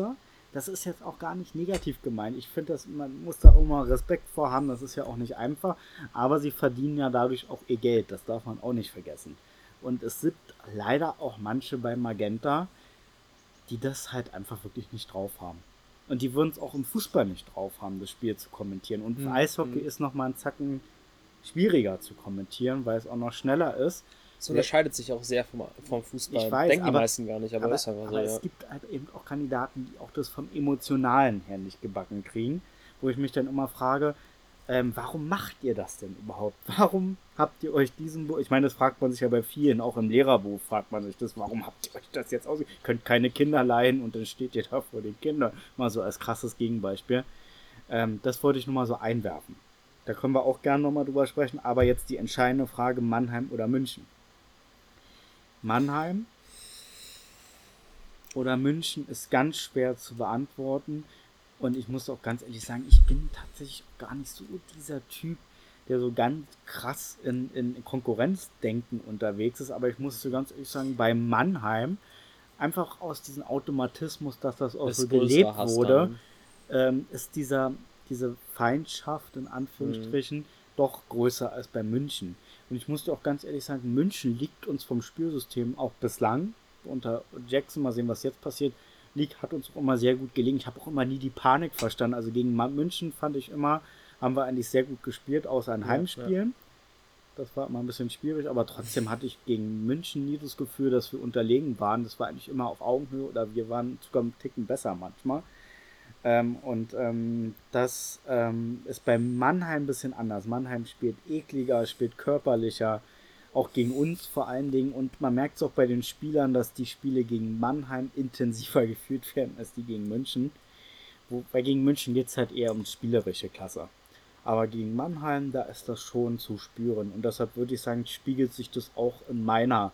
das ist jetzt auch gar nicht negativ gemeint. Ich finde, dass man muss da auch mal Respekt vor haben. Das ist ja auch nicht einfach. Aber sie verdienen ja dadurch auch ihr Geld. Das darf man auch nicht vergessen. Und es gibt leider auch manche bei Magenta, die das halt einfach wirklich nicht drauf haben. Und die würden es auch im Fußball nicht drauf haben, das Spiel zu kommentieren. Und mhm. Eishockey ist nochmal einen Zacken schwieriger zu kommentieren, weil es auch noch schneller ist. Es unterscheidet sich auch sehr vom, vom Fußball. Ich weiß, denken die meisten gar nicht, aber, aber ist einfach aber so. Ja. Es gibt halt eben auch Kandidaten, die auch das vom Emotionalen her nicht gebacken kriegen, wo ich mich dann immer frage, ähm, warum macht ihr das denn überhaupt? Warum habt ihr euch diesen Beruf, ich meine, das fragt man sich ja bei vielen, auch im Lehrerberuf fragt man sich das, warum habt ihr euch das jetzt ausgesucht? Ihr könnt keine Kinder leihen und dann steht ihr da vor den Kindern. Mal so als krasses Gegenbeispiel. Ähm, das wollte ich nur mal so einwerfen. Da können wir auch gerne nochmal drüber sprechen, aber jetzt die entscheidende Frage, Mannheim oder München? Mannheim oder München ist ganz schwer zu beantworten. Und ich muss auch ganz ehrlich sagen, ich bin tatsächlich gar nicht so dieser Typ, der so ganz krass in, in Konkurrenzdenken unterwegs ist. Aber ich muss so ganz ehrlich sagen, bei Mannheim, einfach aus diesem Automatismus, dass das auch so gelebt wurde, ähm, ist dieser, diese Feindschaft in Anführungsstrichen mhm. doch größer als bei München. Und ich muss dir auch ganz ehrlich sagen, München liegt uns vom Spielsystem auch bislang, unter Jackson, mal sehen, was jetzt passiert, liegt, hat uns auch immer sehr gut gelingen. Ich habe auch immer nie die Panik verstanden. Also gegen München fand ich immer, haben wir eigentlich sehr gut gespielt, außer in Heimspielen. Ja, ja. Das war immer ein bisschen schwierig, aber trotzdem hatte ich gegen München nie das Gefühl, dass wir unterlegen waren. Das war eigentlich immer auf Augenhöhe oder wir waren sogar einen Ticken besser manchmal. Ähm, und ähm, das ähm, ist bei Mannheim ein bisschen anders. Mannheim spielt ekliger, spielt körperlicher, auch gegen uns vor allen Dingen. Und man merkt es auch bei den Spielern, dass die Spiele gegen Mannheim intensiver geführt werden als die gegen München. Wobei gegen München geht es halt eher um spielerische Klasse. Aber gegen Mannheim, da ist das schon zu spüren. Und deshalb würde ich sagen, spiegelt sich das auch in meiner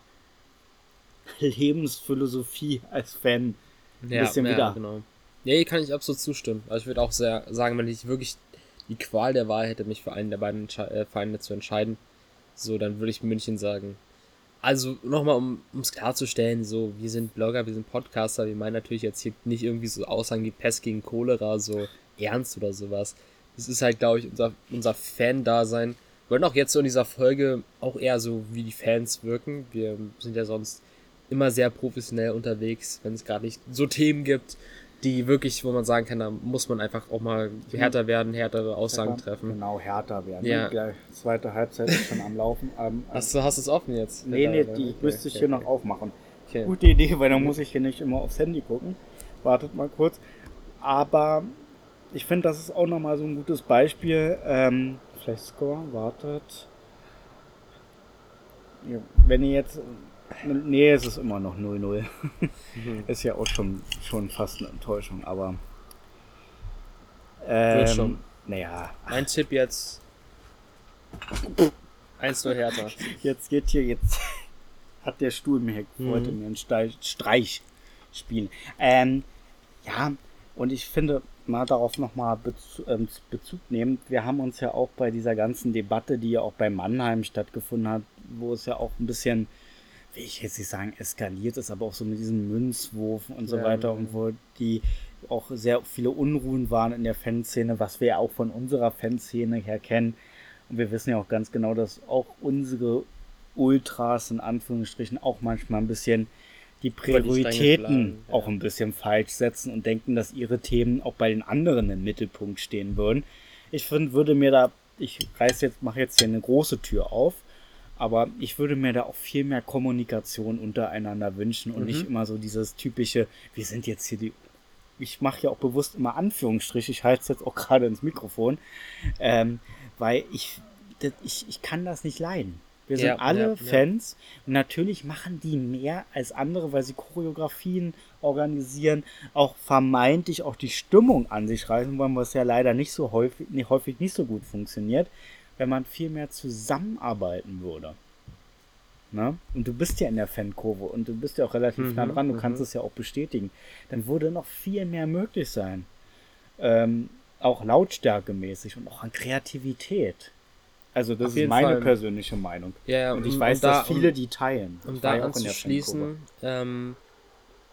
Lebensphilosophie als Fan ein ja, bisschen ja, wieder. Genau. Nee, kann ich absolut zustimmen. Also ich würde auch sehr sagen, wenn ich wirklich die Qual der Wahl hätte, mich für einen der beiden Entsche- äh, Vereine zu entscheiden, so, dann würde ich München sagen. Also nochmal, um es klarzustellen, so, wir sind Blogger, wir sind Podcaster, wir meinen natürlich jetzt hier nicht irgendwie so Aussagen wie Pest gegen Cholera, so ernst oder sowas. Das ist halt, glaube ich, unser, unser Fan-Dasein. Wir wollen auch jetzt so in dieser Folge auch eher so, wie die Fans wirken. Wir sind ja sonst immer sehr professionell unterwegs, wenn es gerade nicht so Themen gibt, die wirklich, wo man sagen kann, da muss man einfach auch mal härter werden, härtere Aussagen treffen. Genau, härter werden. Ja. Die zweite Halbzeit ist schon am Laufen. Ähm, hast du hast es offen jetzt? Nee, nee, die okay, müsste ich okay, hier okay. noch aufmachen. Okay. Gute Idee, weil dann muss ich hier nicht immer aufs Handy gucken. Wartet mal kurz. Aber ich finde, das ist auch nochmal so ein gutes Beispiel. Ähm, vielleicht Score, wartet. Ja, wenn ihr jetzt... Nee, es ist immer noch null null. Mhm. Ist ja auch schon, schon fast eine Enttäuschung, aber... Ähm, schon. Naja. Mein Tipp jetzt... eins null Hertha. Jetzt geht hier, jetzt hat der Stuhl mir mhm. wollte mir einen Streich, Streich spielen. Ähm, ja, und ich finde, mal darauf nochmal Bezug, ähm, Bezug nehmen. Wir haben uns ja auch bei dieser ganzen Debatte, die ja auch bei Mannheim stattgefunden hat, wo es ja auch ein bisschen, will ich jetzt nicht sagen, eskaliert ist, aber auch so mit diesem Münzwurf und so ja, weiter, und wo die auch sehr viele Unruhen waren in der Fanszene, was wir ja auch von unserer Fanszene her kennen. Und wir wissen ja auch ganz genau, dass auch unsere Ultras in Anführungsstrichen auch manchmal ein bisschen die Prioritäten die auch ein bisschen falsch setzen und denken, dass ihre Themen auch bei den anderen im Mittelpunkt stehen würden. Ich finde, würde mir da, ich reiß jetzt, mache jetzt hier eine große Tür auf, aber ich würde mir da auch viel mehr Kommunikation untereinander wünschen und mhm. nicht immer so dieses typische, wir sind jetzt hier die, ich mache ja auch bewusst immer Anführungsstriche, ich halte es jetzt auch gerade ins Mikrofon, ähm, weil ich, das, ich, ich kann das nicht leiden. Wir sind ja, alle ja, Fans ja. und natürlich machen die mehr als andere, weil sie Choreografien organisieren, auch vermeintlich auch die Stimmung an sich reißen wollen, was ja leider nicht so häufig, nicht, häufig nicht so gut funktioniert, wenn man viel mehr zusammenarbeiten würde. Ne? Und du bist ja in der Fankurve und du bist ja auch relativ mhm, nah dran, du mhm. kannst es ja auch bestätigen. Dann würde noch viel mehr möglich sein. Ähm, auch lautstärkemäßig und auch an Kreativität. Also das ist meine Fall. persönliche Meinung. Ja, ja, und ich weiß, um da, dass viele um, die teilen. Um da anzuschließen, ähm,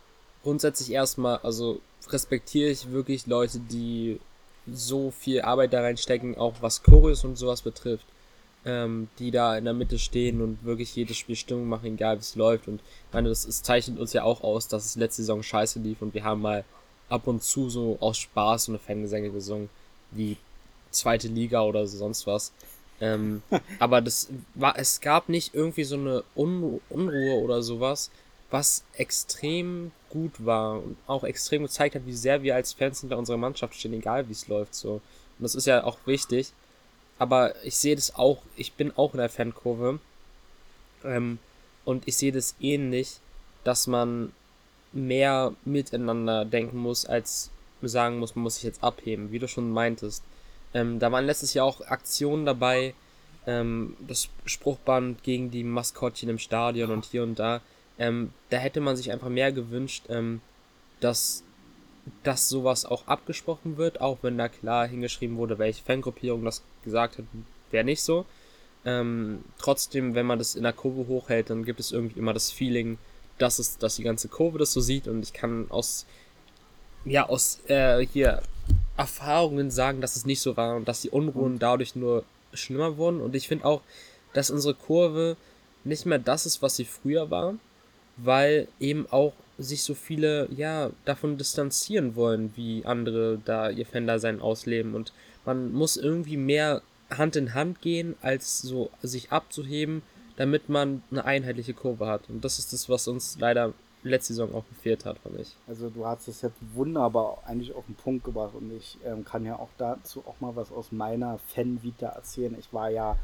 grundsätzlich erstmal, also respektiere ich wirklich Leute, die so viel Arbeit da reinstecken, auch was Choreos und sowas betrifft, ähm, die da in der Mitte stehen und wirklich jedes Spiel Stimmung machen, egal wie es läuft. Und ich meine, das, das zeichnet uns ja auch aus, dass es letzte Saison scheiße lief und wir haben mal ab und zu so aus Spaß so eine Fangesänge gesungen, wie zweite Liga oder so sonst was. Ähm, aber das war, es gab nicht irgendwie so eine Unru- Unruhe oder sowas, was extrem gut war und auch extrem gezeigt hat, wie sehr wir als Fans hinter unserer Mannschaft stehen, egal wie es läuft, so. Und das ist ja auch wichtig. Aber ich sehe das auch, ich bin auch in der Fankurve, ähm, und ich sehe das ähnlich, dass man mehr miteinander denken muss, als sagen muss, man muss sich jetzt abheben, wie du schon meintest. Ähm, da waren letztes Jahr auch Aktionen dabei, ähm, das Spruchband gegen die Maskottchen im Stadion und hier und da. Ähm, da hätte man sich einfach mehr gewünscht, ähm, dass, dass sowas auch abgesprochen wird, auch wenn da klar hingeschrieben wurde, welche Fangruppierung das gesagt hat, wäre nicht so. Ähm, trotzdem, wenn man das in der Kurve hochhält, dann gibt es irgendwie immer das Feeling, dass es, dass die ganze Kurve das so sieht, und ich kann aus, ja, aus, äh, hier Erfahrungen sagen, dass es nicht so war und dass die Unruhen dadurch nur schlimmer wurden. Und ich finde auch, dass unsere Kurve nicht mehr das ist, was sie früher war, weil eben auch sich so viele, ja, davon distanzieren wollen, wie andere da ihr Fan-Dasein ausleben, und man muss irgendwie mehr Hand in Hand gehen, als so sich abzuheben, damit man eine einheitliche Kurve hat. Und das ist das, was uns leider letzte Saison auch gefehlt hat, fand ich. Also du hast es jetzt wunderbar eigentlich auf den Punkt gebracht, und ich ähm, kann ja auch dazu auch mal was aus meiner Fan-Vita erzählen. Ich war ja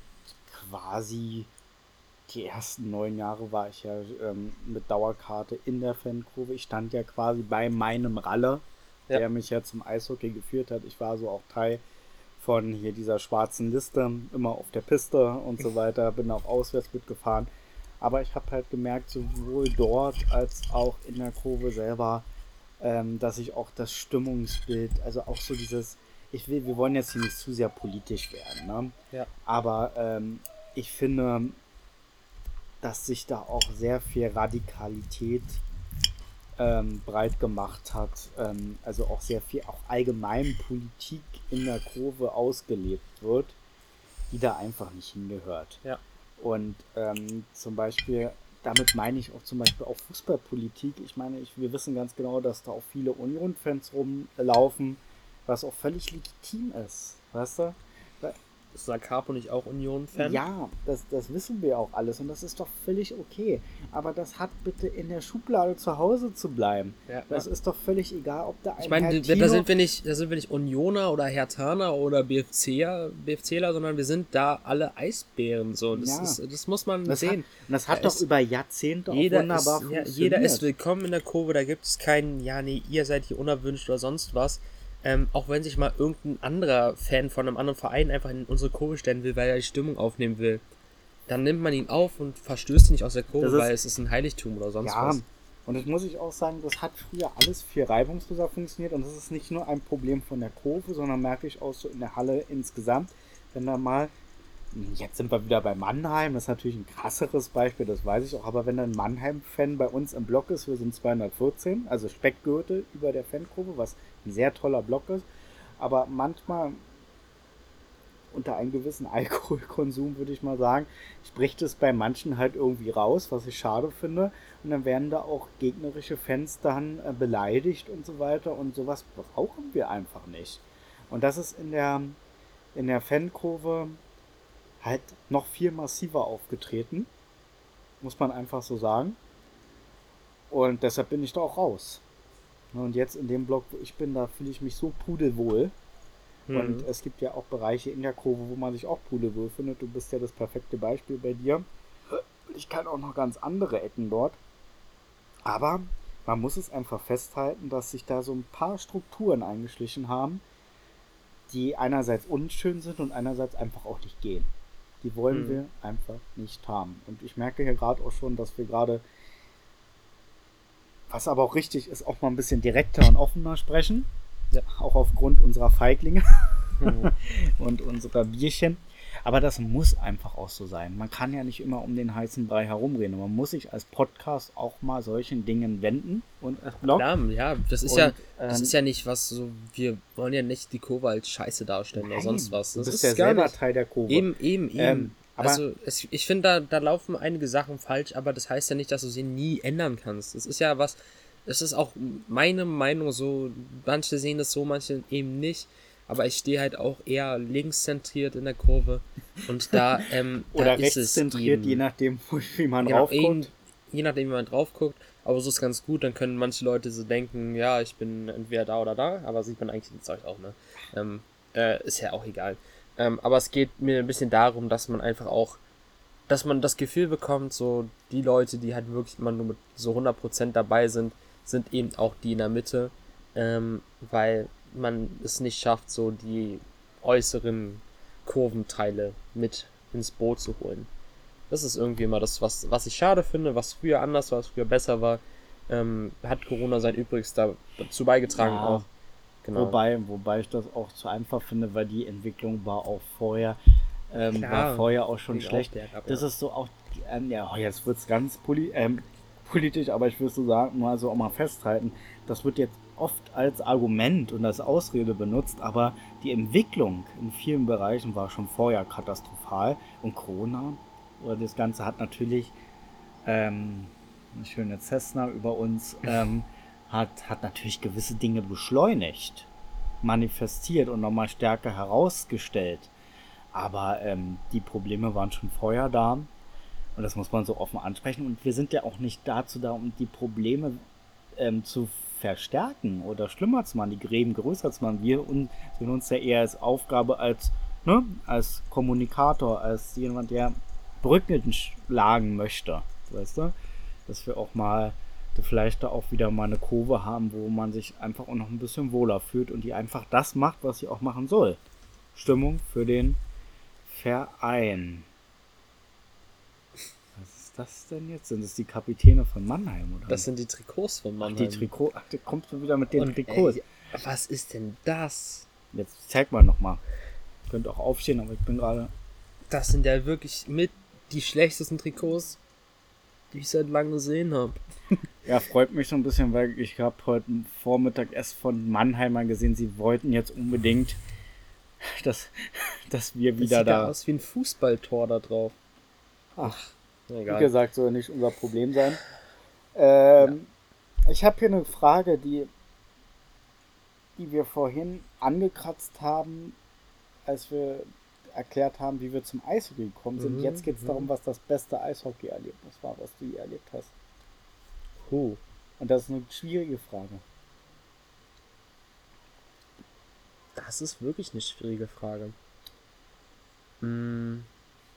quasi, die ersten neun Jahre war ich ja ähm, mit Dauerkarte in der Fankurve. Ich stand ja quasi bei meinem Ralle, ja, der mich ja zum Eishockey geführt hat. Ich war so auch Teil von hier dieser schwarzen Liste, immer auf der Piste und so weiter, bin auch auswärts mitgefahren. Aber ich habe halt gemerkt, sowohl dort als auch in der Kurve selber, ähm, dass ich auch das Stimmungsbild, also auch so dieses, ich will, wir wollen jetzt hier nicht zu sehr politisch werden, ne? Ja. Aber ähm, ich finde, dass sich da auch sehr viel Radikalität ähm, breit gemacht hat, ähm, also auch sehr viel auch allgemein Politik in der Kurve ausgelebt wird, die da einfach nicht hingehört. Ja. Und ähm, zum Beispiel, damit meine ich auch zum Beispiel auch Fußballpolitik. Ich meine, ich, wir wissen ganz genau, dass da auch viele Union-Fans rumlaufen, was auch völlig legitim ist, weißt du? Ist da Capo nicht auch Union-Fan? Ja, das, das wissen wir auch alles, und das ist doch völlig okay. Aber das hat bitte in der Schublade zu Hause zu bleiben. Ja, das ja. ist doch völlig egal, ob da ein Ich meine, da sind wir nicht, da sind wir nicht Unioner oder Herthaner oder BFCer, BFCler, sondern wir sind da alle Eisbären. So. Das, ja. ist, das muss man das sehen. Hat, und das hat da doch über Jahrzehnte jeder auch wunderbar ist, funktioniert. Ja, jeder ist willkommen in der Kurve, da gibt es keinen, ja nee, ihr seid hier unerwünscht oder sonst was. Ähm, auch wenn sich mal irgendein anderer Fan von einem anderen Verein einfach in unsere Kurve stellen will, weil er die Stimmung aufnehmen will, dann nimmt man ihn auf und verstößt ihn nicht aus der Kurve, ist, weil es ist ein Heiligtum oder sonst ja, was. Und das muss ich auch sagen, das hat früher alles viel reibungsloser funktioniert, und das ist nicht nur ein Problem von der Kurve, sondern merke ich auch so in der Halle insgesamt, wenn da mal, jetzt sind wir wieder bei Mannheim, das ist natürlich ein krasseres Beispiel, das weiß ich auch, aber wenn ein Mannheim-Fan bei uns im Block ist, wir sind zweihundertvierzehn, also Speckgürtel über der Fankurve, was ein sehr toller Block ist, aber manchmal unter einem gewissen Alkoholkonsum, würde ich mal sagen, spricht es bei manchen halt irgendwie raus, was ich schade finde, und dann werden da auch gegnerische Fans dann äh, beleidigt und so weiter, und sowas brauchen wir einfach nicht. Und das ist in der, in der Fankurve halt noch viel massiver aufgetreten, muss man einfach so sagen, und deshalb bin ich da auch raus. Und jetzt in dem Block, wo ich bin, da fühle ich mich so pudelwohl. Mhm. Und es gibt ja auch Bereiche in der Kurve, wo man sich auch pudelwohl findet. Du bist ja das perfekte Beispiel bei dir. Ich kann auch noch ganz andere Ecken dort. Aber man muss es einfach festhalten, dass sich da so ein paar Strukturen eingeschlichen haben, die einerseits unschön sind und einerseits einfach auch nicht gehen. Die wollen mhm. wir einfach nicht haben. Und ich merke hier gerade auch schon, dass wir gerade, was aber auch richtig ist, auch mal ein bisschen direkter und offener sprechen. Ja. Auch aufgrund unserer Feiglinge. und unserer Bierchen. Aber das muss einfach auch so sein. Man kann ja nicht immer um den heißen Brei herumreden. Man muss sich als Podcast auch mal solchen Dingen wenden und als Blog. Klar, ja, das ist und, ja, das ähm, ist ja nicht was so, wir wollen ja nicht die Kurve als Scheiße darstellen nein, oder sonst was. Das du bist ist ja gar selber nicht. Teil der Kurve. Eben, eben, eben. Ähm, aber also es, ich finde, da, da laufen einige Sachen falsch, aber das heißt ja nicht, dass du sie nie ändern kannst. Das ist ja was, das ist auch meine Meinung so, manche sehen das so, manche eben nicht. Aber ich stehe halt auch eher linkszentriert in der Kurve und da ähm, oder da rechtszentriert, eben, je nachdem, wie man genau, drauf guckt. eben, je nachdem, wie man drauf guckt. Aber so ist ganz gut, dann können manche Leute so denken, ja, ich bin entweder da oder da, aber sieht man eigentlich das Zeug auch, ne? Ähm, äh, ist ja auch egal. Ähm, aber es geht mir ein bisschen darum, dass man einfach auch, dass man das Gefühl bekommt, so die Leute, die halt wirklich immer nur mit so hundert Prozent dabei sind, sind eben auch die in der Mitte, ähm, weil man es nicht schafft, so die äußeren Kurventeile mit ins Boot zu holen. Das ist irgendwie immer das, was, was ich schade finde, was früher anders war, was früher besser war. Ähm, hat Corona sein Übriges dazu beigetragen ja, auch. Genau. Wobei, wobei ich das auch zu einfach finde, weil die Entwicklung war auch vorher, ähm, Klar, war vorher auch schon ging schlecht. auch bergab, das ja. ist so auch, ähm, ja, oh, jetzt wird es ganz poli ähm, politisch, aber ich würde so sagen, mal so auch mal festhalten, das wird jetzt oft als Argument und als Ausrede benutzt, aber die Entwicklung in vielen Bereichen war schon vorher katastrophal und Corona oder das Ganze hat natürlich ähm, eine schöne Cessna über uns ähm, hat, hat natürlich gewisse Dinge beschleunigt, manifestiert und nochmal stärker herausgestellt, aber ähm, die Probleme waren schon vorher da und das muss man so offen ansprechen und wir sind ja auch nicht dazu da, um die Probleme ähm, zu verstärken oder schlimmer zu machen, die Gräben größer zu machen. Wir sehen uns ja eher als Aufgabe als, ne, als Kommunikator, als jemand, der Brücken schlagen möchte, weißt du? Dass wir auch mal vielleicht da auch wieder mal eine Kurve haben, wo man sich einfach auch noch ein bisschen wohler fühlt und die einfach das macht, was sie auch machen soll. Stimmung für den Verein. Das denn jetzt? Sind das die Kapitäne von Mannheim, oder? Das sind die Trikots von Mannheim. Ach, die Trikots. Ach, da kommst du wieder mit den Und, Trikots. Ey, was ist denn das? Jetzt zeig mal nochmal. Könnt auch aufstehen, aber ich bin gerade... Das sind ja wirklich mit die schlechtesten Trikots, die ich seit langem gesehen habe. Ja, freut mich so ein bisschen, weil ich habe heute Vormittag erst von Mannheimer gesehen, sie wollten jetzt unbedingt, dass, dass wir wieder das sieht da... ja aus wie ein Fußballtor da drauf. Ach. Egal. Wie gesagt, soll nicht unser Problem sein. Ähm, ja. Ich habe hier eine Frage, die, die wir vorhin angekratzt haben, als wir erklärt haben, wie wir zum Eishockey gekommen sind. Mhm, Jetzt geht es mhm. darum, was das beste Eishockey-Erlebnis war, was du je erlebt hast. Huh. Und das ist eine schwierige Frage. Das ist wirklich eine schwierige Frage. Hm.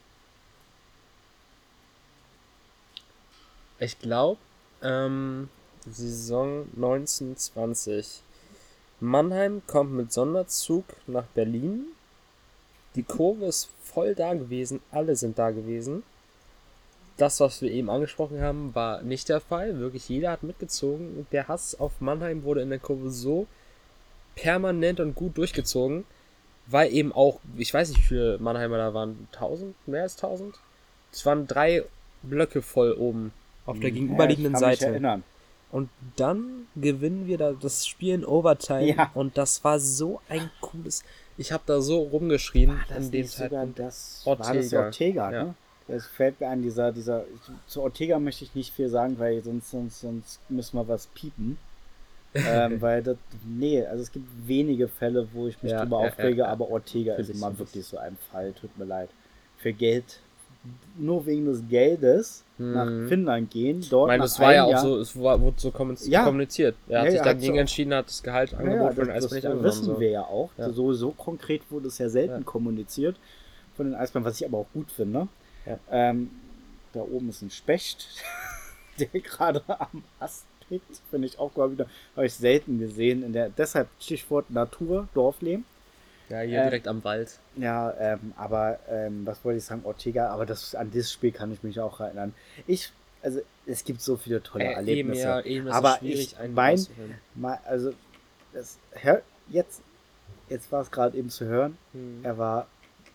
Ich glaube, ähm, Saison neunzehn zwanzig. Mannheim kommt mit Sonderzug nach Berlin. Die Kurve ist voll da gewesen, alle sind da gewesen. Das, was wir eben angesprochen haben, war nicht der Fall. Wirklich jeder hat mitgezogen. Der Hass auf Mannheim wurde in der Kurve so permanent und gut durchgezogen, weil eben auch, ich weiß nicht, wie viele Mannheimer da waren, tausend, mehr als tausend? Es waren drei Blöcke voll oben auf der gegenüberliegenden ja, ich kann mich Seite. Erinnern. Und dann gewinnen wir da das Spiel in Overtime. Ja. Und das war so ein cooles... Ich habe da so rumgeschrien war an dem Zeitpunkt. Das Ortega. War das Ortega, ja. ne? Es fällt mir ein, dieser, dieser... Zu Ortega möchte ich nicht viel sagen, weil sonst, sonst, sonst müssen wir was piepen. ähm, weil das... Nee, also es gibt wenige Fälle, wo ich mich ja, drüber ja, aufrege, ja, ja. aber Ortega Find ist ich immer so wirklich so ein Fall. Tut mir leid. Für Geld... Nur wegen des Geldes hm. nach Finnland gehen. Dort ich meine, es war ja auch Jahr so, es war, wurde so kommuniziert. Ja. kommuniziert. Er hat ja, sich dagegen entschieden, hat das Gehalt angeboten ja, ja, das, das, das wissen so. wir ja auch. Ja. So, so konkret wurde es ja selten ja. kommuniziert von den Eisbären, was ich aber auch gut finde. Ja. Ähm, da oben ist ein Specht, der gerade am Ast pickt. Finde ich auch mal wieder, habe ich selten gesehen. In der, deshalb Stichwort Natur, Dorfleben. Ja, hier ähm, direkt am Wald. Ja, ähm, aber ähm, was wollte ich sagen, Ortega, aber das, an dieses Spiel kann ich mich auch erinnern. Ich, also es gibt so viele tolle äh, Erlebnisse. Eben, ja, eben aber ich mein, mein, also das, hör, jetzt jetzt war es gerade eben zu hören. Hm. Er war.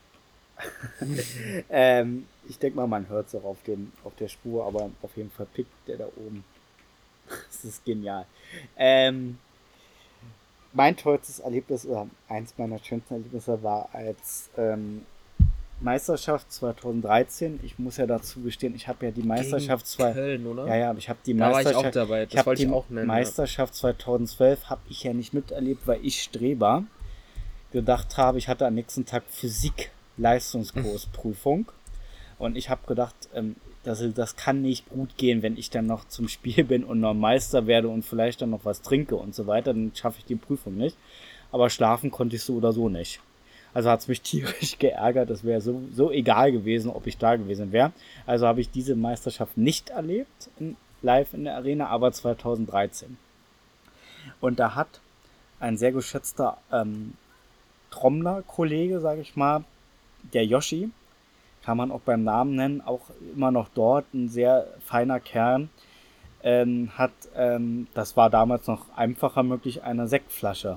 ähm, ich denke mal, man hört es auch auf, dem, auf der Spur, aber auf jeden Fall pickt der da oben. Das ist genial. Ähm, mein tollstes Erlebnis, oder eins meiner schönsten Erlebnisse war als ähm, Meisterschaft zwanzig dreizehn. Ich muss ja dazu gestehen, ich habe ja die Meisterschaft zwei Köln, oder? Ja, ja, aber ich habe die da Meisterschaft. War ich auch dabei. Das ich habe die ich auch nennen, Meisterschaft ja. zwanzig zwölf habe ich ja nicht miterlebt, weil ich Streber gedacht habe, ich hatte am nächsten Tag Physik-Leistungskursprüfung und ich habe gedacht, ähm, das, das kann nicht gut gehen, wenn ich dann noch zum Spiel bin und noch Meister werde und vielleicht dann noch was trinke und so weiter, dann schaffe ich die Prüfung nicht. Aber schlafen konnte ich so oder so nicht. Also hat es mich tierisch geärgert, das wäre so, so egal gewesen, ob ich da gewesen wäre. Also habe ich diese Meisterschaft nicht erlebt, in, live in der Arena, aber zwanzig dreizehn. Und da hat ein sehr geschätzter ähm, Trommler-Kollege, sage ich mal, der Yoshi, kann man auch beim Namen nennen, auch immer noch dort, ein sehr feiner Kerl, ähm, hat, ähm, das war damals noch einfacher möglich, eine Sektflasche,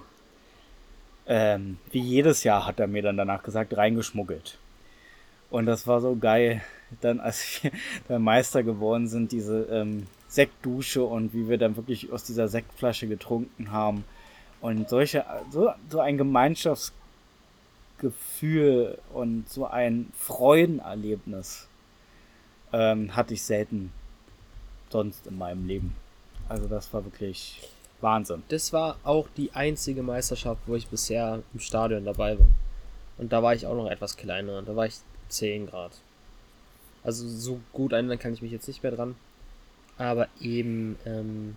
ähm, wie jedes Jahr, hat er mir dann danach gesagt, reingeschmuggelt. Und das war so geil, dann als wir dann Meister geworden sind, diese ähm, Sektdusche und wie wir dann wirklich aus dieser Sektflasche getrunken haben. Und solche, so, so ein Gemeinschaftsgefühl und so ein Freudenerlebnis ähm, hatte ich selten sonst in meinem Leben. Also das war wirklich Wahnsinn. Das war auch die einzige Meisterschaft, wo ich bisher im Stadion dabei war. Und da war ich auch noch etwas kleiner. Da war ich zehn Grad. Also so gut erinnern kann ich mich jetzt nicht mehr dran. Aber eben, ähm,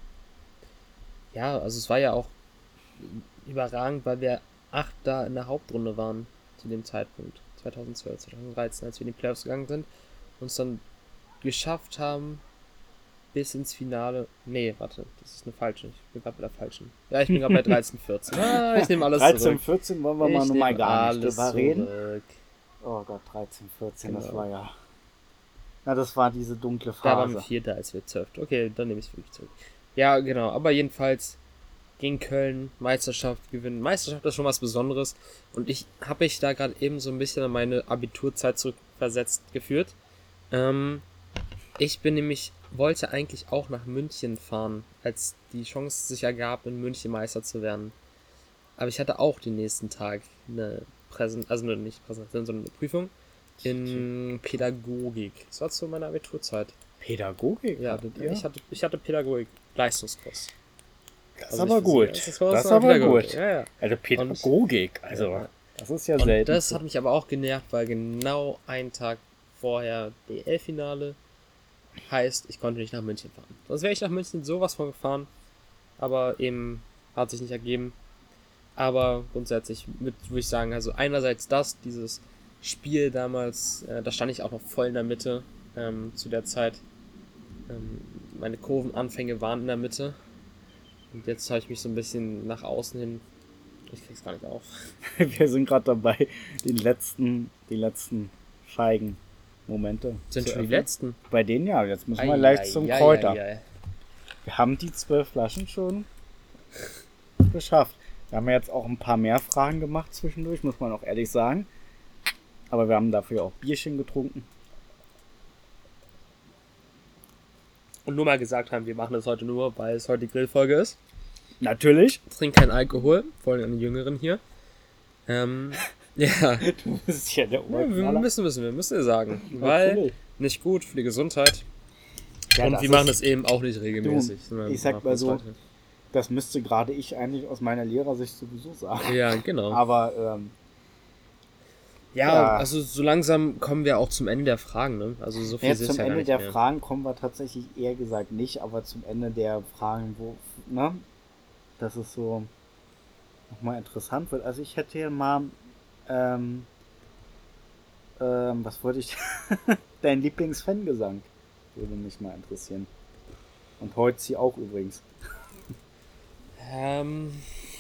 ja, also es war ja auch überragend, weil wir acht da in der Hauptrunde waren zu dem Zeitpunkt. zwanzig zwölf, zwanzig dreizehn, als wir in die Playoffs gegangen sind. Uns dann geschafft haben, bis ins Finale. Nee, warte, das ist eine falsche. Ich bin gerade bei der falschen. Ja, ich bin gerade bei dreizehn vierzehn. Ah, ich nehme alles dreizehn, zurück. dreizehn vierzehn wollen wir mal nochmal gar nicht drüber reden. Zurück. Oh Gott, dreizehn vierzehn, Genau. Das war ja... Ja, das war diese dunkle Phase. Da waren wir Vierter, als wir zwölf. Okay, dann nehme ich es wirklich zurück. Ja, genau, aber jedenfalls gegen Köln, Meisterschaft gewinnen. Meisterschaft ist schon was Besonderes. Und ich habe mich da gerade eben so ein bisschen an meine Abiturzeit zurückversetzt geführt. Ähm, ich bin nämlich, wollte eigentlich auch nach München fahren, als die Chance sich ergab, in München Meister zu werden. Aber ich hatte auch den nächsten Tag eine Präsentation, also nicht Präsentation, sondern eine Prüfung in Pädagogik. Das war zu meiner Abiturzeit. Pädagogik? Ja, ich hatte, ich hatte Pädagogik, Leistungskurs. Das ist also aber gut. Das, das ist aber gut. Ja, ja. Also Pädagogik, also ja. Das ist ja und selten. Das hat mich aber auch genervt, weil genau einen Tag vorher D L-Finale heißt, ich konnte nicht nach München fahren. Sonst wäre ich nach München sowas von gefahren, aber eben hat sich nicht ergeben. Aber grundsätzlich mit, würde ich sagen, also einerseits das, dieses Spiel damals, äh, da stand ich auch noch voll in der Mitte ähm, zu der Zeit. Ähm, meine Kurvenanfänge waren in der Mitte. Und jetzt habe ich mich so ein bisschen nach außen hin. Ich krieg's gar nicht auf. Wir sind gerade dabei, die letzten, die letzten feigen Momente. Sind schon die letzten? Bei denen ja, jetzt müssen wir leicht zum Kräuter. Ei, ei, ei. Wir haben die zwölf Flaschen schon geschafft. Wir haben jetzt auch ein paar mehr Fragen gemacht zwischendurch, muss man auch ehrlich sagen. Aber wir haben dafür auch Bierchen getrunken. Und nur mal gesagt haben, wir machen das heute nur, weil es heute die Grillfolge ist. Natürlich. Trink keinen Alkohol, vor allem an den Jüngeren hier. Ähm, ja. Du bist ja der Oberknaller. Ja, wir müssen, müssen wir, müssen wir sagen. Weil Natürlich. Nicht gut für die Gesundheit. Ja, und wir machen das eben auch nicht regelmäßig. Du, ich sag mal so, das müsste gerade ich eigentlich aus meiner Lehrersicht sowieso sagen. Ja, genau. Aber, ähm, Ja, ja, also so langsam kommen wir auch zum Ende der Fragen, ne? Also so viel Jetzt zum ja Ende gar nicht der mehr. Fragen kommen wir tatsächlich eher gesagt nicht, aber zum Ende der Fragen, wo, ne? Dass es so nochmal interessant wird. Also ich hätte hier mal, ähm, ähm, was wollte ich? Dein Lieblingsfangesang würde mich mal interessieren. Und heute sie auch übrigens. Ähm.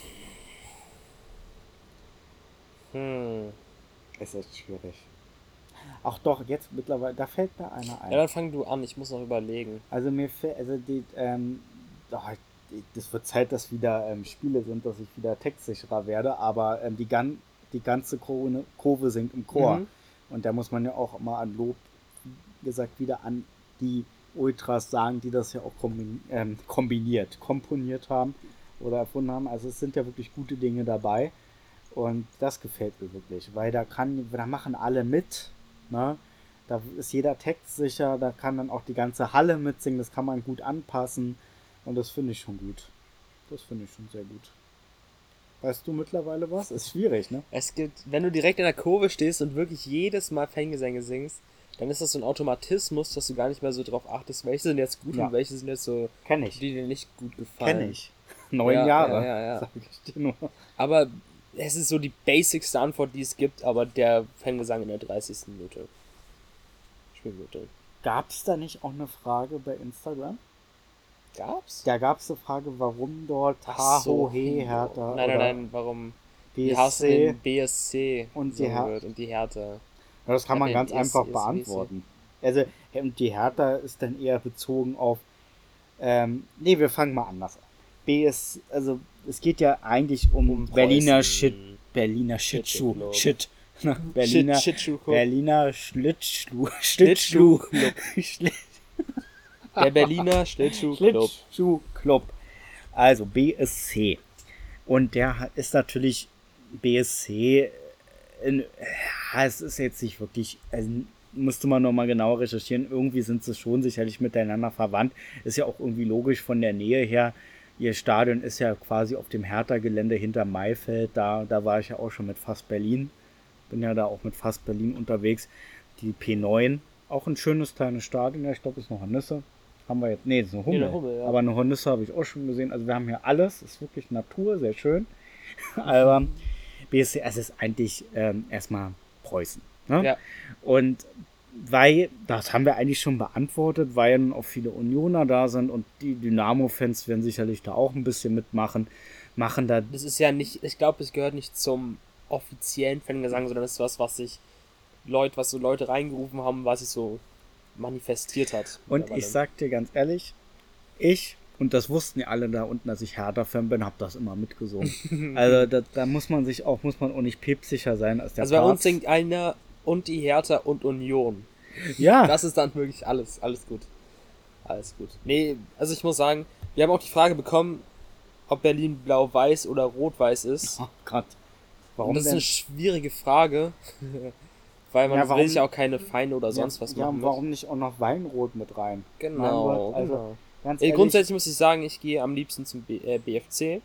Hm. Es ist schwierig. Ach doch, jetzt mittlerweile, da fällt mir einer ein. Ja, dann fang du an, ich muss noch überlegen. Also mir fällt, also die, ähm, oh, das wird Zeit, dass wieder ähm, Spiele sind, dass ich wieder textsicherer werde, aber ähm, die, gan die ganze Kurve, Kurve singt im Chor. Mhm. Und da muss man ja auch mal an Lob, wie gesagt, wieder an die Ultras sagen, die das ja auch kombin ähm, kombiniert, komponiert haben oder erfunden haben. Also es sind ja wirklich gute Dinge dabei. Und das gefällt mir wirklich, weil da kann, da machen alle mit, ne? Da ist jeder Text sicher, da kann dann auch die ganze Halle mitsingen, das kann man gut anpassen und das finde ich schon gut. Das finde ich schon sehr gut. Weißt du mittlerweile was? Ist schwierig, ne? Es gibt, wenn du direkt in der Kurve stehst und wirklich jedes Mal Fangesänge singst, dann ist das so ein Automatismus, dass du gar nicht mehr so drauf achtest, welche sind jetzt gut ja. und welche sind jetzt so, Kenn ich. die dir nicht gut gefallen. Kenn ich. Neun ja, Jahre. Ja, ja, ja. Sag ich dir nur. Aber es ist so die basicste Antwort, die es gibt, aber der Fangesang in der dreißigsten Minute. Spielminute. Gab es da nicht auch eine Frage bei Instagram? Gab's? Da gab es eine Frage, warum dort Tahoe Hertha. Nein, nein, nein, warum B S C die den B S C und die, Her wird und die Hertha. Ja, das kann man ganz einfach beantworten. Also, die Hertha ist dann eher bezogen auf. Ähm, nee, wir fangen mal anders an. B S, also es geht ja eigentlich um, um Berliner Shit, Berliner Shitschuh, Shit, Berliner, Shit, Berliner Schlittschuh, Schlittschuh, der Berliner Schlittschuh-Club. Schlittschuh-Club. Also B S C. Und der ist natürlich B S C. In, es ist jetzt nicht wirklich. Also müsste man nochmal genau recherchieren. Irgendwie sind sie schon sicherlich miteinander verwandt. Ist ja auch irgendwie logisch von der Nähe her. Ihr Stadion ist ja quasi auf dem Hertha-Gelände hinter Maifeld. Da, da war ich ja auch schon mit Fast Berlin. Bin ja da auch mit Fast Berlin unterwegs. Die P neun. Auch ein schönes kleines Stadion. Ja, ich glaube, das ist noch Hornisse. Haben wir jetzt. Nee, das ist eine Hummel. Nee, Hummel ja. Aber eine Hornisse habe ich auch schon gesehen. Also wir haben hier alles. Ist wirklich Natur, sehr schön. Aber B S C, es ist eigentlich ähm, erstmal Preußen. Ne? Ja. Und weil, das haben wir eigentlich schon beantwortet, weil dann auch viele Unioner da sind und die Dynamo-Fans werden sicherlich da auch ein bisschen mitmachen. Machen da. Das ist ja nicht, ich glaube, es gehört nicht zum offiziellen Fangesang, sondern das ist was, was sich Leute, was so Leute reingerufen haben, was sich so manifestiert hat. Und ich sag dir ganz ehrlich, ich, und das wussten ja alle da unten, dass ich Hertha-Fan bin, hab das immer mitgesungen. Also da, da muss man sich auch, muss man auch nicht päpstlicher sein als der Also Papst. Bei uns singt einer und die Hertha und Union. Ja. Das ist dann wirklich alles, alles gut. Alles gut. Nee, also ich muss sagen, wir haben auch die Frage bekommen, ob Berlin blau-weiß oder rot-weiß ist. Oh Gott. Warum und das denn? Ist eine schwierige Frage. Weil man ja, warum, will sich ja auch keine Feinde oder sonst ja, was machen. Ja, warum nicht auch noch Weinrot mit rein? Genau. Also, genau. Ganz ehrlich, grundsätzlich muss ich sagen, ich gehe am liebsten zum B, äh, B F C.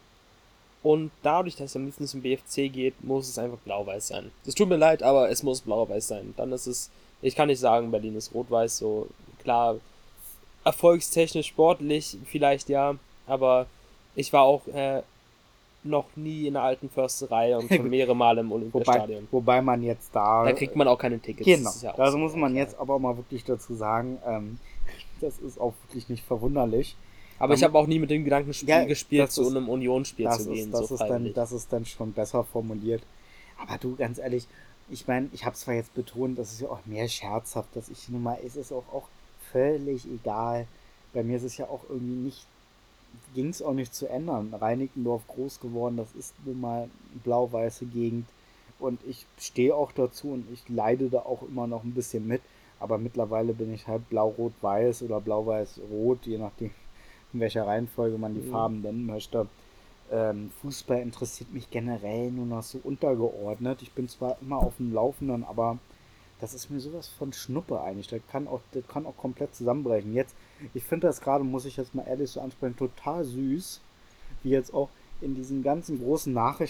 Und dadurch, dass es am liebsten zum B F C geht, muss es einfach blau-weiß sein. Es tut mir leid, aber es muss blau-weiß sein. Dann ist es, ich kann nicht sagen, Berlin ist rot-weiß, so klar, erfolgstechnisch, sportlich vielleicht ja, aber ich war auch äh, noch nie in der alten Försterei und schon mehrere Male im Olympiastadion. Wobei, wobei man jetzt da... Da kriegt man auch keine Tickets. Genau, das ist ja auch da so muss man klar. Jetzt aber mal wirklich dazu sagen, ähm, das ist auch wirklich nicht verwunderlich. Aber um, ich habe auch nie mit dem Gedanken ja, gespielt, zu ist, einem Unionsspiel zu gehen. Das, so ist dann, das ist dann schon besser formuliert. Aber du, ganz ehrlich, ich meine, ich habe es zwar jetzt betont, das ist ja auch mehr scherzhaft, dass ich nun mal, es ist auch, auch völlig egal. Bei mir ist es ja auch irgendwie nicht, ging es auch nicht zu ändern. Reinickendorf groß geworden, das ist nun mal eine blau-weiße Gegend. Und ich stehe auch dazu und ich leide da auch immer noch ein bisschen mit. Aber mittlerweile bin ich halt blau-rot-weiß oder blau-weiß-rot, je nachdem, in welcher Reihenfolge man die mhm. Farben nennen möchte. Ähm, Fußball interessiert mich generell nur noch so untergeordnet. Ich bin zwar immer auf dem Laufenden, aber das ist mir sowas von Schnuppe eigentlich. Das kann auch, das kann auch komplett zusammenbrechen. Jetzt, ich finde das gerade, muss ich jetzt mal ehrlich so ansprechen, total süß, wie jetzt auch in diesen ganzen großen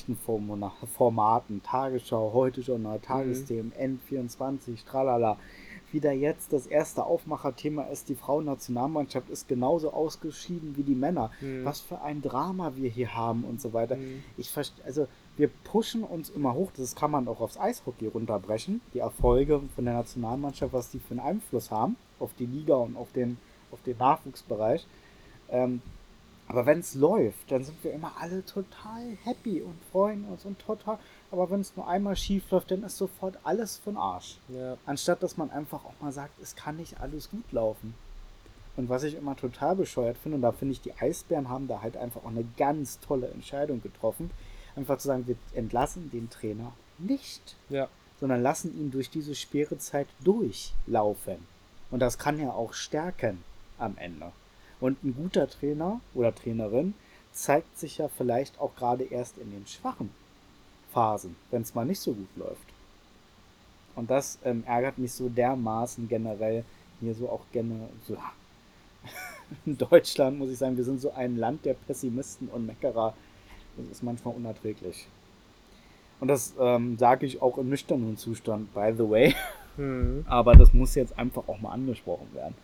Nachrichtenformaten, Tagesschau, Heute-Journal, Tagesthemen, mhm. N vierundzwanzig, tralala, wieder jetzt das erste Aufmacherthema ist, die Frauennationalmannschaft ist genauso ausgeschieden wie die Männer. Mhm. Was für ein Drama wir hier haben und so weiter. Mhm. Ich verstehe, also wir pushen uns immer hoch, das kann man auch aufs Eishockey runterbrechen, die Erfolge von der Nationalmannschaft, was die für einen Einfluss haben auf die Liga und auf den, auf den Nachwuchsbereich. Ähm, aber wenn es läuft, dann sind wir immer alle total happy und freuen uns und total. Aber wenn es nur einmal schief läuft, dann ist sofort alles für den Arsch. Ja. Anstatt dass man einfach auch mal sagt, es kann nicht alles gut laufen. Und was ich immer total bescheuert finde, und da finde ich, die Eisbären haben da halt einfach auch eine ganz tolle Entscheidung getroffen, einfach zu sagen, wir entlassen den Trainer nicht, ja. sondern lassen ihn durch diese schwere Zeit durchlaufen. Und das kann ja auch stärken am Ende. Und ein guter Trainer oder Trainerin zeigt sich ja vielleicht auch gerade erst in den schwachen Phasen, wenn es mal nicht so gut läuft. Und das ähm, ärgert mich so dermaßen generell hier so auch gerne so. In Deutschland muss ich sagen, wir sind so ein Land der Pessimisten und Meckerer. Das ist manchmal unerträglich. Und das ähm, sage ich auch im nüchternen Zustand, by the way. Hm. Aber das muss jetzt einfach auch mal angesprochen werden.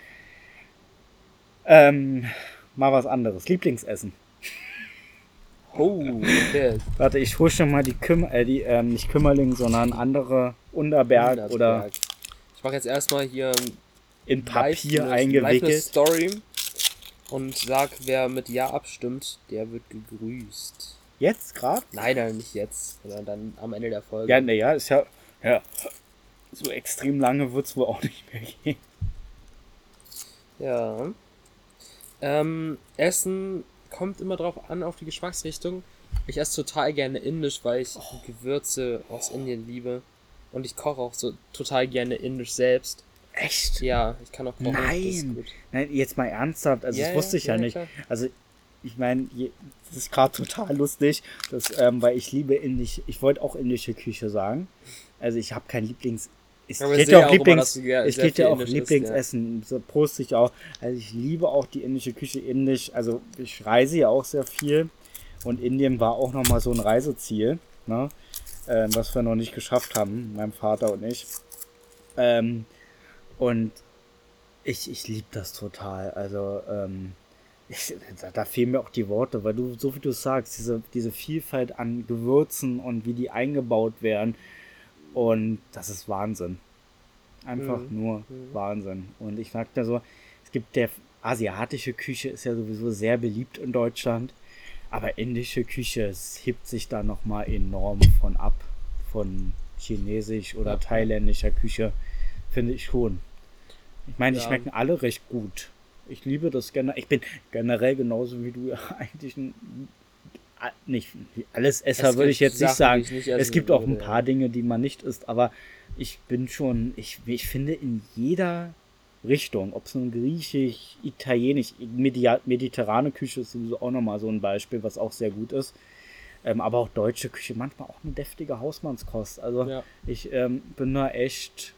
Ähm, mal was anderes. Lieblingsessen. Oh, okay. Warte, ich hole schon mal die, Küm äh, die ähm, nicht Kümmerling, sondern andere Unterberg, Unterberg. oder. Ich mache jetzt erstmal hier in Papier live, eingewickelt. Live Story und sag, wer mit Ja abstimmt, der wird gegrüßt. Jetzt gerade? Nein, nein, nicht jetzt, sondern dann am Ende der Folge. Ja, naja, ist ja, ja. So extrem lange wird es wohl auch nicht mehr gehen. Ja. Ähm, Essen kommt immer drauf an, auf die Geschmacksrichtung. Ich esse total gerne indisch, weil ich oh. Gewürze aus Indien liebe. Und ich koche auch so total gerne indisch selbst. Echt? Ja, ich kann auch kochen. Nein, gut. Nein, jetzt mal ernsthaft. Also, ja, das wusste ich ja, ja nicht. Klar. Also, ich meine, das ist gerade total lustig, dass, ähm, weil ich liebe indisch. Ich wollte auch indische Küche sagen. Also, ich habe kein Lieblings. Es geht ja auch Lieblings. Es geht ja auch Lieblingsessen. So poste ich auch. Also, ich liebe auch die indische Küche indisch. Also, ich reise ja auch sehr viel. Und Indien war auch nochmal so ein Reiseziel, ne? Ähm, was wir noch nicht geschafft haben, mein Vater und ich. Ähm, und ich, ich liebe das total. Also, ähm, ich, da, da fehlen mir auch die Worte, weil du, so wie du sagst, diese, diese Vielfalt an Gewürzen und wie die eingebaut werden. Und das ist Wahnsinn. Einfach mhm. nur mhm. Wahnsinn. Und ich sag da so, es gibt der asiatische Küche, ist ja sowieso sehr beliebt in Deutschland. Aber indische Küche, es hebt sich da nochmal enorm von ab. Von chinesisch oder ja. thailändischer Küche, finde ich schon. Ich meine, die ja. schmecken alle recht gut. Ich liebe das generell. Ich bin generell genauso wie du eigentlich ein, nicht alles Esser, würde ich jetzt Sachen, nicht sagen. Ich nicht es gibt auch ein würde, paar ja. Dinge, die man nicht isst, aber ich bin schon, ich, ich finde in jeder Richtung, ob es nun griechisch, italienisch, mediterrane Küche ist sowieso auch nochmal so ein Beispiel, was auch sehr gut ist. Ähm, aber auch deutsche Küche, manchmal auch eine deftige Hausmannskost. Also ja. ich ähm, bin da echt,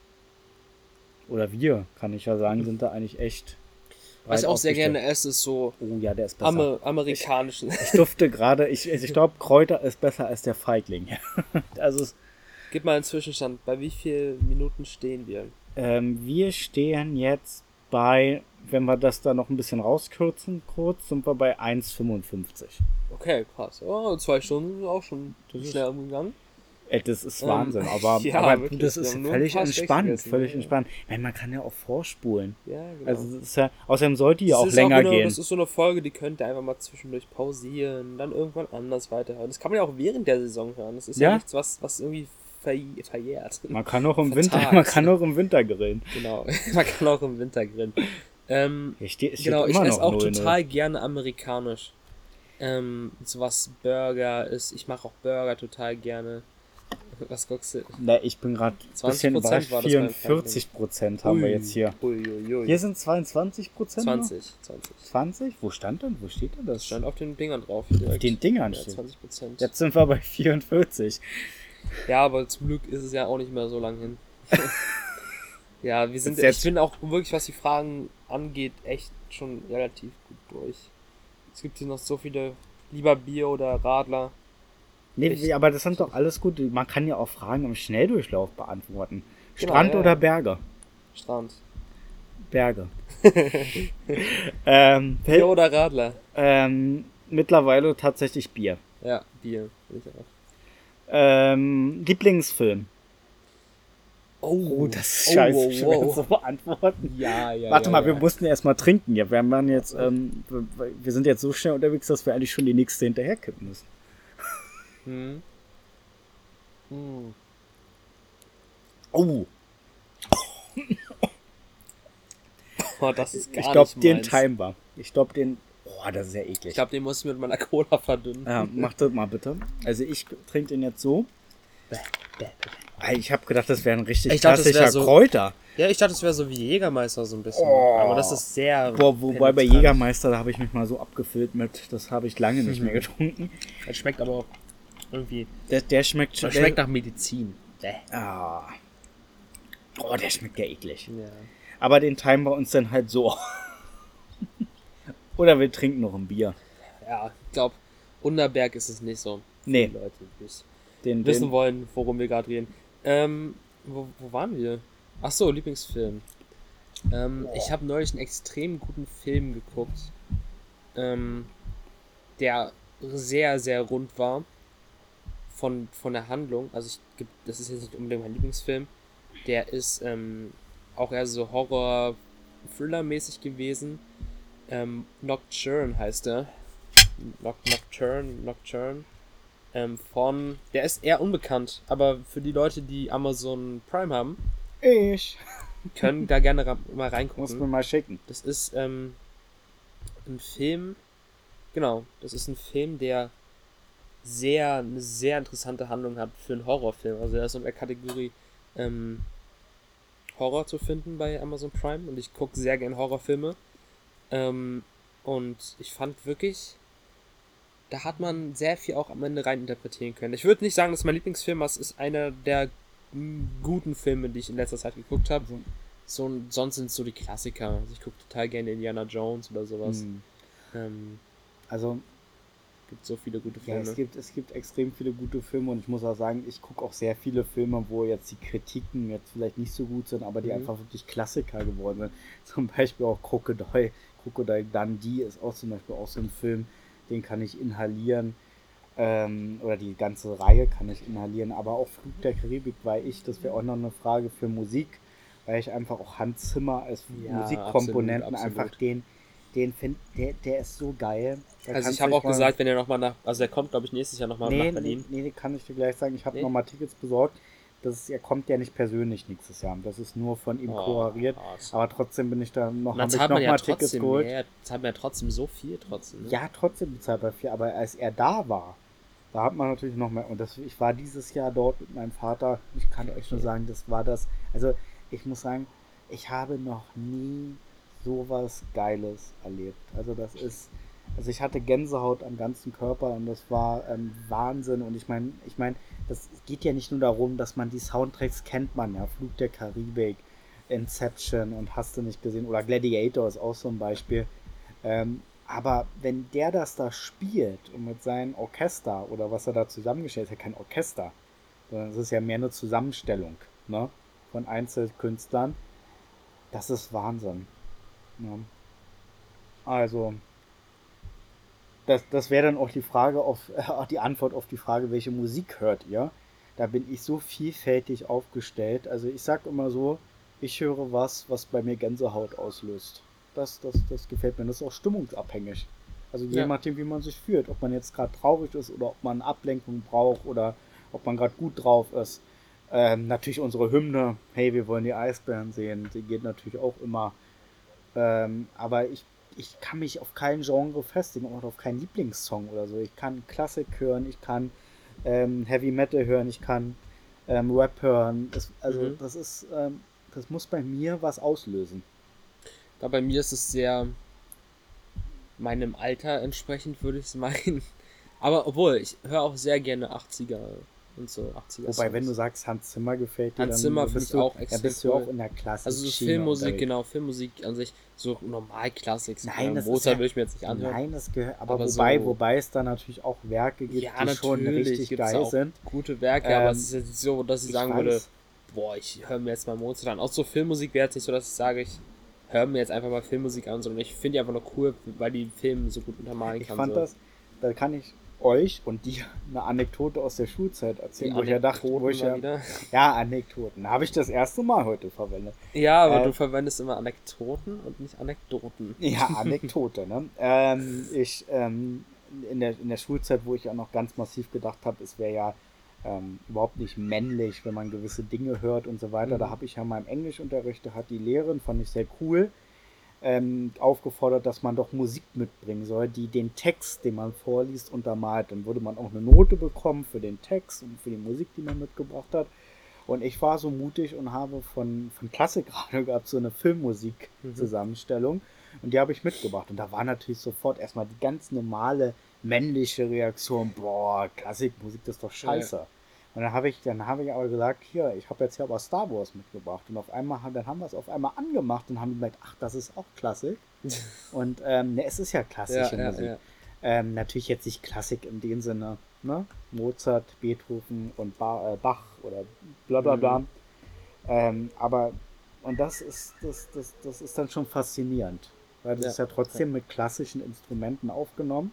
oder wir, kann ich ja sagen, sind da eigentlich echt. Was ich auch sehr gerne esse, ist so oh, ja, der ist besser. Amer- amerikanischen. Ich, ich durfte gerade, ich, ich glaube, Kräuter ist besser als der Feigling. Also es, gib mal einen Zwischenstand. Bei wie vielen Minuten stehen wir? Ähm, wir stehen jetzt bei, wenn wir das da noch ein bisschen rauskürzen, kurz, sind wir bei eins fünfundfünfzig. Okay, krass. Oh, zwei Stunden sind auch schon das schnell umgegangen. Ey, das ist Wahnsinn, ähm, aber, ja, aber wirklich, das ist völlig entspannt, völlig ja. entspannt. Weil man kann ja auch vorspulen. Ja, genau. Also das ist ja, außerdem sollte die ja auch länger auch eine, gehen. Das ist so eine Folge, die könnt ihr einfach mal zwischendurch pausieren, dann irgendwann anders weiterhören. Das kann man ja auch während der Saison hören. Das ist ja, ja nichts, was, was irgendwie ver- verjährt. Man kann auch im Winter, man kann auch im Winter grillen. Genau, man kann auch im Winter grillen. Ähm, Hier steht, steht genau, ich esse auch null, total null. gerne amerikanisch. Ähm, sowas Burger ist, ich mache auch Burger total gerne. Was guckst du? Ne, ich bin gerade ein bisschen bei vierundvierzig Prozent haben ui, wir jetzt hier. Ui, ui, ui. Hier sind zweiundzwanzig Prozent. zwanzig, zwanzig. zwanzig? Wo stand denn? Wo steht denn das? Das stand auf den Dingern drauf. Auf den Dingern ja, steht. zwanzig Prozent. Jetzt sind wir bei vierundvierzig. Ja, aber zum Glück ist es ja auch nicht mehr so lang hin. Ja, wir sind, ich bin auch wirklich, was die Fragen angeht, echt schon relativ gut durch. Es gibt hier noch so viele, lieber Bier oder Radler. Nee, echt. Aber das sind doch alles gut. Man kann ja auch Fragen im Schnelldurchlauf beantworten. Genau, Strand ja, oder ja. Berge? Strand. Berge. ähm, Bier oder Radler? Ähm, mittlerweile tatsächlich Bier. Ja, Bier. Ich auch. Ähm, Lieblingsfilm? Oh, das ist scheiße, oh, schwer oh, oh. zu beantworten. Ja, ja, Warte ja, mal, ja. wir mussten erstmal trinken. Ja, wir, haben jetzt, ähm, wir sind jetzt so schnell unterwegs, dass wir eigentlich schon die nächste hinterherkippen müssen. Hm. Hm. Oh. Oh, das ist gar Ich glaube, nicht den meins. Timer. Ich glaube, den... Oh, das ist ja eklig. Ich glaube, den muss ich mit meiner Cola verdünnen. Ja, mach das mal bitte. Also ich trinke den jetzt so. Bäh, bäh, bäh. Ich habe gedacht, das wäre ein richtig Ich dachte, das klassischer wär so- Kräuter. Ja, ich dachte, es wäre so wie Jägermeister so ein bisschen. Oh. Aber das ist sehr... Boah, wobei bei penetrant. Jägermeister, da habe ich mich mal so abgefüllt mit, das habe ich lange nicht mehr getrunken. Das schmeckt aber auch irgendwie... Der, der schmeckt schon. Das schmeckt nach Medizin. Bäh. Ah. Oh, der schmeckt ja eklig. Ja. Aber den teilen wir uns dann halt so. Oder wir trinken noch ein Bier. Ja, ich glaube, Unterberg ist es nicht so. Nee. Die Leute, die es Den, wissen den, wollen, worum wir gerade reden. Ähm, wo, wo waren wir? Ach so, Lieblingsfilm. Ähm, ich habe neulich einen extrem guten Film geguckt, ähm, der sehr, sehr rund war von, von der Handlung. Also ich, das ist jetzt nicht unbedingt mein Lieblingsfilm. Der ist ähm, auch eher so Horror-Thriller-mäßig gewesen. Ähm, Nocturne heißt der. Noc Nocturne, Nocturne. Ähm, von, der ist eher unbekannt, aber für die Leute, die Amazon Prime haben, ich. können da gerne ra mal Muss reingucken. mir mal schicken. Das ist ähm, ein Film, genau, das ist ein Film, der sehr, eine sehr interessante Handlung hat für einen Horrorfilm. Also der ist in der Kategorie ähm, Horror zu finden bei Amazon Prime und ich gucke sehr gerne Horrorfilme. Ähm, und ich fand wirklich, da hat man sehr viel auch am Ende rein interpretieren können. Ich würde nicht sagen, das ist mein Lieblingsfilm, aber es ist einer der m, guten Filme, die ich in letzter Zeit geguckt habe. Also, So, sonst sind es so die Klassiker. Also ich gucke total gerne Indiana Jones oder sowas. hm. Ähm, Also, gibt so viele gute ja, Filme. es gibt, es gibt extrem viele gute Filme und ich muss auch sagen, ich gucke auch sehr viele Filme, wo jetzt die Kritiken jetzt vielleicht nicht so gut sind, aber die Mhm. einfach wirklich Klassiker geworden sind. Zum Beispiel auch Crocodile, Crocodile Dundee ist auch zum Beispiel auch so ein Film, den kann ich inhalieren. Ähm, oder die ganze Reihe kann ich inhalieren, aber auch Flug der Karibik, weil ich, das wäre auch noch eine Frage für Musik, weil ich einfach auch Hans Zimmer als Ja, Musikkomponenten absolut, einfach absolut. den, den finde, der, der ist so geil. Da Also kannst ich habe du auch mal- gesagt, wenn er nochmal nach, also der kommt glaube ich nächstes Jahr nochmal Nee, nach nee, Berlin. nee, kann ich dir gleich sagen. Ich habe Nee? nochmal Tickets besorgt. Das ist, er kommt ja nicht persönlich nächstes Jahr. Das ist nur von ihm Oh, kuratiert. hart. Aber trotzdem bin ich da noch, Und dann habe ich zahlt man nochmal ja Tickets trotzdem geholt. mehr, zahlt man ja trotzdem so viel trotzdem. Ne? Ja, trotzdem bezahlt er viel. Aber als er da war, da hat man natürlich noch mehr. Und das, ich war dieses Jahr dort mit meinem Vater. Ich kann euch nur Okay. sagen, das war das. Also ich muss sagen, ich habe noch nie sowas Geiles erlebt. Also das ist, also ich hatte Gänsehaut am ganzen Körper und das war ähm, Wahnsinn. Und ich meine, ich meine, das geht ja nicht nur darum, dass man die Soundtracks kennt man ja, Flug der Karibik, Inception und hast du nicht gesehen, oder Gladiator ist auch so ein Beispiel. Ähm, aber wenn der das da spielt und mit seinem Orchester oder was er da zusammengestellt hat, kein Orchester, sondern es ist ja mehr eine Zusammenstellung, ne, von Einzelkünstlern, das ist Wahnsinn. Ja. Also, das, das wäre dann auch die Frage auf, äh, die Antwort auf die Frage, welche Musik hört ihr? Da bin ich so vielfältig aufgestellt. Also ich sag immer so, ich höre was, was bei mir Gänsehaut auslöst. Das, das, das gefällt mir. Das ist auch stimmungsabhängig. Also je Ja. nachdem, wie man sich fühlt. Ob man jetzt gerade traurig ist oder ob man Ablenkung braucht oder ob man gerade gut drauf ist. Ähm, natürlich unsere Hymne, hey, wir wollen die Eisbären sehen, die geht natürlich auch immer. Ähm, aber ich, ich kann mich auf kein Genre festigen und auf keinen Lieblingssong oder so. Ich kann Klassik hören, ich kann ähm, Heavy Metal hören, ich kann ähm, Rap hören. Das, also Mhm. das ist, ähm, das muss bei mir was auslösen. Da bei mir ist es sehr meinem Alter entsprechend, würde ich es meinen. Aber obwohl, ich höre auch sehr gerne achtziger und so achtziger Wobei, Songs. wenn du sagst, Hans Zimmer gefällt dir, Hans dann Zimmer bist finde ich du, auch ja, extrem bist du cool. auch in der Klassik. Also so Schiene Filmmusik, unterwegs. genau, Filmmusik an sich, so Normalklassik. Nein, das ist Mozart ja- will ich mir jetzt nicht anhören. Nein, das gehört, aber, Aber wobei, so- wobei es da natürlich auch Werke gibt, Ja, die schon natürlich richtig gibt's da geil auch sind. gute Werke, Ähm, aber es ist jetzt nicht so, dass ich, ich sagen weiß. würde, boah, ich höre mir jetzt mal Mozart an. Auch so Filmmusik wäre jetzt nicht so, dass ich sage, ich höre mir jetzt einfach mal Filmmusik an, sondern ich finde die einfach nur cool, weil die Filme so gut untermalen Ich kann. fand so. das, da kann ich euch und dir eine Anekdote aus der Schulzeit Die erzählen, wo ich ja dachte, wo ich Anekdoten mal ja, wieder. ja, Anekdoten, habe ich das erste Mal heute verwendet. Ja, aber Äh, du verwendest immer Anekdoten und nicht Anekdoten. Ja, Anekdote, ne? ähm, ich, ähm, in der, in der Schulzeit, wo ich ja noch ganz massiv gedacht habe, es wäre ja ähm, überhaupt nicht männlich, wenn man gewisse Dinge hört und so weiter. Mhm. Da habe ich ja mal im Englischunterricht, da hat die Lehrerin, fand ich sehr cool, ähm, aufgefordert, dass man doch Musik mitbringen soll, die den Text, den man vorliest, untermalt. Dann würde man auch eine Note bekommen für den Text und für die Musik, die man mitgebracht hat. Und ich war so mutig und habe von, von Klassikradio gab es so eine Filmmusik-Zusammenstellung. Und die habe ich mitgebracht. Und da war natürlich sofort erstmal die ganz normale männliche Reaktion. Boah, Klassikmusik, das ist doch scheiße. Ja. Und dann habe ich, dann habe ich aber gesagt, hier, ich habe jetzt hier aber Star Wars mitgebracht. Und auf einmal, dann haben wir es auf einmal angemacht und haben gemerkt, ach, das ist auch Klassik. Und ähm, ne, es ist ja klassische ja, Musik. Ja, ja. Ähm, natürlich jetzt nicht Klassik in dem Sinne, ne? Mozart, Beethoven und ba- äh, Bach oder bla bla bla. Mhm. Ähm, aber, und das ist, das, das, das ist dann schon faszinierend. Weil das ja, ist ja trotzdem ja. mit klassischen Instrumenten aufgenommen.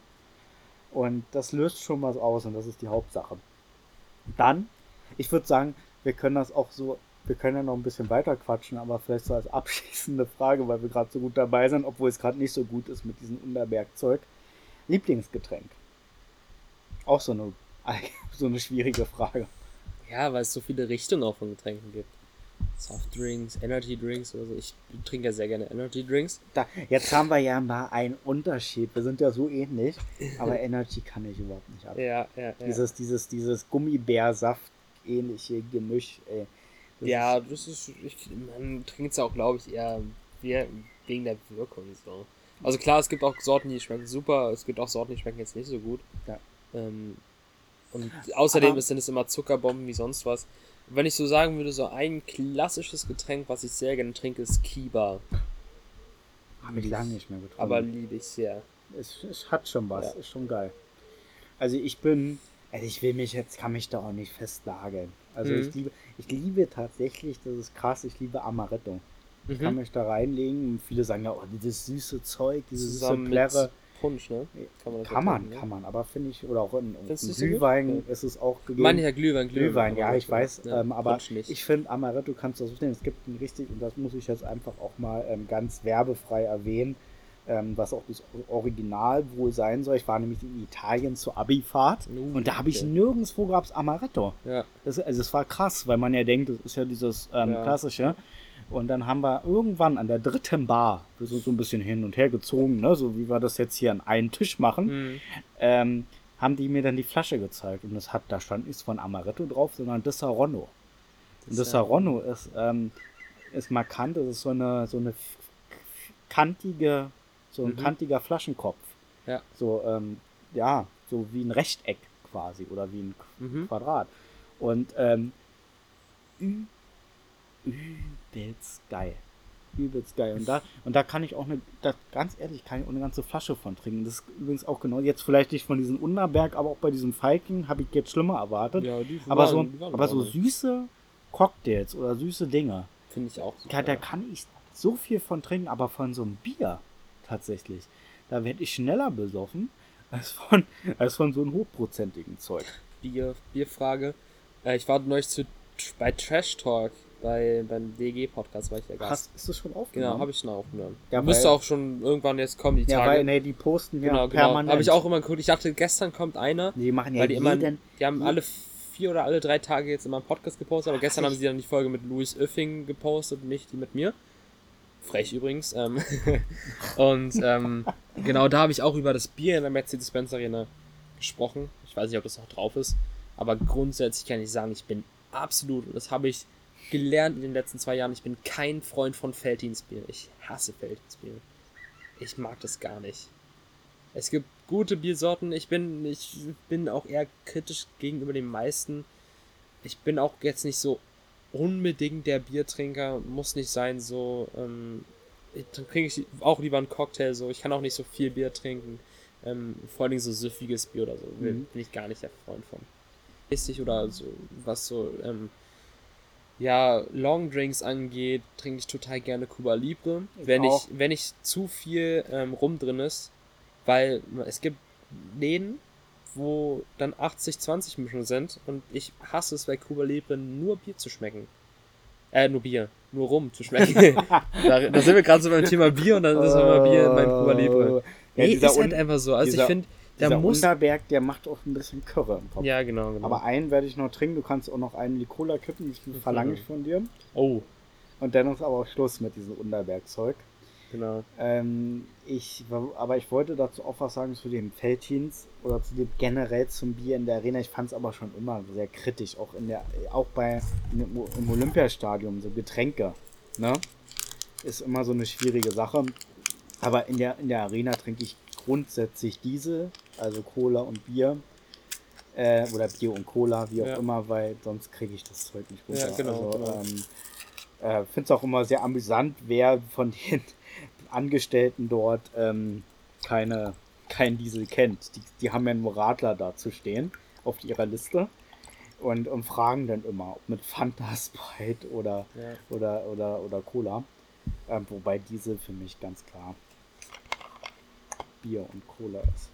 Und das löst schon was aus und das ist die Hauptsache. Dann, ich würde sagen, wir können das auch so, wir können ja noch ein bisschen weiter quatschen, aber vielleicht so als abschließende Frage, weil wir gerade so gut dabei sind, obwohl es gerade nicht so gut ist mit diesem Unterberg-Zeug. Lieblingsgetränk? Auch so eine, so eine schwierige Frage. Ja, weil es so viele Richtungen auch von Getränken gibt. Softdrinks, Energy Drinks oder so. Ich trinke ja sehr gerne Energy Drinks. Da, jetzt haben wir ja mal einen Unterschied. Wir sind ja so ähnlich, aber Energy kann ich überhaupt nicht ab. Ja, ja, ja. Dieses, dieses, dieses Gummibärsaft-ähnliche Gemisch, ey. Das ja, ist, das ist, ich, man trinkt es auch, glaube ich, eher wegen der Wirkung so. Also klar, es gibt auch Sorten, die schmecken super, es gibt auch Sorten, die schmecken jetzt nicht so gut. Ja. Ähm, und außerdem aber, sind es immer Zuckerbomben wie sonst was. Wenn ich so sagen würde, so ein klassisches Getränk, was ich sehr gerne trinke, ist Kiba. Habe ich lange nicht mehr getrunken. Aber liebe ich sehr. Es, es hat schon was, ja. Ist schon geil. Also ich bin, also ich will mich jetzt, kann mich da auch nicht festnageln. Also mhm. ich liebe, ich liebe tatsächlich, das ist krass, ich liebe Amaretto. Ich mhm. kann mich da reinlegen und viele sagen ja, oh, dieses süße Zeug, diese Zusammen süße Plärre. Punsch, ne? Kann man, kann man, kann man, aber finde ich, oder auch in, in Glühwein so ist es auch gegeben. Mancher Glühwein, Glühwein, Glühwein ja, ich weiß, ja, ähm, aber ich finde, Amaretto kannst du so nehmen. Es gibt ein richtig, und das muss ich jetzt einfach auch mal ähm, ganz werbefrei erwähnen, ähm, was auch das Original wohl sein soll. Ich war nämlich in Italien zur Abifahrt uh, und da habe ich okay. nirgendwo gab's Amaretto. Ja. Das, also es war krass, weil man ja denkt, das ist ja dieses ähm, ja. klassische. Und dann haben wir irgendwann an der dritten Bar, wir sind so ein bisschen hin und her gezogen, ne, so wie wir das jetzt hier an einen Tisch machen, mhm. ähm, haben die mir dann die Flasche gezeigt. Und das hat, da stand nichts von Amaretto drauf, sondern Disaronno. Und Disaronno ist, ähm, ist markant, das ist so eine, so eine kantige, so ein mhm. kantiger Flaschenkopf. Ja. So, ähm, ja, so wie ein Rechteck quasi oder wie ein mhm. Quadrat. Und, ähm, übelst geil. Übelst geil. Und da, und da kann ich auch eine, da, ganz ehrlich, kann ich auch eine ganze Flasche von trinken. Das ist übrigens auch genau, jetzt vielleicht nicht von diesem Unterberg, aber auch bei diesem Viking habe ich jetzt schlimmer erwartet. Ja, die aber waren, so, aber so süße Cocktails oder süße Dinge. Finde ich auch super. Da, da kann ich so viel von trinken, aber von so einem Bier tatsächlich. Da werde ich schneller besoffen als von, als von so einem hochprozentigen Zeug. Bier, Bierfrage. Äh, ich war neulich zu, bei Trash Talk. Bei, beim D G-Podcast war ich der Gast. Hast, ist das schon aufgenommen? Genau, habe ich schon aufgenommen. Ja, müsste auch schon irgendwann jetzt kommen, die ja, Tage. Ja, weil, nee, die posten ja genau, permanent. Genau, habe ich auch immer geguckt. Ich dachte, gestern kommt einer. Die machen ja weil die, jeden... immer, die haben alle vier oder alle drei Tage jetzt immer einen Podcast gepostet, aber gestern Ach, haben sie dann die Folge mit Louis Oeffing gepostet, nicht die mit mir. Frech übrigens. Ähm und ähm, genau, da habe ich auch über das Bier in der Mercedes-Benz Arena gesprochen. Ich weiß nicht, ob das noch drauf ist, aber grundsätzlich kann ich sagen, ich bin absolut, und das habe ich gelernt in den letzten zwei Jahren, ich bin kein Freund von Veltinsbier. Ich hasse Veltinsbier. Ich mag das gar nicht. Es gibt gute Biersorten, ich bin, ich bin auch eher kritisch gegenüber den meisten. Ich bin auch jetzt nicht so unbedingt der Biertrinker, muss nicht sein, so, ähm, dann trinke ich auch lieber einen Cocktail, so, ich kann auch nicht so viel Bier trinken, ähm, vor allem so süffiges Bier oder so, mhm. bin ich gar nicht der Freund von. Oder so, was so, ähm, ja, Longdrinks angeht, trinke ich total gerne Cuba Libre, ich wenn auch. ich wenn ich zu viel ähm, Rum drin ist, weil es gibt Läden, wo dann achtzig zwanzig Mischungen sind und ich hasse es bei Cuba Libre nur Bier zu schmecken. Äh, nur Bier, nur Rum zu schmecken. da, da sind wir gerade so beim Thema Bier und dann ist auch mal Bier in meinem Cuba Libre. Ja, nee, ist halt einfach so. Also ich finde, der muss... Unterberg, der macht auch ein bisschen Körre im Kopf. Ja, genau, genau. Aber einen werde ich noch trinken. Du kannst auch noch einen in die Cola kippen. Das verlange ich von dir. Oh. Und dann ist aber auch Schluss mit diesem Unterberg-Zeug. Genau. Ähm, ich, aber ich wollte dazu auch was sagen zu den Feldteams oder zu dem generell zum Bier in der Arena. Ich fand es aber schon immer sehr kritisch, auch in der, auch bei im Olympiastadion, so Getränke, ne? Ist immer so eine schwierige Sache. Aber in der, in der Arena trinke ich grundsätzlich Diesel, also Cola und Bier. Äh, oder Bier und Cola, wie auch ja. immer, weil sonst kriege ich das Zeug nicht runter. Ja, genau, also, genau. Ähm, äh, finde es auch immer sehr amüsant, wer von den Angestellten dort ähm, keine, kein Diesel kennt. Die, die haben ja nur Radler da zu stehen auf ihrer Liste und, und fragen dann immer, ob mit Fanta, Sprite oder, ja. oder, oder, oder Cola. Ähm, wobei Diesel für mich ganz klar Bier und Cola ist.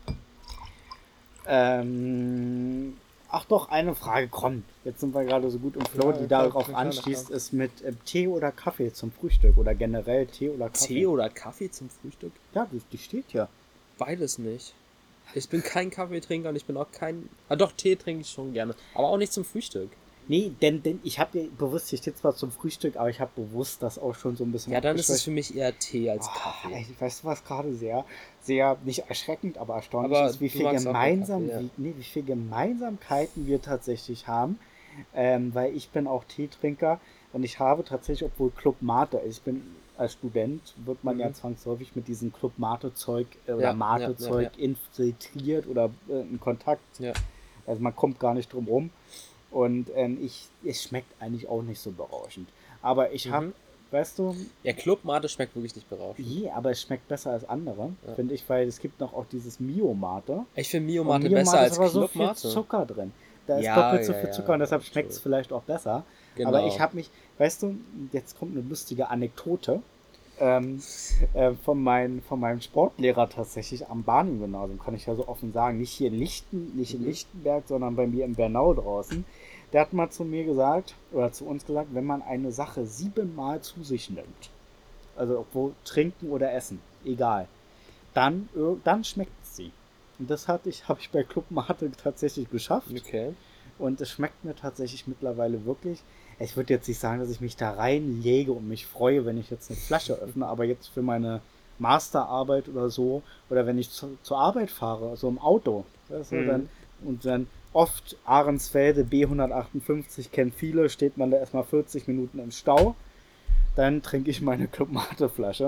Ähm, ach doch, eine Frage, komm. Jetzt sind wir gerade so gut im Flow, ja, die klar, darauf klar, anschließt, klar. ist mit äh, Tee oder Kaffee zum Frühstück oder generell Tee oder Kaffee. Tee oder Kaffee zum Frühstück? Ja, die, die steht ja. Beides nicht. Ich bin kein Kaffeetrinker und ich bin auch kein... Ah doch, Tee trinke ich schon gerne, aber auch nicht zum Frühstück. Nee, denn, denn ich habe ja bewusst, ich stehe zwar zum Frühstück, aber ich habe bewusst das auch schon so ein bisschen... Ja, dann ist es für mich eher Tee als oh, Kaffee. Ich weiß du, was gerade sehr, sehr, nicht erschreckend, aber erstaunlich aber ist, wie viel, gemeinsam, Kaffee, ja. wie, nee, wie viel Gemeinsamkeiten wir tatsächlich haben, ähm, weil ich bin auch Teetrinker und ich habe tatsächlich, obwohl Club Mate, ich bin als Student, wird man mhm. ja zwangsläufig mit diesem Club Mate-Zeug äh, oder ja, Mate-Zeug ja, ja, infiltriert oder äh, in Kontakt. Ja. Also man kommt gar nicht drum rum. Und ähm, ich, es schmeckt eigentlich auch nicht so berauschend. Aber ich habe, mhm. weißt du... Ja, Club Mate schmeckt wirklich nicht berauschend. Je, aber es schmeckt besser als andere, ja. finde ich, weil es gibt noch auch dieses Mio Mate. Ich finde Mio Mate besser als Club Mate. Da ist so viel Zucker drin. Da ja, ist doppelt so ja, viel ja, Zucker und deshalb ja, schmeckt es vielleicht auch besser. Genau. Aber ich habe mich, weißt du, jetzt kommt eine lustige Anekdote ähm, äh, von, mein, von meinem Sportlehrer tatsächlich am Barnim-Gymnasium, kann ich ja so offen sagen. Nicht hier in Lichten, nicht mhm. in Lichtenberg, sondern bei mir in Bernau draußen. Der hat mal zu mir gesagt, oder zu uns gesagt, wenn man eine Sache siebenmal zu sich nimmt, also obwohl trinken oder essen, egal, dann, dann schmeckt es sie. Und das hatte ich, habe ich bei Club Mate tatsächlich geschafft. Okay. Und es schmeckt mir tatsächlich mittlerweile wirklich. Ich würde jetzt nicht sagen, dass ich mich da reinlege und mich freue, wenn ich jetzt eine Flasche öffne, aber jetzt für meine Masterarbeit oder so, oder wenn ich zu, zur Arbeit fahre, also im Auto, weißt du, mhm. dann, und dann oft Ahrensfelde B hundertachtundfünfzig, kennen viele, steht man da erstmal vierzig Minuten im Stau. Dann trinke ich meine Club Mate Flasche.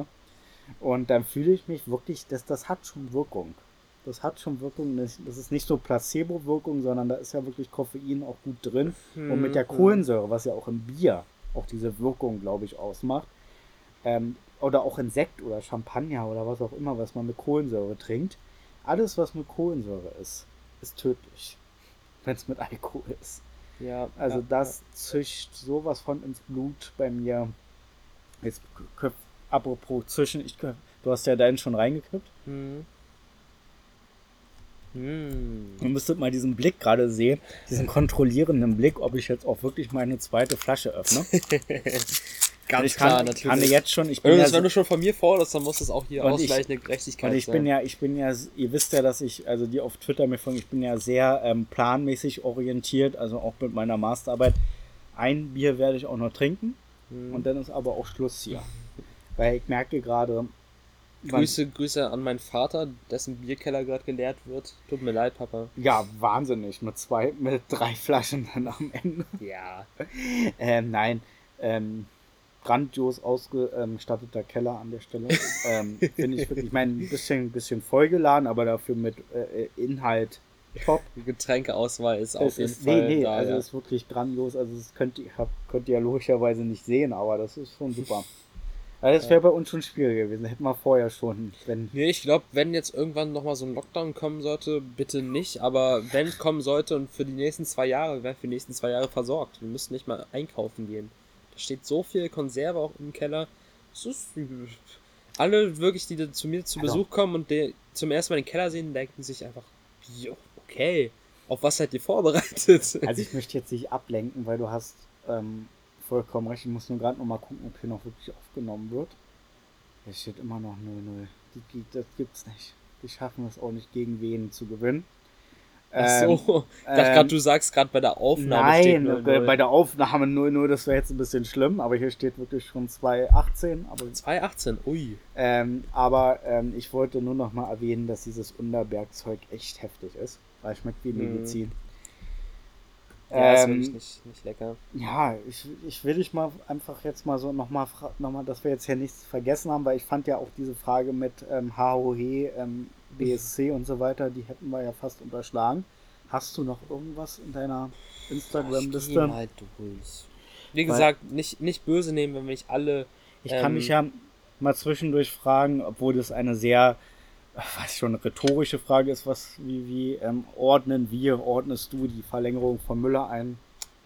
Und dann fühle ich mich wirklich, das, das hat schon Wirkung. Das hat schon Wirkung. Das ist nicht so Placebo-Wirkung, sondern da ist ja wirklich Koffein auch gut drin. Hm, und mit der Kohlensäure, was ja auch im Bier auch diese Wirkung, glaube ich, ausmacht. Ähm, oder auch in Sekt oder Champagner oder was auch immer, was man mit Kohlensäure trinkt. Alles, was mit Kohlensäure ist, ist tödlich. Wenn es mit Alkohol ist. Ja, also ja, das ja. zischt sowas von ins Blut bei mir. Jetzt apropos zischen, ich, du hast ja deinen schon reingekippt. Hm. Hm. Ihr müsstet mal diesen Blick gerade sehen, diesen kontrollierenden Blick, ob ich jetzt auch wirklich meine zweite Flasche öffne. Ganz ich klar, kann, natürlich. Kann jetzt schon, ich bin wenn, ja das, wenn du schon von mir forderst, dann muss es auch hier ausgleichende Gerechtigkeit und ich sein. bin ja, ich bin ja, ihr wisst ja, dass ich, also die auf Twitter mir folgen, ich bin ja sehr ähm, planmäßig orientiert, also auch mit meiner Masterarbeit. Ein Bier werde ich auch noch trinken hm. und dann ist aber auch Schluss hier. Weil ich merke gerade... Grüße, Grüße an meinen Vater, dessen Bierkeller gerade geleert wird. Tut mir leid, Papa. Ja, wahnsinnig. Mit zwei, mit drei Flaschen dann am Ende. Ja. ähm, nein, ähm... grandios ausgestatteter Keller an der Stelle. ähm, Finde ich wirklich, ich meine, ein bisschen, bisschen vollgeladen, aber dafür mit äh, Inhalt top. Die Getränkeauswahl ist es auf jeden ist, Fall nee, nee, da. also ja. ist wirklich grandios. Also das könnt ihr, hab, könnt ihr ja logischerweise nicht sehen, aber das ist schon super. Also das wäre bei uns schon schwierig gewesen. Hätten wir vorher schon. Wenn nee, ich glaube, wenn jetzt irgendwann nochmal so ein Lockdown kommen sollte, bitte nicht. Aber wenn es kommen sollte und für die nächsten zwei Jahre, werden für die nächsten zwei Jahre versorgt. Wir müssen nicht mal einkaufen gehen. Da steht so viel Konserve auch im Keller. Das ist, alle wirklich, die zu mir zu Besuch kommen und die zum ersten Mal den Keller sehen, denken sich einfach, okay, auf was seid ihr vorbereitet? Also ich möchte jetzt nicht ablenken, weil du hast ähm, vollkommen recht. Ich muss nur gerade noch mal gucken, ob hier noch wirklich aufgenommen wird. Es steht immer noch null null. Das gibt's nicht. Die schaffen es auch nicht, gegen wen zu gewinnen. Ach so, ich dachte ähm, gerade, du sagst gerade bei der Aufnahme nein, steht null null. Bei der Aufnahme null null, das wäre jetzt ein bisschen schlimm, aber hier steht wirklich schon zwei achtzehn. Aber, zwei achtzehn, ui. Ähm, aber ähm, ich wollte nur noch mal erwähnen, dass dieses Unterbergzeug echt heftig ist, weil es schmeckt wie Medizin. Hm. Ja, ist wirklich nicht, nicht lecker. Ja, ich, ich will dich mal einfach jetzt mal so nochmal, noch mal, dass wir jetzt hier nichts vergessen haben, weil ich fand ja auch diese Frage mit ähm, H O H, ähm, B S C und so weiter, die hätten wir ja fast unterschlagen. Hast du noch irgendwas in deiner Instagram-Liste? Ich geh mal durch. Wie gesagt, weil, nicht, nicht böse nehmen, wenn wir nicht alle... Ich ähm, kann mich ja mal zwischendurch fragen, obwohl das eine sehr... was schon eine rhetorische Frage ist, was wie, wie ähm, ordnen wir, ordnest du die Verlängerung von Müller ein?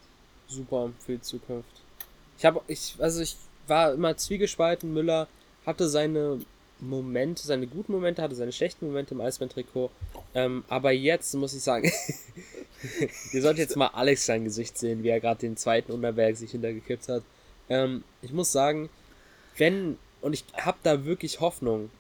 Super für die Zukunft. Ich habe, ich, also ich war immer zwiegespalten. Müller hatte seine Momente, seine guten Momente, hatte seine schlechten Momente im Eisbären-Trikot. Ähm, aber jetzt muss ich sagen, ihr sollt jetzt mal Alex sein Gesicht sehen, wie er gerade den zweiten Unterberg sich hintergekippt hat. Ähm, ich muss sagen, wenn, und ich habe da wirklich Hoffnung,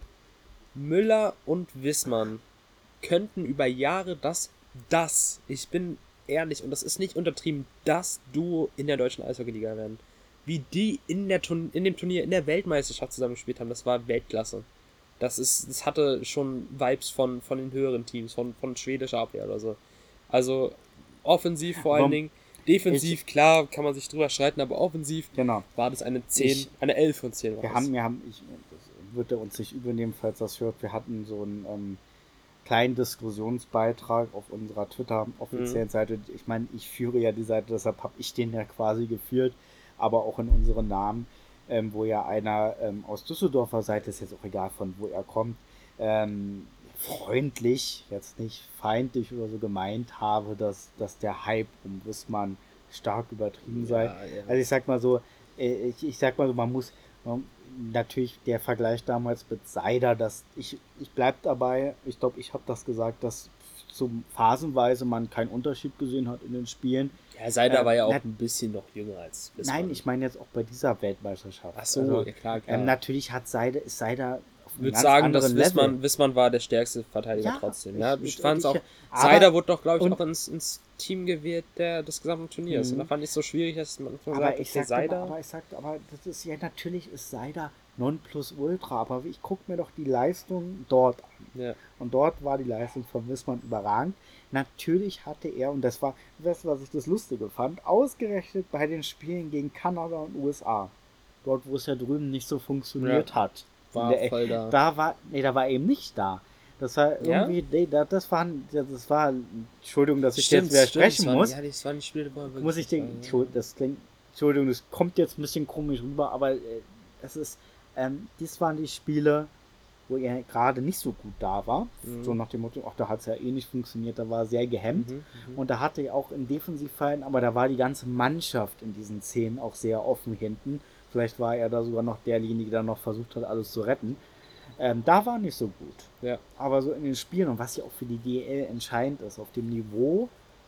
Müller und Wissmann könnten über Jahre das, das, ich bin ehrlich, und das ist nicht untertrieben, das Duo in der deutschen Eishockey-Liga werden. Wie die in, der Turn- in dem Turnier, in der Weltmeisterschaft zusammen gespielt haben, das war Weltklasse. Das ist, das hatte schon Vibes von, von den höheren Teams, von, von schwedischer Abwehr oder so. Also offensiv vor allen Dingen, defensiv, ich, klar, kann man sich drüber streiten, aber offensiv genau. war das eine zehn, ich, eine elf von zehn. Wir haben, wir haben, ich, würde uns nicht übernehmen, falls das hört. Wir hatten so einen ähm, kleinen Diskussionsbeitrag auf unserer Twitter-offiziellen mhm. Seite. Ich meine, ich führe ja die Seite, deshalb habe ich den ja quasi geführt, aber auch in unseren Namen, ähm, wo ja einer ähm, aus Düsseldorfer Seite, ist jetzt auch egal von wo er kommt, ähm, freundlich, jetzt nicht feindlich oder so gemeint habe, dass, dass der Hype um Wissmann stark übertrieben sei. Ja, ja. Also ich sag mal so, äh, ich, ich sag mal so, man muss man, natürlich der Vergleich damals mit Seider, dass ich, ich bleib dabei, ich glaube, ich habe das gesagt, dass so phasenweise man keinen Unterschied gesehen hat in den Spielen. Ja, Seider ähm, war ja auch na, ein bisschen noch jünger als Wissmann. Nein, ich meine jetzt auch bei dieser Weltmeisterschaft. Ach so, also, ja, klar, klar. Ähm, natürlich hat Seider, ist Seider auf einem ganz sagen, anderen dass Wissmann, Level. Wissmann war der stärkste Verteidiger ja, trotzdem. Ja, ich, ich fand auch, Seider wurde doch, glaube ich, auch ins, ins Team gewählt der, des gesamten Turniers. Mhm. Und da fand ich es so schwierig, dass man aber sagt, ich sagte, Seider... Aber, aber ich sagte, aber das ist ja, natürlich ist Seider Nonplusultra, aber ich gucke mir doch die Leistung dort an. Ja. Und dort war die Leistung von Wissmann überragend. Natürlich hatte er, und das war das, was ich das Lustige fand, ausgerechnet bei den Spielen gegen Kanada und U S A. Dort, wo es ja drüben nicht so funktioniert ja. hat. War der, voll da. Da war, nee, da war eben nicht da. Das war irgendwie, ja. nee, das war, das war, Entschuldigung, dass ich stimmt, jetzt widersprechen stimmt, muss. Ja, das war nicht Spiele, muss ich den, das klingt, Entschuldigung, das kommt jetzt ein bisschen komisch rüber, aber es ist, ähm, dies waren die Spiele, wo er gerade nicht so gut da war. Mhm. So nach dem Motto, ach, da hat es ja eh nicht funktioniert, da war er sehr gehemmt. Mhm, und da hatte er auch in Defensivfällen, aber da war die ganze Mannschaft in diesen Szenen auch sehr offen hinten. Vielleicht war er da sogar noch derjenige, der noch versucht hat, alles zu retten. Ähm, da war nicht so gut. Ja. Aber so in den Spielen, und was ja auch für die D E L entscheidend ist, auf dem Niveau,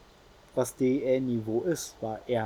was D E L-Niveau ist, war er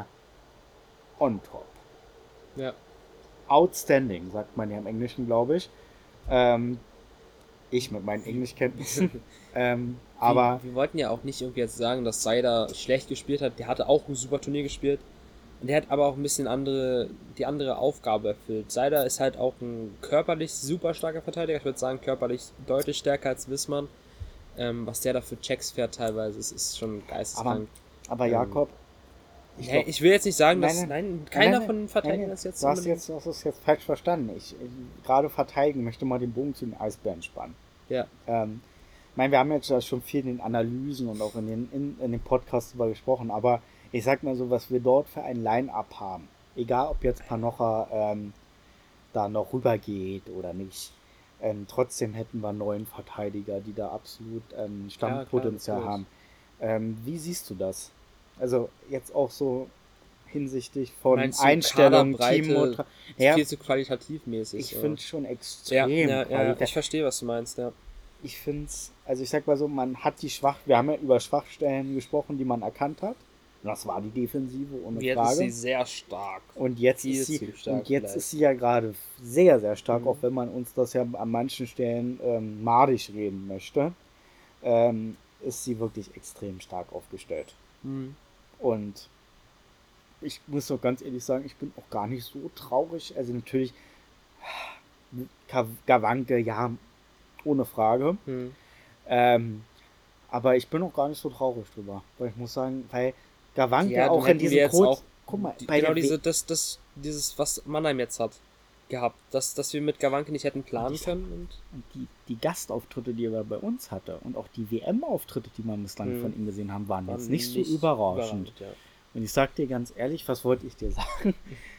on top. Ja. Outstanding, sagt man ja im Englischen, glaube ich. Ähm, ich mit meinen Englischkenntnissen. ähm, aber wir, wir wollten ja auch nicht irgendwie jetzt sagen, dass Seider schlecht gespielt hat. Der hatte auch ein super Turnier gespielt. Und der hat aber auch ein bisschen andere, die andere Aufgabe erfüllt. Seider ist halt auch ein körperlich super starker Verteidiger. Ich würde sagen, körperlich deutlich stärker als Wissmann. Ähm, was der da für Checks fährt teilweise, ist, ist schon geisteskrank. Aber, aber Jakob, ähm, ich, hey, ich will jetzt nicht sagen, dass nein, nein, keiner nein, nein, von den Verteidigern ist jetzt... Du hast jetzt, das ist jetzt falsch verstanden. Ich, ich gerade verteidigen möchte mal den Bogen zu den Eisbären spannen. Ja. Ähm, ich meine, wir haben jetzt schon viel in den Analysen und auch in den, in, in den Podcasts darüber gesprochen, aber ich sag mal so, was wir dort für ein Line-Up haben, egal ob jetzt Panocha ähm, da noch rübergeht oder nicht, ähm, trotzdem hätten wir neun Verteidiger, die da absolut ähm, Stammpotenzial ja, klar, haben. Ähm, wie siehst du das? Also jetzt auch so hinsichtlich von Einstellung, Team, ja, viel zu qualitativmäßig. Ich finde es schon extrem. Ja, ja, ja, ich verstehe, was du meinst, ja. Ich finde es, also ich sag mal so, man hat die Schwach, wir haben ja über Schwachstellen gesprochen, die man erkannt hat. Das war die Defensive, ohne jetzt Frage. Jetzt ist sie sehr stark. Und jetzt, ist sie, und jetzt ist sie ja gerade sehr, sehr stark, mhm. auch wenn man uns das ja an manchen Stellen ähm, madig reden möchte. Ähm, ist sie wirklich extrem stark aufgestellt. Mhm. Und ich muss doch ganz ehrlich sagen, ich bin auch gar nicht so traurig. Also natürlich, Gawanke, ja, ohne Frage. Mhm. Ähm, aber ich bin auch gar nicht so traurig drüber. Weil ich muss sagen, weil Gawanke ja, auch in diesem Code. Guck mal, die, bei genau der diese, das, das, dieses, was Mannheim jetzt hat, gehabt. Dass, dass wir mit Gawanke nicht hätten planen die, können. Und, und die, die Gastauftritte, die er bei uns hatte und auch die W M-Auftritte, die wir bislang Mhm. von ihm gesehen haben, waren, waren jetzt nicht, nicht so überraschend. ja. Und ich sag dir ganz ehrlich, was wollte ich dir sagen?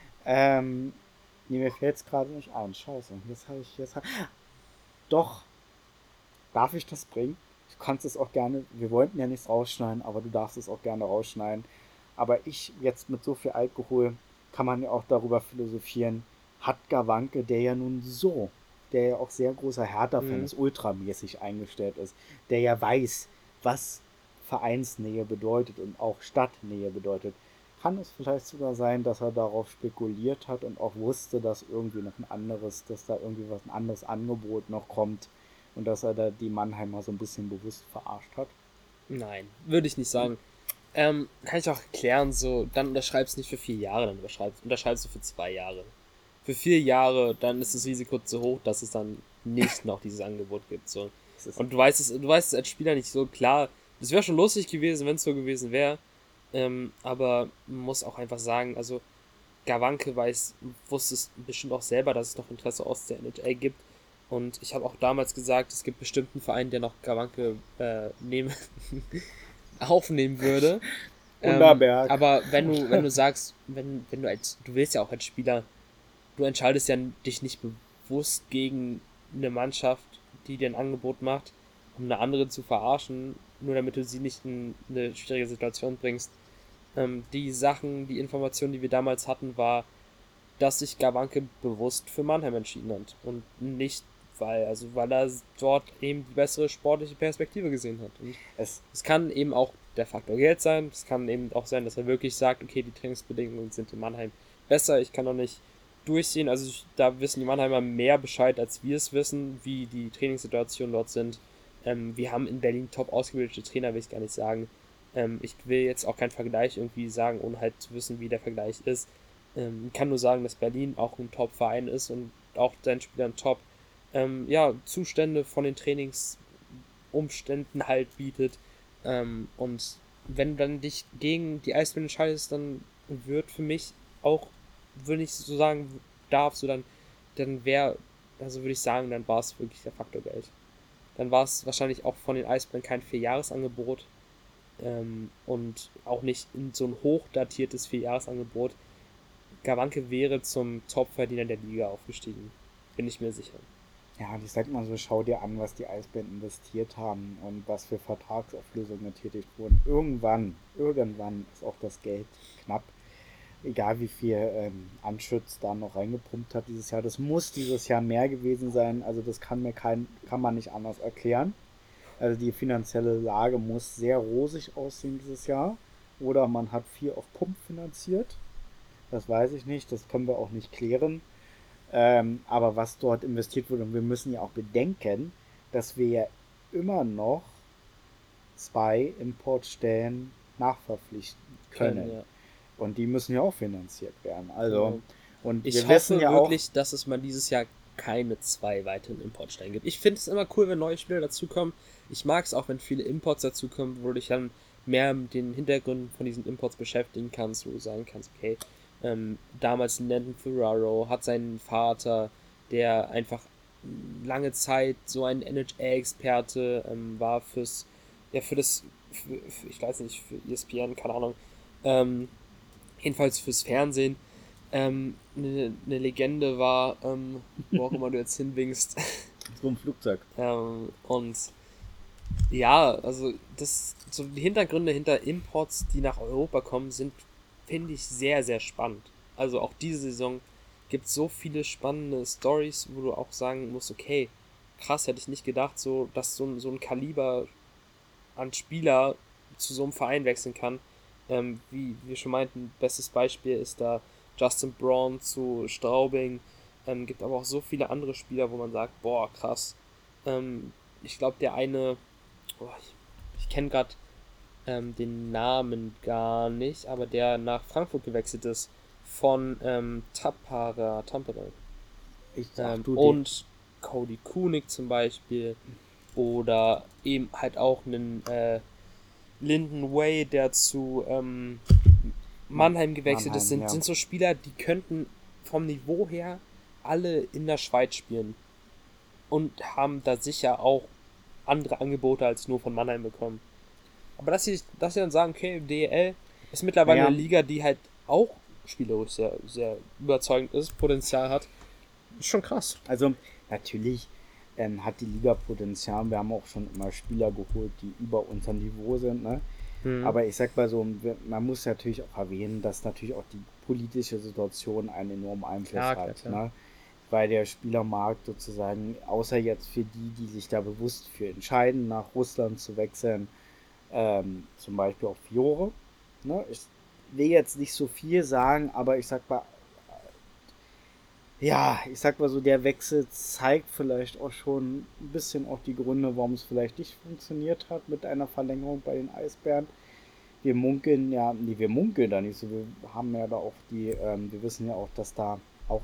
ähm, nee, mir fällt es gerade nicht ein. Scheiße. Jetzt habe ich jetzt. Hab... Doch. Darf ich das bringen? Du kannst es auch gerne. Wir wollten ja nichts rausschneiden, aber du darfst es auch gerne rausschneiden. Aber ich, jetzt mit so viel Alkohol, kann man ja auch darüber philosophieren. Hat Gawanke, der ja nun so, der ja auch sehr großer Hertha-Fan Mhm. ist, ultramäßig eingestellt ist, der ja weiß, was Vereinsnähe bedeutet und auch Stadtnähe bedeutet, kann es vielleicht sogar sein, dass er darauf spekuliert hat und auch wusste, dass irgendwie noch ein anderes, dass da irgendwie was ein anderes Angebot noch kommt und dass er da die Mannheimer so ein bisschen bewusst verarscht hat? Nein, würde ich nicht sagen. Ähm, kann ich auch erklären, so, dann unterschreibst du nicht für vier Jahre, dann unterschreibst, unterschreibst du für zwei Jahre. Für vier Jahre, dann ist das Risiko zu hoch, dass es dann nicht noch dieses Angebot gibt. So. Und du weißt es, du weißt es als Spieler nicht so, klar, das wäre schon lustig gewesen, wenn es so gewesen wäre. Ähm, aber man muss auch einfach sagen, also Gawanke weiß, wusste es bestimmt auch selber, dass es noch Interesse aus der N H L gibt. Und ich habe auch damals gesagt, es gibt bestimmt einen Verein, der noch Gawanke äh, nehmen, aufnehmen würde. Ähm, aber wenn du, wenn du sagst, wenn, wenn du als, du willst ja auch als Spieler, du entscheidest ja dich nicht bewusst gegen eine Mannschaft, die dir ein Angebot macht, um eine andere zu verarschen, nur damit du sie nicht in eine schwierige Situation bringst. Ähm, die Sachen, die Informationen, die wir damals hatten, war, dass sich Gawanke bewusst für Mannheim entschieden hat und nicht weil, also weil er dort eben die bessere sportliche Perspektive gesehen hat. Und Es, es kann eben auch der Faktor Geld sein, es kann eben auch sein, dass er wirklich sagt, okay, die Trainingsbedingungen sind in Mannheim besser, ich kann doch nicht durchsehen, also ich, da wissen die Mannheimer mehr Bescheid, als wir es wissen, wie die Trainingssituationen dort sind. Ähm, wir haben in Berlin top ausgebildete Trainer, will ich gar nicht sagen. Ähm, ich will jetzt auch keinen Vergleich irgendwie sagen, ohne halt zu wissen, wie der Vergleich ist. Ähm, kann nur sagen, dass Berlin auch ein Top-Verein ist und auch seinen Spielern top ähm, ja, Zustände von den Trainingsumständen halt bietet. Ähm, und wenn du dann dich gegen die Eisbären entscheidest, dann wird für mich auch, würde ich so sagen, darf, so dann, dann wäre, also würde ich sagen, dann war es wirklich der Faktor Geld. Dann war es wahrscheinlich auch von den Eisbären kein Vierjahresangebot ähm, und auch nicht in so ein hochdatiertes Vierjahresangebot. Gawanke wäre zum Topverdiener der Liga aufgestiegen. Bin ich mir sicher. Ja, und ich sag mal so, schau dir an, was die Eisbären investiert haben und was für Vertragsauflösungen getätigt wurden. Irgendwann, irgendwann ist auch das Geld knapp. Egal wie viel ähm, Anschütz da noch reingepumpt hat dieses Jahr. Das muss dieses Jahr mehr gewesen sein. Also das kann mir kein, kann man nicht anders erklären. Also die finanzielle Lage muss sehr rosig aussehen dieses Jahr. Oder man hat viel auf Pump finanziert. Das weiß ich nicht. Das können wir auch nicht klären. Ähm, aber was dort investiert wurde, und wir müssen ja auch bedenken, dass wir ja immer noch zwei Importstellen nachverpflichten können. können ja. Und die müssen ja auch finanziert werden. Also, ja. und ich wir hoffe wissen ja wirklich, auch, dass es mal dieses Jahr keine zwei weiteren Importstellen gibt. Ich finde es immer cool, wenn neue Spieler dazukommen. Ich mag es auch, wenn viele Imports dazukommen, wo du dich dann mehr mit den Hintergründen von diesen Imports beschäftigen kannst, wo du sagen kannst, okay, Ähm, damals Landon Ferraro hat seinen Vater, der einfach lange Zeit so ein N H L-Experte ähm, war fürs, ja für das, für, für, ich weiß nicht, für E S P N, keine Ahnung, ähm, jedenfalls fürs Fernsehen, ähm, eine, eine Legende war, ähm, wo auch immer du jetzt hinwinkst. So ein Flugzeug. ähm, und ja, also das, so die Hintergründe hinter Imports, die nach Europa kommen, sind finde ich sehr, sehr spannend. Also auch diese Saison gibt es so viele spannende Stories, wo du auch sagen musst, okay, krass, hätte ich nicht gedacht, so, dass so ein, so ein Kaliber an Spieler zu so einem Verein wechseln kann. Ähm, wie wir schon meinten, bestes Beispiel ist da Justin Braun zu Straubing. Ähm, gibt aber auch so viele andere Spieler, wo man sagt, boah, krass. Ähm, ich glaube, der eine, oh, ich, ich ich kenne gerade ähm, den Namen gar nicht, aber der nach Frankfurt gewechselt ist, von ähm, Tappara, Tampere. Ich sag, ähm, du und Cody Kunig zum Beispiel, oder eben halt auch einen äh, Linden Way, der zu ähm, Mannheim gewechselt Mannheim, ist, sind, ja. sind so Spieler, die könnten vom Niveau her alle in der Schweiz spielen und haben da sicher auch andere Angebote als nur von Mannheim bekommen. Aber dass sie, dass sie dann sagen, okay, D E L ist mittlerweile ja. eine Liga, die halt auch spielerisch sehr, sehr überzeugend ist, Potenzial hat, ist schon krass. Also natürlich ähm, hat die Liga Potenzial. Wir haben auch schon immer Spieler geholt, die über unserem Niveau sind, ne? Mhm. Aber ich sag mal so, man muss natürlich auch erwähnen, dass natürlich auch die politische Situation einen enormen Einfluss klar, hat. Klar, klar. Ne? Weil der Spielermarkt sozusagen, außer jetzt für die, die sich da bewusst für entscheiden, nach Russland zu wechseln, ähm, zum Beispiel auch Fiore. Ne? Ich will jetzt nicht so viel sagen, aber ich sag mal, ja, ich sag mal so, der Wechsel zeigt vielleicht auch schon ein bisschen auch die Gründe, warum es vielleicht nicht funktioniert hat mit einer Verlängerung bei den Eisbären. Wir munkeln ja, nee, wir munkeln da nicht so, wir haben ja da auch die, ähm, wir wissen ja auch, dass da auch,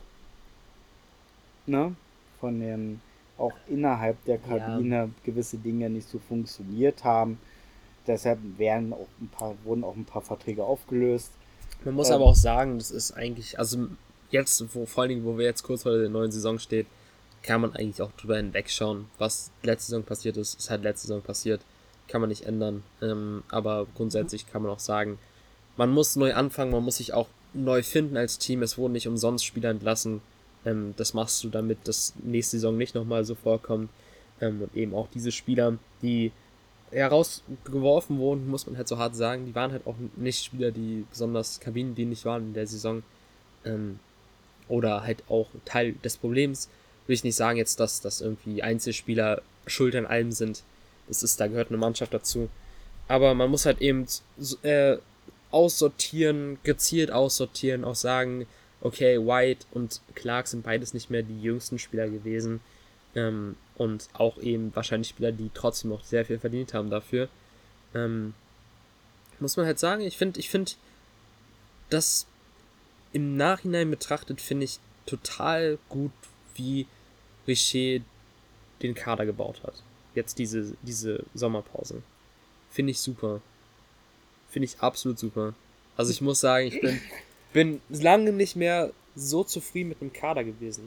ne, von den, auch innerhalb der Kabine ja. gewisse Dinge nicht so funktioniert haben. Deshalb werden auch ein paar, wurden auch ein paar Verträge aufgelöst. Man muss ähm, aber auch sagen, das ist eigentlich, also jetzt, wo, vor allen Dingen, wo wir jetzt kurz vor der neuen Saison stehen, kann man eigentlich auch drüber hinwegschauen. Was letzte Saison passiert ist, ist halt letzte Saison passiert. Kann man nicht ändern. Ähm, aber grundsätzlich kann man auch sagen, man muss neu anfangen, man muss sich auch neu finden als Team. Es wurden nicht umsonst Spieler entlassen. Ähm, das machst du, damit das nächste Saison nicht nochmal so vorkommt. Ähm, und eben auch diese Spieler, die herausgeworfen wurden, muss man halt so hart sagen, die waren halt auch nicht Spieler, die besonders kabinendienlich waren in der Saison. Ähm, oder halt auch Teil des Problems. Will ich nicht sagen jetzt, dass, dass irgendwie Einzelspieler schuld an allem sind. Das ist, da gehört eine Mannschaft dazu. Aber man muss halt eben äh, aussortieren, gezielt aussortieren, auch sagen, okay, White und Clark sind beides nicht mehr die jüngsten Spieler gewesen. Ähm, und auch eben wahrscheinlich Spieler, die trotzdem noch sehr viel verdient haben dafür. Ähm, muss man halt sagen, ich finde, ich finde, das im Nachhinein betrachtet, finde ich total gut, wie Richer den Kader gebaut hat. Jetzt diese, diese Sommerpause. Finde ich super. Finde ich absolut super. Also ich muss sagen, ich bin, bin lange nicht mehr so zufrieden mit dem Kader gewesen.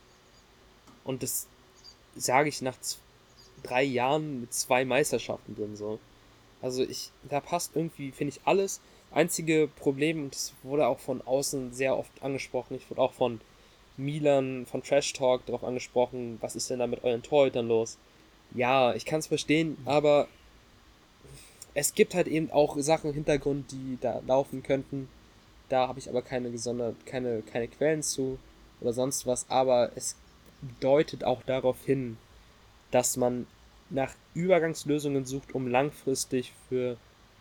Und das sage ich nach z- drei Jahren mit zwei Meisterschaften drin so. Also ich, da passt irgendwie, finde ich, alles. Einzige Problem, und das wurde auch von außen sehr oft angesprochen, ich wurde auch von Milan, von Trash Talk darauf angesprochen, was ist denn da mit euren Torhütern los? Ja, ich kann es verstehen, aber es gibt halt eben auch Sachen im Hintergrund, die da laufen könnten. Da habe ich aber keine gesondert, keine, keine Quellen zu oder sonst was, aber es deutet auch darauf hin, dass man nach Übergangslösungen sucht, um langfristig für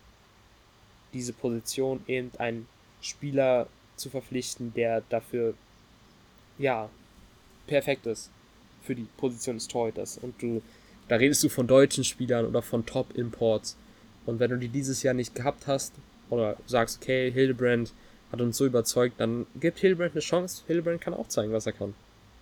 diese Position eben einen Spieler zu verpflichten, der dafür, ja, perfekt ist für die Position des Torhüters. Und du, da redest du von deutschen Spielern oder von Top-Imports. Und wenn du die dieses Jahr nicht gehabt hast, oder sagst, okay, Hildebrand hat uns so überzeugt, dann gibt Hildebrand eine Chance. Hildebrand kann auch zeigen, was er kann.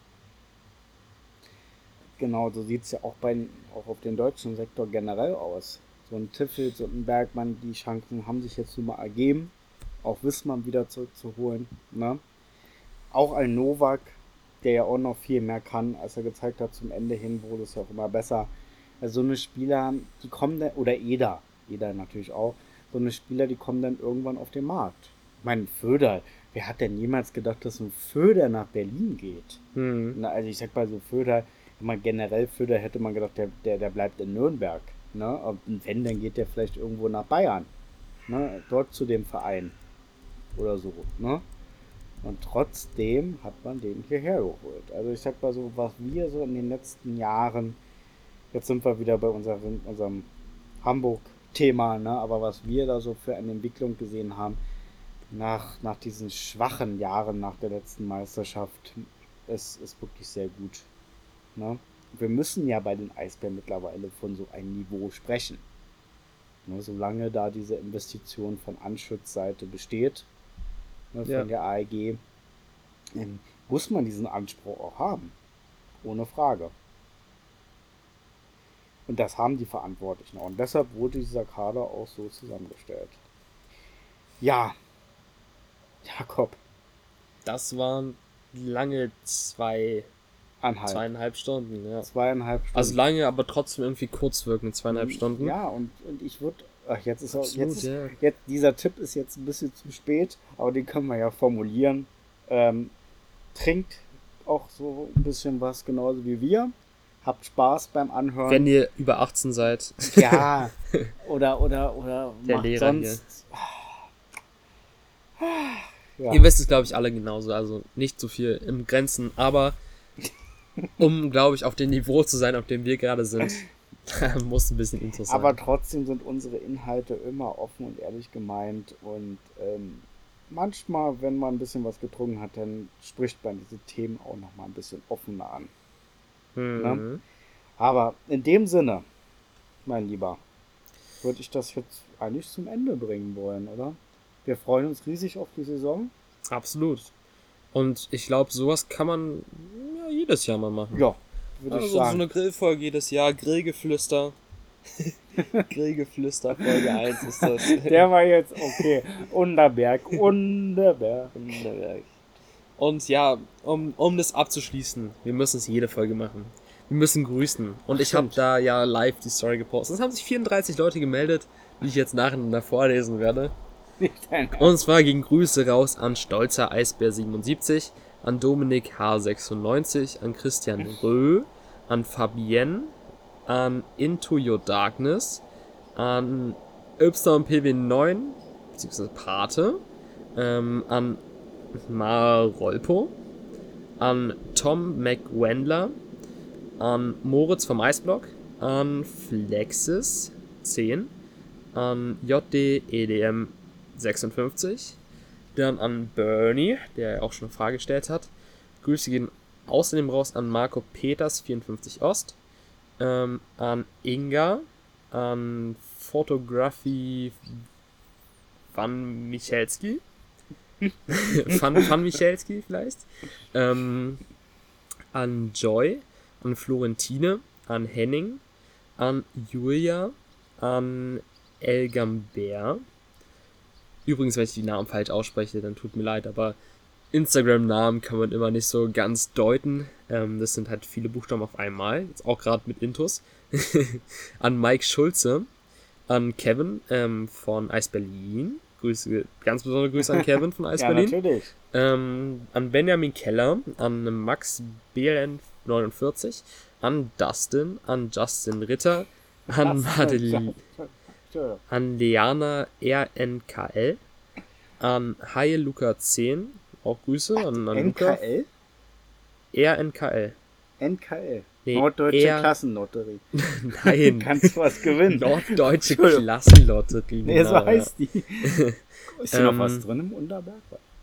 Genau, so sieht es ja auch, bei, auch auf den deutschen Sektor generell aus. So ein Tiffels und ein Bergmann, die Chancen haben sich jetzt nun mal ergeben, auch Wissmann wieder zurückzuholen. Ne? Auch ein Novak, der ja auch noch viel mehr kann, als er gezeigt hat zum Ende hin, wurde es ja auch immer besser. Also so eine Spieler, die kommen dann, oder Eder, Eder natürlich auch, so eine Spieler, die kommen dann irgendwann auf den Markt. Ich meine, Föder, wer hat denn jemals gedacht, dass ein Föder nach Berlin geht? Hm. Na, also ich sag mal so, Föder, mal generell Föder hätte man gedacht, der, der, der bleibt in Nürnberg. Ne? Und wenn, dann geht der vielleicht irgendwo nach Bayern. Ne? Dort zu dem Verein. Oder so. Ne? Und trotzdem hat man den hierher geholt. Also ich sag mal so, was wir so in den letzten Jahren, jetzt sind wir wieder bei unserem, unserem Hamburg-Thema, ne? Aber was wir da so für eine Entwicklung gesehen haben, nach, nach diesen schwachen Jahren nach der letzten Meisterschaft, ist, ist wirklich sehr gut. Ne? Wir müssen ja bei den Eisbären mittlerweile von so einem Niveau sprechen. Ne, solange da diese Investition von Anschütz-Seite besteht, ne, von Ja. der A E G, ähm, muss man diesen Anspruch auch haben. Ohne Frage. Und das haben die Verantwortlichen auch. Und deshalb wurde dieser Kader auch so zusammengestellt. Ja, Jakob, Das waren lange zwei, Anhalt. zweieinhalb Stunden, ja. Zweieinhalb Stunden. Also lange, aber trotzdem irgendwie kurz wirkend, zweieinhalb Stunden. Ja, und, und ich würde, ach, jetzt ist auch, Absolut, jetzt, ist, ja. jetzt, dieser Tipp ist jetzt ein bisschen zu spät, aber den können wir ja formulieren. Ähm, trinkt auch so ein bisschen was, genauso wie wir. Habt Spaß beim Anhören. Wenn ihr über achtzehn seid. Ja, oder, oder, oder Der macht Lehrer sonst. Ja. Ihr wisst es, glaube ich, alle genauso. Also nicht so viel im Grenzen, aber um, glaube ich, auf dem Niveau zu sein, auf dem wir gerade sind, muss ein bisschen Infos sein. Aber trotzdem sind unsere Inhalte immer offen und ehrlich gemeint und ähm, manchmal, wenn man ein bisschen was getrunken hat, dann spricht man diese Themen auch noch mal ein bisschen offener an. Mhm. Ne? Aber in dem Sinne, mein Lieber, würde ich das jetzt eigentlich zum Ende bringen wollen, oder? Wir freuen uns riesig auf die Saison. Absolut. Und ich glaube, sowas kann man ja jedes Jahr mal machen. Ja, würde Also ich so sagen. eine Grillfolge jedes Jahr, Grillgeflüster. Grillgeflüster, Folge eins ist das. Der war jetzt okay. Unterberg, Unterberg. Wunderwerk. Und ja, um, um das abzuschließen, wir müssen es jede Folge machen. Wir müssen grüßen. Und ich habe Stimmt. da ja live die Story gepostet. Es haben sich vierunddreißig Leute gemeldet, die ich jetzt nacheinander vorlesen werde. Nicht dein Und zwar gingen Grüße raus an Stolzer Eisbär siebenundsiebzig, an Dominik H sechsundneunzig, an Christian Rö, an Fabienne, an Into Your Darkness, an Y P W neun, beziehungsweise Pate, ähm, an Marolpo, an Tom McWendler, an Moritz vom Eisblock, an Flexis zehn, an J D E D M sechsundfünfzig, dann an Bernie, der auch schon eine Frage gestellt hat. Grüße gehen außerdem raus an Marco Peters vierundfünfzig Ost, ähm, an Inga, an Photography Van Michalski, Van, Van Michalski vielleicht, ähm, an Joy, an Florentine, an Henning, an Julia, an El Gambert. Übrigens, wenn ich die Namen falsch ausspreche, dann tut mir leid, aber Instagram-Namen kann man immer nicht so ganz deuten. Ähm, das sind halt viele Buchstaben auf einmal, jetzt auch gerade mit Intus. An Mike Schulze, an Kevin ähm, von Eis Berlin. Grüße, ganz besondere Grüße an Kevin von Eis Ja, Berlin. natürlich. Ähm, an Benjamin Keller, an Max B L N neunundvierzig, an Dustin, an Justin Ritter, an Madeline, an Leana R N K L, an Haie Luca zehn, auch Grüße an, an N Luca. K L? R N K L. N K L. Nee, Norddeutsche eher- Klassenlotterie. Nein, Kannst was gewinnen. Norddeutsche Entschuldigung. Klassenlotterie. Nee, so genau, ja. heißt die. Ist hier noch Ähm, was drin im Unterberg?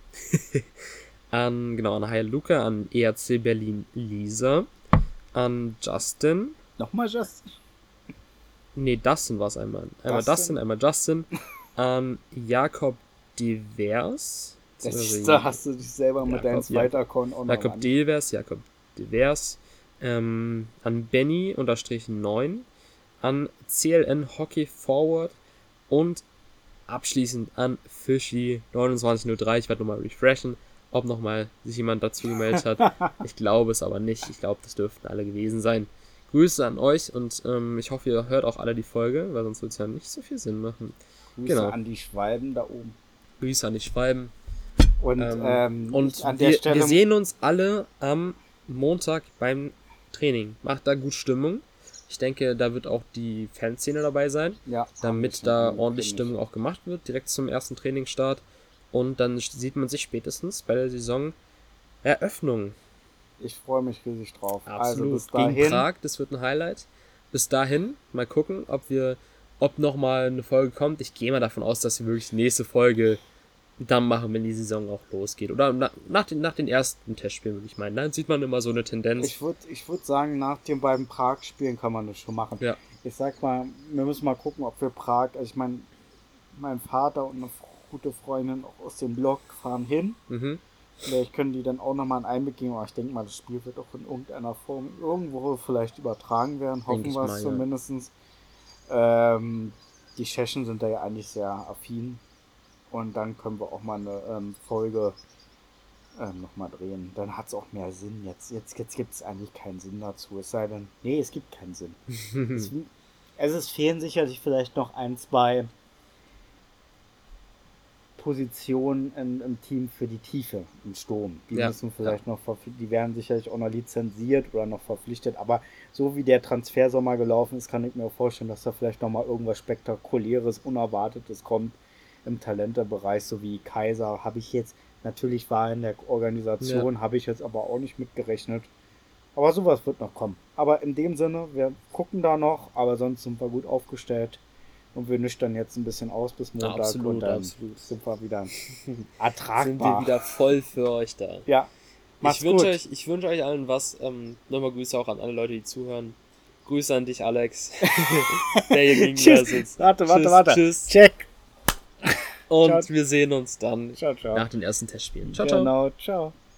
An, genau, an Haie Luca, an E R C Berlin Lisa, an Justin. Nochmal Just. Nee, Dustin war es einmal. Einmal Dustin, Dustin? einmal Justin. An Jakob Divers. Das Also ist, da hast du dich selber mit Jakob, deinem ja. zweiten Account auch noch Jakob an. Divers, Jakob Divers. Ähm, an Benny unterstrich neun. An C L N Hockey Forward. Und abschließend an Fishy neunundzwanzig null drei. Ich werde nochmal refreshen, ob nochmal sich jemand dazu gemeldet hat. Ich glaube es aber nicht. Ich glaube, das dürften alle gewesen sein. Grüße an euch und ähm, ich hoffe, ihr hört auch alle die Folge, weil sonst wird es ja nicht so viel Sinn machen. Grüße genau. an die Schwalben da oben. Grüße an die Schwalben. Und, Ähm, ähm, und ich an der wir, Stelle. wir sehen uns alle am Montag beim Training. Macht da gut Stimmung. Ich denke, da wird auch die Fanszene dabei sein, ja, damit da ordentlich Stimmung auch gemacht wird, direkt zum ersten Trainingsstart. Und dann sieht man sich spätestens bei der Saisoneröffnung. Ich freue mich riesig drauf. Also Absolut. bis Gegen dahin. Prag, das wird ein Highlight. Bis dahin, mal gucken, ob wir, ob nochmal eine Folge kommt. Ich gehe mal davon aus, dass wir wirklich die nächste Folge dann machen, wenn die Saison auch losgeht. Oder na, nach, den, nach den ersten Testspielen, würde ich meinen. Dann sieht man immer so eine Tendenz. Ich würde ich würd sagen, nach den beiden Prag-Spielen kann man das schon machen. Ja. ich sag mal, wir müssen mal gucken, ob wir Prag, also ich meine, mein Vater und eine gute Freundin auch aus dem Blog fahren hin. Mhm. Vielleicht können die dann auch nochmal einen Einblick geben, aber ich denke mal, das Spiel wird auch in irgendeiner Form irgendwo vielleicht übertragen werden, hoffen wir es zumindest. Ja. Ähm, die Tschechen sind da ja eigentlich sehr affin und dann können wir auch mal eine ähm, Folge ähm, nochmal drehen. Dann hat es auch mehr Sinn. Jetzt, jetzt, jetzt gibt es eigentlich keinen Sinn dazu. Es sei denn, nee, es gibt keinen Sinn. es, also es fehlen sicherlich vielleicht noch ein, zwei Positionen im, im Team für die Tiefe im Sturm. Die ja, müssen vielleicht ja. noch, die werden sicherlich auch noch lizenziert oder noch verpflichtet, aber so wie der Transfersommer gelaufen ist, kann ich mir auch vorstellen, dass da vielleicht noch mal irgendwas Spektakuläres, Unerwartetes kommt im Talentebereich, so wie Kaiser, habe ich jetzt, natürlich war in der Organisation, ja. habe ich jetzt aber auch nicht mitgerechnet. Aber sowas wird noch kommen. Aber in dem Sinne, wir gucken da noch, aber sonst sind wir gut aufgestellt. Und wir nüchtern jetzt ein bisschen aus bis Montag. Absolut, und dann absolut. Sind wir wieder ertragbar. Sind wir wieder voll für euch da. Ja. Ich wünsche euch, ich wünsche euch allen was. Ähm, nochmal Grüße auch an alle Leute, die zuhören. Grüße an dich, Alex. Der hier gegenüber sitzt. Warte, warte, tschüss, warte. Tschüss. Check. Und ciao. Wir sehen uns dann ciao, ciao. nach den ersten Testspielen. Ciao, ciao. Genau, ciao.